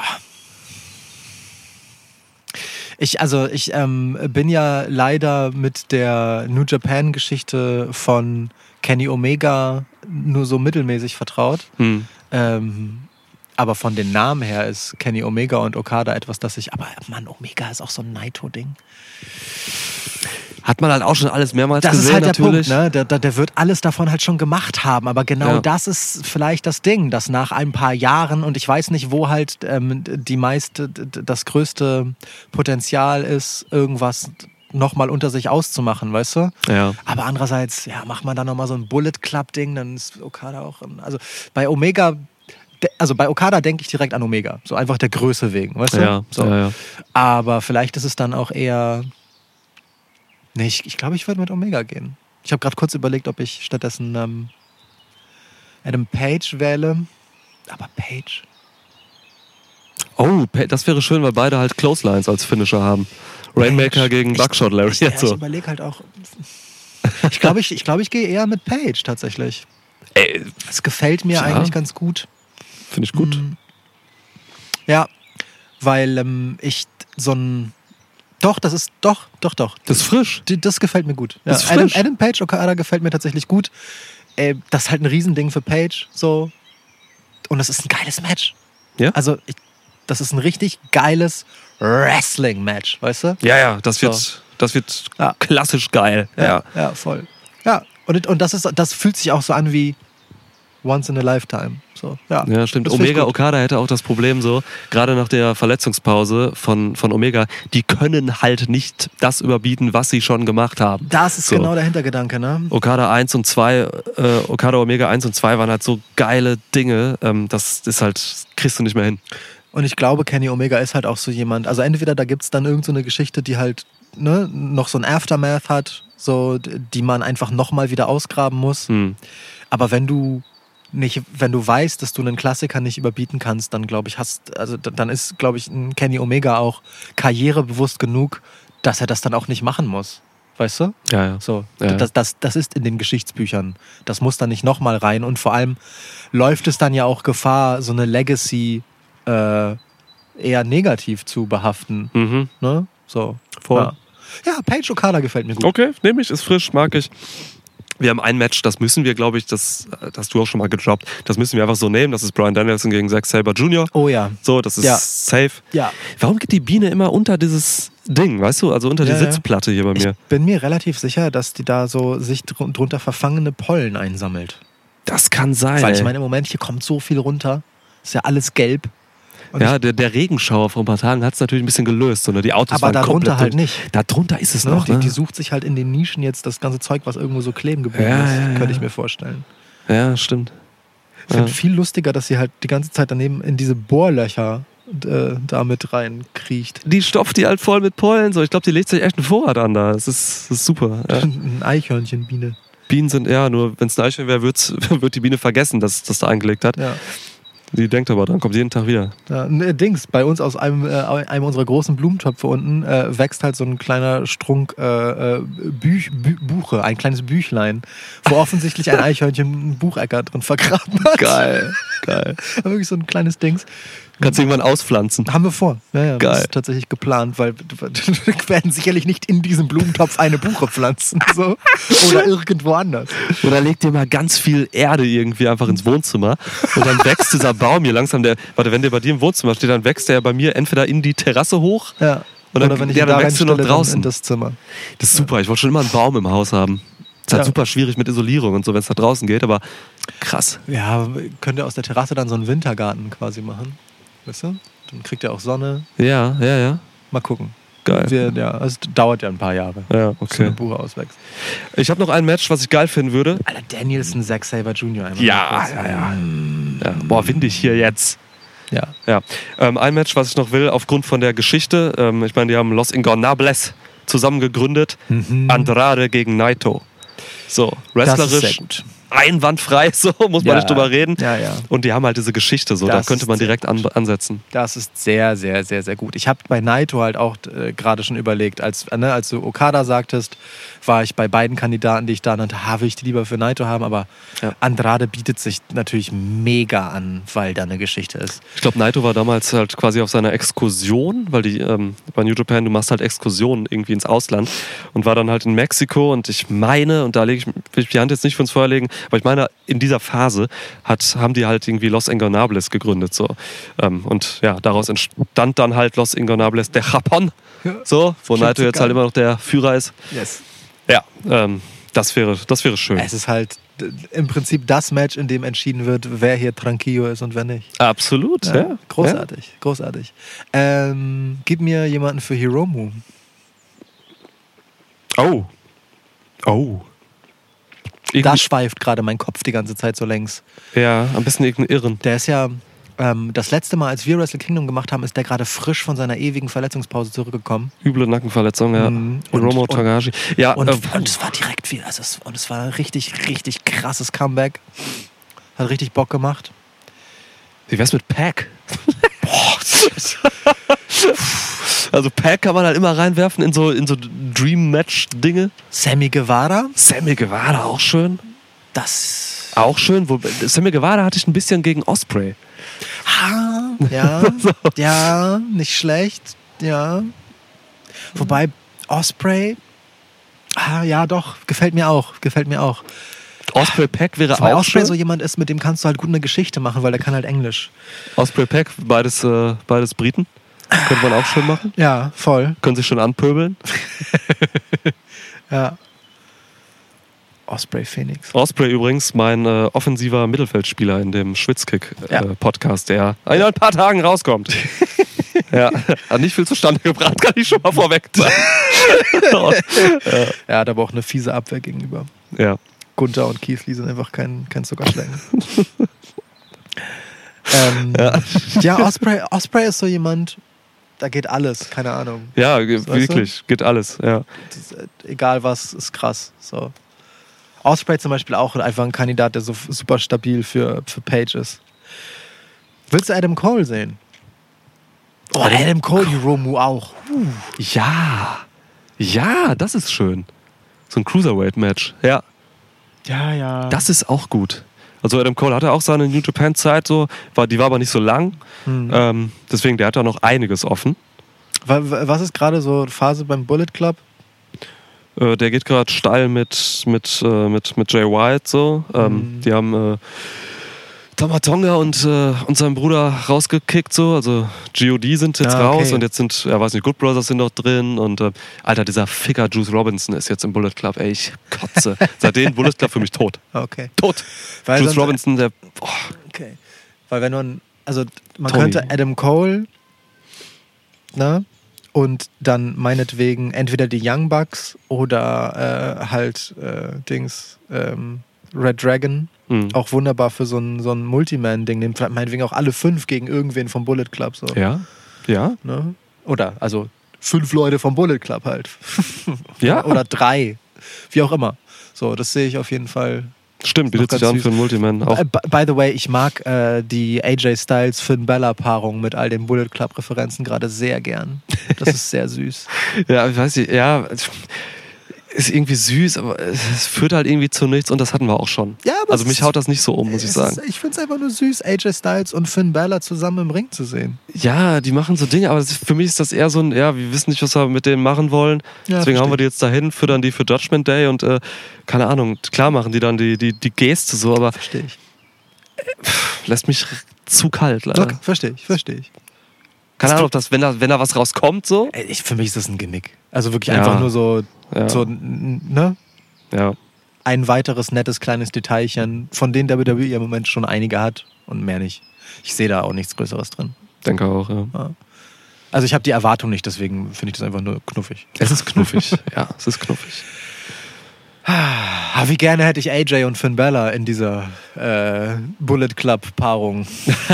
Ich, also ich ähm, bin ja leider mit der New Japan-Geschichte von Kenny Omega nur so mittelmäßig vertraut. Hm. Ähm, aber von den Namen her ist Kenny Omega und Okada etwas, das ich. Aber Mann, Omega ist auch so ein Naito-Ding. Hat man halt auch schon alles mehrmals Das gesehen, ist halt der natürlich. Punkt, ne? Der, der, der wird alles davon halt schon gemacht haben. Aber genau Ja. das ist vielleicht das Ding, dass nach ein paar Jahren, und ich weiß nicht, wo halt ähm, die meiste, das größte Potenzial ist, irgendwas nochmal unter sich auszumachen, weißt du? Ja. Aber andererseits, ja, macht man da nochmal so ein Bullet Club-Ding, dann ist Okada auch. Also bei Omega, also bei Okada denke ich direkt an Omega. So einfach der Größe wegen, weißt du? Ja, so. ja, ja. Aber vielleicht ist es dann auch eher. Nee, ich, ich glaube, ich würde mit Omega gehen. Ich habe gerade kurz überlegt, ob ich stattdessen ähm, Adam Page wähle. Aber Page? Oh, Pa- das wäre schön, weil beide halt Clotheslines als Finisher haben. Rainmaker Page. gegen Ich- Buckshot Larry. Ich, ja, jetzt so. ich überlege halt auch. Ich glaube, ich, ich, glaub, ich gehe eher mit Page tatsächlich. Ey, Es gefällt mir Ja. eigentlich ganz gut. finde ich gut. Mhm. Ja, weil ähm, ich so ein. Doch, das ist. Doch, doch, doch. Das ist frisch. D- Das gefällt mir gut. Ja, Das ist Adam, frisch. Adam Page Okada gefällt mir tatsächlich gut. Äh, das ist halt ein Riesending für Page. So. Und das ist ein geiles Match. Ja? Also, ich, das ist ein richtig geiles Wrestling-Match, weißt du? Ja, ja, das wird, So. das wird Ja. klassisch geil. Ja. ja, voll. Ja, und, und das, ist, das fühlt sich auch so an wie Once in a Lifetime. So, ja. Ja, stimmt. Das find ich Omega gut. Okada hätte auch das Problem so, gerade nach der Verletzungspause von, von Omega, die können halt nicht das überbieten, was sie schon gemacht haben. Das ist So. genau der Hintergedanke, ne? Okada eins und zwei, äh, Okada Omega eins und zwei waren halt so geile Dinge, ähm, das ist halt, kriegst du nicht mehr hin. Und ich glaube, Kenny Omega ist halt auch so jemand, also entweder da gibt es dann irgend so eine Geschichte, die halt ne, noch so ein Aftermath hat, so, die man einfach nochmal wieder ausgraben muss. Hm. Aber wenn du nicht, wenn du weißt, dass du einen Klassiker nicht überbieten kannst, dann glaube ich, hast, also d- dann ist, glaube ich, ein Kenny Omega auch karrierebewusst genug, dass er das dann auch nicht machen muss. Weißt du? Ja, ja. So, Ja, ja. Das, das, das ist in den Geschichtsbüchern. Das muss da nicht nochmal rein. Und vor allem läuft es dann ja auch Gefahr, so eine Legacy äh, eher negativ zu behaften. Mhm. Ne? So. Voll. Ja. ja, Paige Okada gefällt mir gut. Okay, nehme ich, ist frisch, mag ich. Wir haben ein Match, das müssen wir, glaube ich, das, das hast du auch schon mal gedroppt, das müssen wir einfach so nehmen. Das ist Bryan Danielson gegen Zack Sabre Junior Oh ja. So, das ist Ja. safe. Ja. Warum geht die Biene immer unter dieses Ding, weißt du? Also unter die Ja, ja. Sitzplatte hier bei Ich mir. bin mir relativ sicher, dass die da so sich dr- drunter verfangene Pollen einsammelt. Das kann sein. Weil ich ey. meine, im Moment hier kommt so viel runter. Ist ja alles gelb. Und ja, der, der Regenschauer vor ein paar Tagen hat es natürlich ein bisschen gelöst. So, ne? Die Autos Aber waren darunter komplett halt durch. nicht. Darunter ist es Ne? noch, Die, ne? die sucht sich halt in den Nischen jetzt das ganze Zeug, was irgendwo so kleben geblieben Ja, ist. ja, ja. Könnte ich mir vorstellen. Ja, stimmt. Ich finde Ja. viel lustiger, dass sie halt die ganze Zeit daneben in diese Bohrlöcher äh, da mit reinkriecht. Die stopft die halt voll mit Pollen. So. Ich glaube, die legt sich echt einen Vorrat an da. Das ist, das ist super. Ja. Ein Eichhörnchenbiene. Bienen sind, ja, nur wenn es ein Eichhörnchen wäre, wird's, wird die Biene vergessen, dass das da eingelegt hat. Ja. Die denkt aber dran, kommt jeden Tag wieder. Ja, ne, Dings, bei uns aus einem, äh, einem unserer großen Blumentöpfe unten äh, wächst halt so ein kleiner Strunk äh, äh, Büch, Bü Buche, ein kleines Büchlein, wo offensichtlich ein Eichhörnchen einen Buchecker drin vergraben hat. Geil, geil. Aber wirklich so ein kleines Dings. Kannst du irgendwann auspflanzen. Haben wir vor. Ja, ja, Geil. Das ist tatsächlich geplant, weil wir werden sicherlich nicht in diesem Blumentopf eine Buche pflanzen. So. Oder irgendwo anders. Oder leg dir mal ganz viel Erde irgendwie einfach ins Wohnzimmer und dann wächst dieser Baum hier langsam. Der, warte, wenn der bei dir im Wohnzimmer steht, dann wächst der ja bei mir entweder in die Terrasse hoch. Ja. Und dann- Oder wenn ich ja, ihn dann da wächst du noch reinstelle, dann draußen. in das Zimmer. Das ist super. Ich wollte schon immer einen Baum im Haus haben. Ist halt Ja. super schwierig mit Isolierung und so, wenn es da draußen geht, aber krass. Ja, könnt ihr aus der Terrasse dann so einen Wintergarten quasi machen. Weißt du? Dann kriegt ihr auch Sonne. Ja, ja, ja. Mal gucken. Geil. Wir, ja, es dauert ja ein paar Jahre, Ja, bis so eine okay. Buche auswächst. Ich habe noch ein Match, was ich geil finden würde. Alter, Danielson, Zack Sabre Junior Einmal Ja, kurz. ja, ja. Ja. Boah, windig hier jetzt. ja. Ja, ähm, ein Match, was ich noch will, aufgrund von der Geschichte. Ähm, ich meine, die haben Los Ingobernables zusammen gegründet. Mhm. Andrade gegen Naito. So, Das ist wrestlerisch sehr gut. einwandfrei, so muss man Ja. nicht drüber reden. Ja, ja. Und die haben halt diese Geschichte, so, da Das könnte ist man sehr direkt an, ansetzen. Das ist sehr, sehr, sehr, sehr gut. Ich habe bei Naito halt auch äh, gerade schon überlegt, als, äh, ne, als du Okada sagtest, war ich bei beiden Kandidaten, die ich da nannte, ha, will ich die lieber für Naito haben, aber Ja. Andrade bietet sich natürlich mega an, weil da eine Geschichte ist. Ich glaube, Naito war damals halt quasi auf seiner Exkursion, weil die ähm, bei New Japan, du machst halt Exkursionen irgendwie ins Ausland und war dann halt in Mexiko und ich meine, und da lege ich, will ich die Hand jetzt nicht für uns Feuer legen, aber ich meine, in dieser Phase hat, haben die halt irgendwie Los Ingobernables gegründet. So. Ähm, und ja, daraus entstand dann halt Los Ingobernables de Japón, so, wo Klingt Naito so jetzt geil. halt immer noch der Führer ist. Yes. Ja, ähm, das wäre, das wäre schön. Es ist halt d- im Prinzip das Match, in dem entschieden wird, wer hier Tranquillo ist und wer nicht. Absolut, ja. Ja, großartig, großartig. Ähm, gib mir jemanden für Hiromu. Ja. Oh. Oh. Da Irgendwie, schweift gerade mein Kopf die ganze Zeit so längs. ja, ein bisschen irgendeinen Irren. Der ist ja, ähm, das letzte Mal, als wir Wrestle Kingdom gemacht haben, ist der gerade frisch von seiner ewigen Verletzungspause zurückgekommen. Üble Nackenverletzung, ja. Mhm. Und- Hiromu und- Tagashi. Ja, Und, äh, und es war direkt viel, also es, und es war ein richtig, richtig krasses Comeback. Hat richtig Bock gemacht. wie wär's mit Pack? Also Pack kann man halt immer reinwerfen in so, in so Dream-Match-Dinge. Sammy Guevara, Sammy Guevara auch schön. das... Auch schön. Wo, Sammy Guevara hatte ich ein bisschen gegen Osprey. Ha, ja, ja, nicht schlecht, ja. Wobei Osprey, ah, ja doch, gefällt mir auch, gefällt mir auch. Osprey Pack wäre Weil auch Osprey schön. so jemand ist, mit dem kannst du halt gut eine Geschichte machen, weil der kann halt Englisch. Osprey Pack, beides, äh, beides Briten. Könnte man auch schön machen. Ja, voll. Können sich schon anpöbeln. Ja. Osprey Phoenix. Osprey übrigens mein äh, offensiver Mittelfeldspieler in dem Schwitzkick-Podcast, Ja. der in ein paar Tagen rauskommt. Ja, hat nicht viel zustande gebracht, kann ich schon mal vorweg sagen. Er hat aber auch eine fiese Abwehr gegenüber. Ja. Gunther und Keith Lee sind einfach kein, kein Zuckerschlecken. ähm, Ja. ja, Osprey, Osprey ist so jemand, da geht alles, keine Ahnung. Ja, Weißt du? wirklich, geht alles. Ja. Das ist, äh, egal was, ist krass. So. Osprey zum Beispiel auch einfach ein Kandidat, der so f- super stabil für, für Page ist. Willst du Adam Cole sehen? Oh, Adam Cole, Hiromu auch. Ja, ja, das ist schön. So ein Cruiserweight-Match. Ja. Ja, ja. Das ist auch gut. Also Adam Cole hatte auch seine New Japan-Zeit so, war, die war aber nicht so lang. Hm. Ähm, deswegen, der hat da noch einiges offen. Was ist gerade so Phase beim Bullet Club? Äh, der geht gerade steil mit, mit, äh, mit, mit Jay White so. Ähm, Mhm. Die haben äh, Tamatonga und, äh, und sein Bruder rausgekickt so. Also G O D sind jetzt Ah, okay. raus und jetzt sind, ja weiß nicht, Good Brothers sind noch drin und äh, Alter, dieser Ficker Juice Robinson ist jetzt im Bullet Club. Ey, ich kotze. Seitdem Bullet Club für mich tot. Okay. Tot. Weil Juice sonst- Robinson, der... Oh, Okay. Weil wenn man, also man Tony. könnte Adam Cole, ne? Und dann meinetwegen entweder die Young Bucks oder äh, halt äh, Dings, ähm, Red Dragon, hm. auch wunderbar für so ein, so ein Multiman-Ding nehmen. Meinetwegen auch alle fünf gegen irgendwen vom Bullet Club. So. Ja, ja, Ne? Oder, also fünf Leute vom Bullet Club halt. ja. Oder drei. Wie auch immer. So, das sehe ich auf jeden Fall. Stimmt, bietet Noch sich ganz an süß. für einen Multiman. Auch. By, by the way, ich mag äh, die A J Styles Finn Bella Paarung mit all den Bullet Club Referenzen gerade sehr gern. Das ist sehr süß. Ja, ich weiß nicht, ja, ist irgendwie süß, aber es führt halt irgendwie zu nichts und das hatten wir auch schon. Ja, aber also es mich ist- haut das nicht so um, muss ich Es sagen. Ist, ich finde es einfach nur süß, A J Styles und Finn Bella zusammen im Ring zu sehen. Ja, die machen so Dinge, aber das, für mich ist das eher so ein, ja, wir wissen nicht, was wir mit denen machen wollen. Ja, Deswegen haben wir verstehe. die jetzt dahin, füttern die für Judgment Day und äh, keine Ahnung, klar machen die dann die, die, die Geste so, aber Verstehe ich. lässt mich zu kalt leider. Okay, verstehe ich, verstehe ich. Keine Ahnung, ob das, wenn da, wenn da was rauskommt so. Ey, ich. Für mich ist das ein Gimmick. Also wirklich Ja. einfach nur so, Ja, so n- ne? ja. Ein weiteres nettes kleines Detailchen, von denen W W E im Moment schon einige hat und mehr nicht. Ich sehe da auch nichts Größeres drin. Denke auch, ja. Also ich habe die Erwartung nicht, deswegen finde ich das einfach nur knuffig. Es ist knuffig, ja, es ist knuffig. Ah, wie gerne hätte ich A J und Finn Bella in dieser äh, Bullet Club Paarung.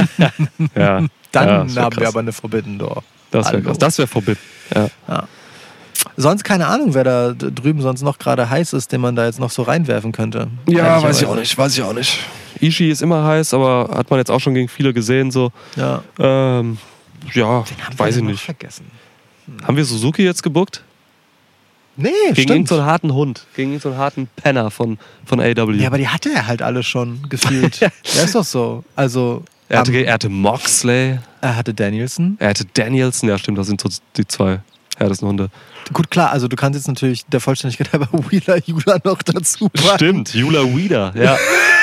Ja, Dann ja, das wär haben wir krass. aber eine Forbidden Door. Das wäre Hallo. krass, das wäre forbidden. Ja. Ja. Sonst keine Ahnung, wer da d- drüben sonst noch gerade heiß ist, den man da jetzt noch so reinwerfen könnte. Ja, weiß ich auch Ehrlicherweise. nicht, weiß ich auch nicht. Ishii ist immer heiß, aber hat man jetzt auch schon gegen viele gesehen, so. Ja. Ähm, ja, Haben wir weiß ich den noch nicht. vergessen. Haben wir Suzuki jetzt gebuckt? Nee, Gegen stimmt. irgendeinen so einen harten Hund. Gegen irgendeinen so einen harten Penner von, von A E W. Ja, aber die hatte er halt alle schon gefühlt. Ja, ist doch so. Also, er, hatte, am- er hatte Moxley, er hatte Danielson. er hatte Danielson. Ja, stimmt, das sind so die zwei härtesten Hunde. Gut, klar, also du kannst jetzt natürlich der Vollständigkeit halber Wheeler Yuta noch dazu packen. Stimmt, Jula Wieder, ja.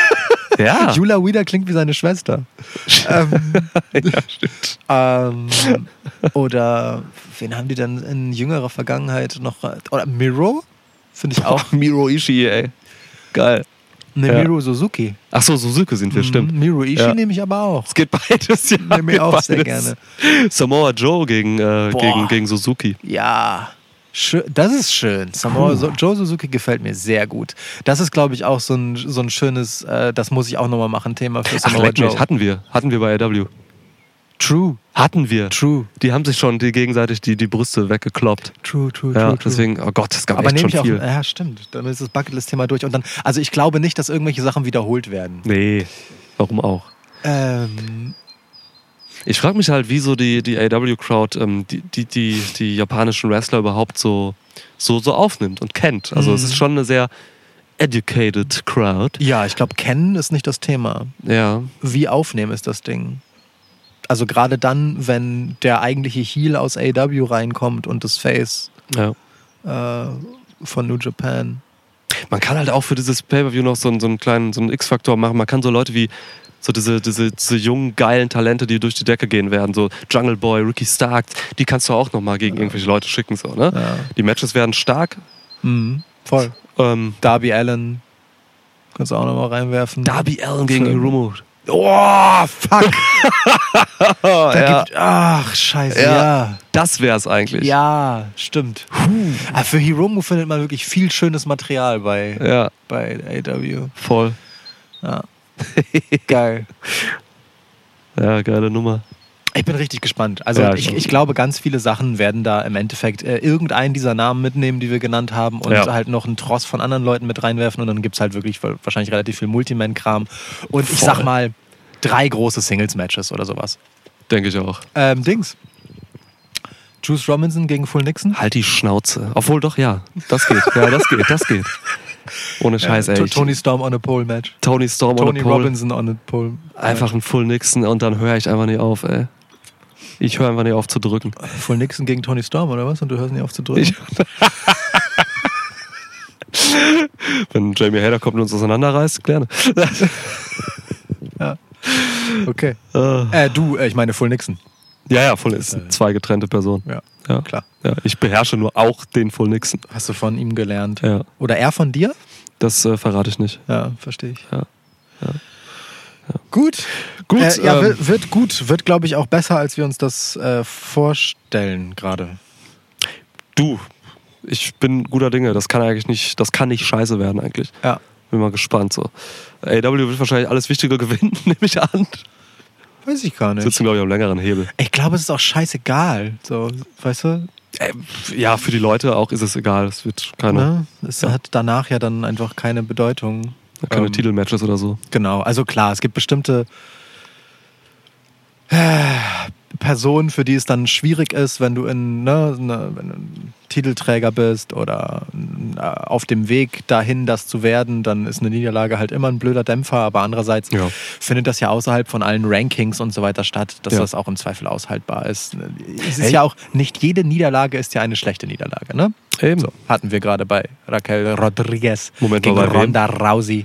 ja. Jula Wheeler klingt wie seine Schwester. ähm, ja, stimmt. ähm, oder wen haben die denn in jüngerer Vergangenheit noch? Oder Miro? Finde ich auch. Auch Miro Ishii, ey. Geil. Ne, Ja. Miro Suzuki. Ach so, Suzuki sind wir, stimmt. Mhm, Miro Ishii Ja. nehme ich aber auch. Es geht beides, ja. Nehme ich geht auch beides. sehr gerne. Samoa Joe gegen, äh, Boah. gegen, gegen Suzuki. Ja. Schön, das ist schön. Samoa so, Joe Suzuki gefällt mir sehr gut. Das ist, glaube ich, auch so ein, so ein schönes, äh, das muss ich auch nochmal machen, Thema für Ach, Samoa leck mich. Joe. Hatten wir. Hatten wir bei A E W. True, Hatten wir. true, Die haben sich schon die gegenseitig die, die Brüste weggekloppt. true, true, Ja, true, true. deswegen, oh Gott, das gab Aber echt nehme schon ich auch, viel. ja, stimmt. Dann ist das Bucketlist-Thema durch. Und dann, also ich glaube nicht, dass irgendwelche Sachen wiederholt werden. Nee, warum auch? Ähm, Ich frage mich halt, wie so die, die A E W-Crowd ähm, die, die, die, die japanischen Wrestler überhaupt so, so, so aufnimmt und kennt. Also Mhm. es ist schon eine sehr educated Crowd. ja, ich glaube, kennen ist nicht das Thema. Ja, Wie aufnehmen ist das Ding. Also gerade dann, wenn der eigentliche Heel aus A E W reinkommt und das Face ja. äh, von New Japan. Man kann halt auch für dieses Pay-Per-View noch so einen, so einen kleinen so einen X-Faktor machen. Man kann so Leute wie so diese, diese, diese jungen, geilen Talente, die durch die Decke gehen werden, so Jungle Boy, Ricky Stark, die kannst du auch nochmal gegen irgendwelche Leute schicken. So, ne? Ja. Die Matches werden stark. Mhm, voll. Ähm, Darby Allin. Kannst du auch nochmal reinwerfen. Darby Allin gegen Schön. Hiromu. Oh, fuck. Oh, Da ja. gibt, ach, scheiße, Ja. ja. Das wär's eigentlich. Ja, stimmt. Ah, für Hiromu findet man wirklich viel schönes Material bei, Ja, bei A E W. voll. Ja. Geil. Ja, geile Nummer. Ich bin richtig gespannt. Also Ja, ich, schon. ich glaube, ganz viele Sachen werden da im Endeffekt äh, irgendeinen dieser Namen mitnehmen, die wir genannt haben und Ja. halt noch einen Tross von anderen Leuten mit reinwerfen und dann gibt es halt wirklich wa- wahrscheinlich relativ viel Multiman-Kram. Und ich Voll. sag mal, drei große Singles-Matches oder sowas. Denke ich auch. Ähm, Dings. Juice Robinson gegen Phil Nixon? Halt die Schnauze. Obwohl doch, ja. Das geht. Ja, das geht, das geht. Ohne Scheiß, Ja, ey. To- Ich- Tony Storm on a Pole Match. Tony Storm Tony on a Pole. Robinson on a Pole. Einfach ein Full Nixon und dann höre ich einfach nicht auf, ey. Ich höre einfach nicht auf zu drücken. Phil Nixon gegen Tony Storm oder was? Und du hörst nicht auf zu drücken? Ich, wenn Jamie Hader kommt und uns auseinanderreißt, gerne. Okay. Äh, Äh, du, äh, ich meine Phil Nixon. ja, ja, Full Nixon. Zwei getrennte Personen. Ja, Ja. klar. Ja, ich beherrsche nur auch den Full Nixon. Hast du von ihm gelernt? Ja. Oder er von dir? Das äh, verrate ich nicht. Ja, verstehe ich. Ja. Gut. Gut, Äh, ja, ähm, wird, wird gut. Wird, glaube ich, auch besser, als wir uns das äh, vorstellen gerade. Du, ich bin guter Dinge. Das kann eigentlich nicht, das kann nicht scheiße werden eigentlich. Ja. Bin mal gespannt so. A E W wird wahrscheinlich alles Wichtige gewinnen, nehme ich an. Weiß ich gar nicht. Sitzen, glaube ich, am längeren Hebel. Ich glaube, es ist auch scheißegal. So, weißt du? Äh, ja, für die Leute auch ist es egal. Es wird keine, Ne? Es Ja. hat danach ja dann einfach keine Bedeutung. keine Ähm, Titelmatches oder so. Genau, also klar, es gibt bestimmte äh, Personen, für die es dann schwierig ist, wenn du in ne, ne, wenn du ein Titelträger bist oder äh, auf dem Weg dahin, das zu werden, dann ist eine Niederlage halt immer ein blöder Dämpfer, aber andererseits Ja. findet das ja außerhalb von allen Rankings und so weiter statt, dass Ja. das auch im Zweifel aushaltbar ist. Es ist Hey. ja auch, nicht jede Niederlage ist ja eine schlechte Niederlage, ne? Eben. So, hatten wir gerade bei Raquel Rodriguez Moment mal, gegen bei wem? Ronda Rousey.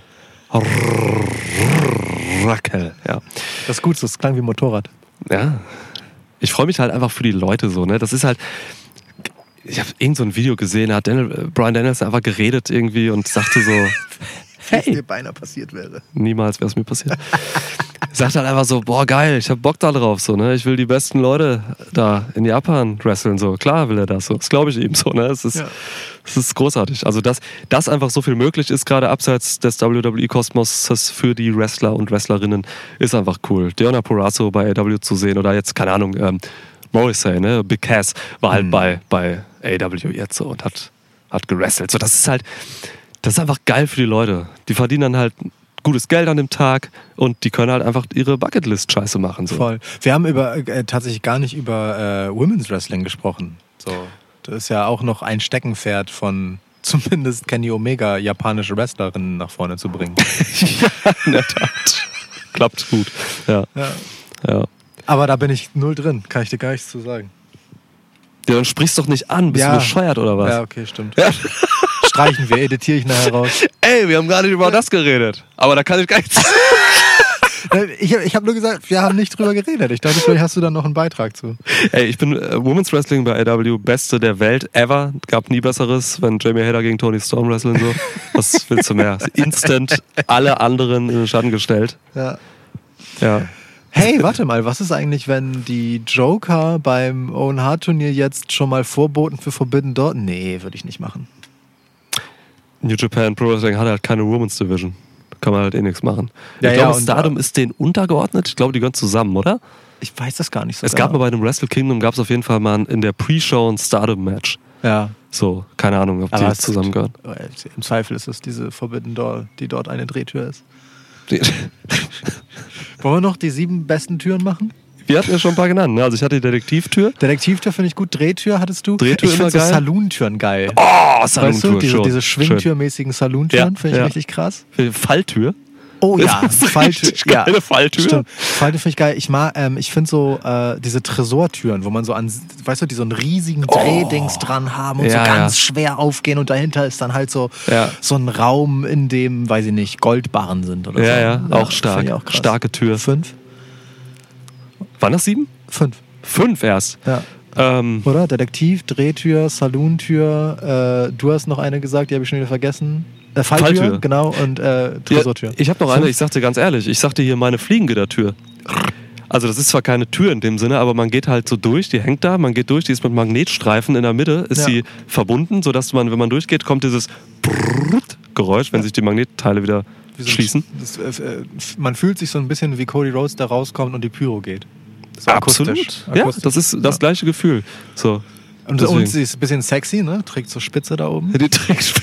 Raquel, ja. Das ist gut, so, das klang wie Motorrad. Ja. Ich freue mich halt einfach für die Leute so, ne? Das ist halt. Ich habe irgend so ein Video gesehen, da hat Daniel, Bryan Danielson einfach geredet irgendwie und sagte so, Wenn es hey, dir beinahe passiert wäre. niemals wäre es mir passiert. Sagt halt einfach so, boah geil, ich hab Bock da drauf, so, ne? Ich will die besten Leute da in Japan wresteln, so. Klar will er das, so. Das glaube ich ihm so, ne? Es ist, Ja. es ist großartig. Also, dass, dass einfach so viel möglich ist, gerade abseits des W W E-Kosmoses für die Wrestler und Wrestlerinnen, ist einfach cool. Deonna Purrazzo bei A E W zu sehen oder jetzt, keine Ahnung, ähm, Morrissey, ne? Big Cass war halt Mhm. bei, bei A E W jetzt so und hat, hat gewrestelt. So, das ist halt, das ist einfach geil für die Leute. Die verdienen dann halt gutes Geld an dem Tag und die können halt einfach ihre Bucketlist-Scheiße machen. So. Voll. Wir haben über, äh, tatsächlich gar nicht über äh, Women's Wrestling gesprochen. So, das ist ja auch noch ein Steckenpferd von zumindest Kenny Omega, japanische Wrestlerinnen nach vorne zu bringen. Ja, in der Tat. Klappt gut. Ja, Ja. ja. Aber da bin ich null drin, kann ich dir gar nichts zu sagen. Ja, dann sprichst doch nicht an. Bist Ja. du bescheuert oder was? Ja, okay, stimmt. Ja. Streichen wir, editiere ich nachher raus. Ey, wir haben gar nicht über das geredet. Aber da kann ich gar nichts sagen. Ich, ich habe nur gesagt, wir haben nicht drüber geredet. Ich dachte, vielleicht hast du da noch einen Beitrag zu. Ey, ich bin äh, Women's Wrestling bei A E W Beste der Welt ever. Gab nie Besseres, wenn Jamie Hader gegen Tony Storm wrestling so. Was willst du mehr? Instant alle anderen in den Schatten gestellt. Ja. Ja. Hey, warte mal, was ist eigentlich, wenn die Joker beim Owen Hart Turnier jetzt schon mal vorboten für Forbidden Door? Nee, würde ich nicht machen. New Japan Pro Wrestling hat halt keine Women's Division. Da kann man halt eh nichts machen. Ja, ich ja, glaube, und- Stardom ist denen untergeordnet. Ich glaube, die gehören zusammen, oder? Ich weiß das gar nicht so Es gab mal bei einem Wrestle Kingdom, gab es auf jeden Fall mal in der Pre-Show ein Stardom-Match. Ja. So, keine Ahnung, ob die Aber jetzt es- zusammengehören. Im Zweifel ist es diese Forbidden Door, die dort eine Drehtür ist. Die- Wollen wir noch die sieben besten Türen machen? Wir hatten ja schon ein paar genannt. Ne? Also ich hatte die Detektivtür. Detektivtür finde ich gut. Drehtür hattest du? Drehtür ich immer finde so geil. Saloon-Türen geil. Oh, Weißt du, diese, diese Schwingtürmäßigen Saloon-Türen Ja, finde ich ja. richtig krass. Schön. Falltür. Oh ja, Das ist Falltür. richtig geile Falltür. Stimmt. Falltür finde ich geil. Ich mag, ähm, ich finde so äh, diese Tresortüren, wo man so an, weißt du, die so einen riesigen Drehdings dran haben und Ja, so ganz ja. schwer aufgehen und dahinter ist dann halt so, Ja. so ein Raum, in dem, weiß ich nicht, Goldbarren sind oder Ja, so. ja, auch stark. finde ich auch krass. Starke Tür. Fünf? Waren das sieben? Fünf, Fünf erst. ja. Ähm, Oder? Detektiv, Drehtür, Saloon-Tür, äh, du hast noch eine gesagt, die habe ich schon wieder vergessen. Äh, Falltür, Falltür. genau, und äh, Tresortür. Ja, ich habe noch eine, ich sagte ganz ehrlich, ich sagte hier meine Fliegengittertür. Also das ist zwar keine Tür in dem Sinne, aber man geht halt so durch, die hängt da, man geht durch, die ist mit Magnetstreifen in der Mitte, ist Ja. sie verbunden, sodass man, wenn man durchgeht, kommt dieses Geräusch, wenn sich die Magnetteile wieder Wie so ein- schließen. Das, äh, äh, man fühlt sich so ein bisschen wie Cody Rhodes da rauskommt und die Pyro geht. So Absolut. akustisch. Ja, Akustisch. das ist das Ja. gleiche Gefühl. So. Und, deswegen. und sie ist ein bisschen sexy, ne? Trägt so Spitze da oben. Die trägt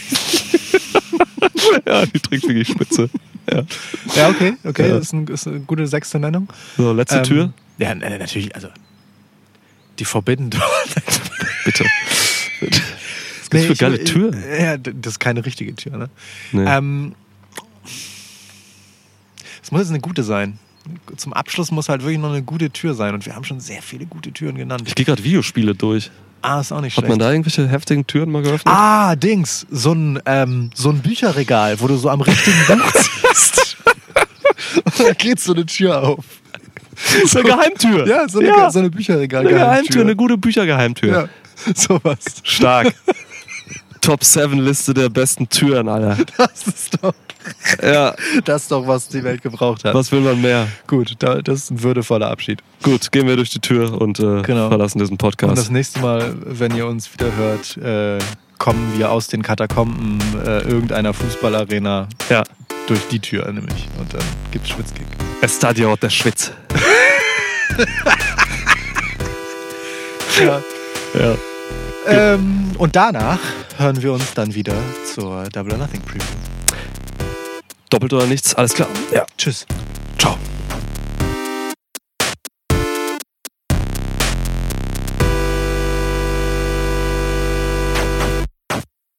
Ja, die trägt wirklich Spitze. Ja. Ja, okay, okay, Ja. das ist, ein, ist eine gute sechste Nennung. So, letzte Ähm, Tür. Ja, äh, natürlich, also Die Forbidden Door. Bitte. Was gibt's für geile Türen? Ja, das ist keine richtige Tür, ne? Nee. Ähm, es muss jetzt eine gute sein. Zum Abschluss muss halt wirklich noch eine gute Tür sein. Und wir haben schon sehr viele gute Türen genannt. Ich gehe gerade Videospiele durch. Ah, ist auch nicht Hat schlecht. man da irgendwelche heftigen Türen mal geöffnet? Ah, Dings. So ein, ähm, so ein Bücherregal, wo du so am richtigen Buch ziehst. Und dann geht so eine Tür auf. So eine Geheimtür. Ja, so eine, Ja. so eine Bücherregal. Eine Geheimtür, eine gute Büchergeheimtür. Ja, sowas. Stark. Top sieben Liste der besten Türen, Alter. Das ist doch, Ja, das ist doch, was die Welt gebraucht hat. was will man mehr? Gut, da, das ist ein würdevoller Abschied. Gut, gehen wir durch die Tür und äh, Genau. verlassen diesen Und das Podcast. nächste Mal, wenn ihr uns wieder hört, äh, kommen wir aus den Katakomben äh, irgendeiner Fußballarena Ja. durch die Tür nämlich. Und dann gibt's Schwitzkick. Estadio der Schwitz. Ja. Ja. Ähm, und danach hören wir uns dann wieder zur Double or Nothing Preview. Doppelt oder nichts, alles klar. Ja. Tschüss.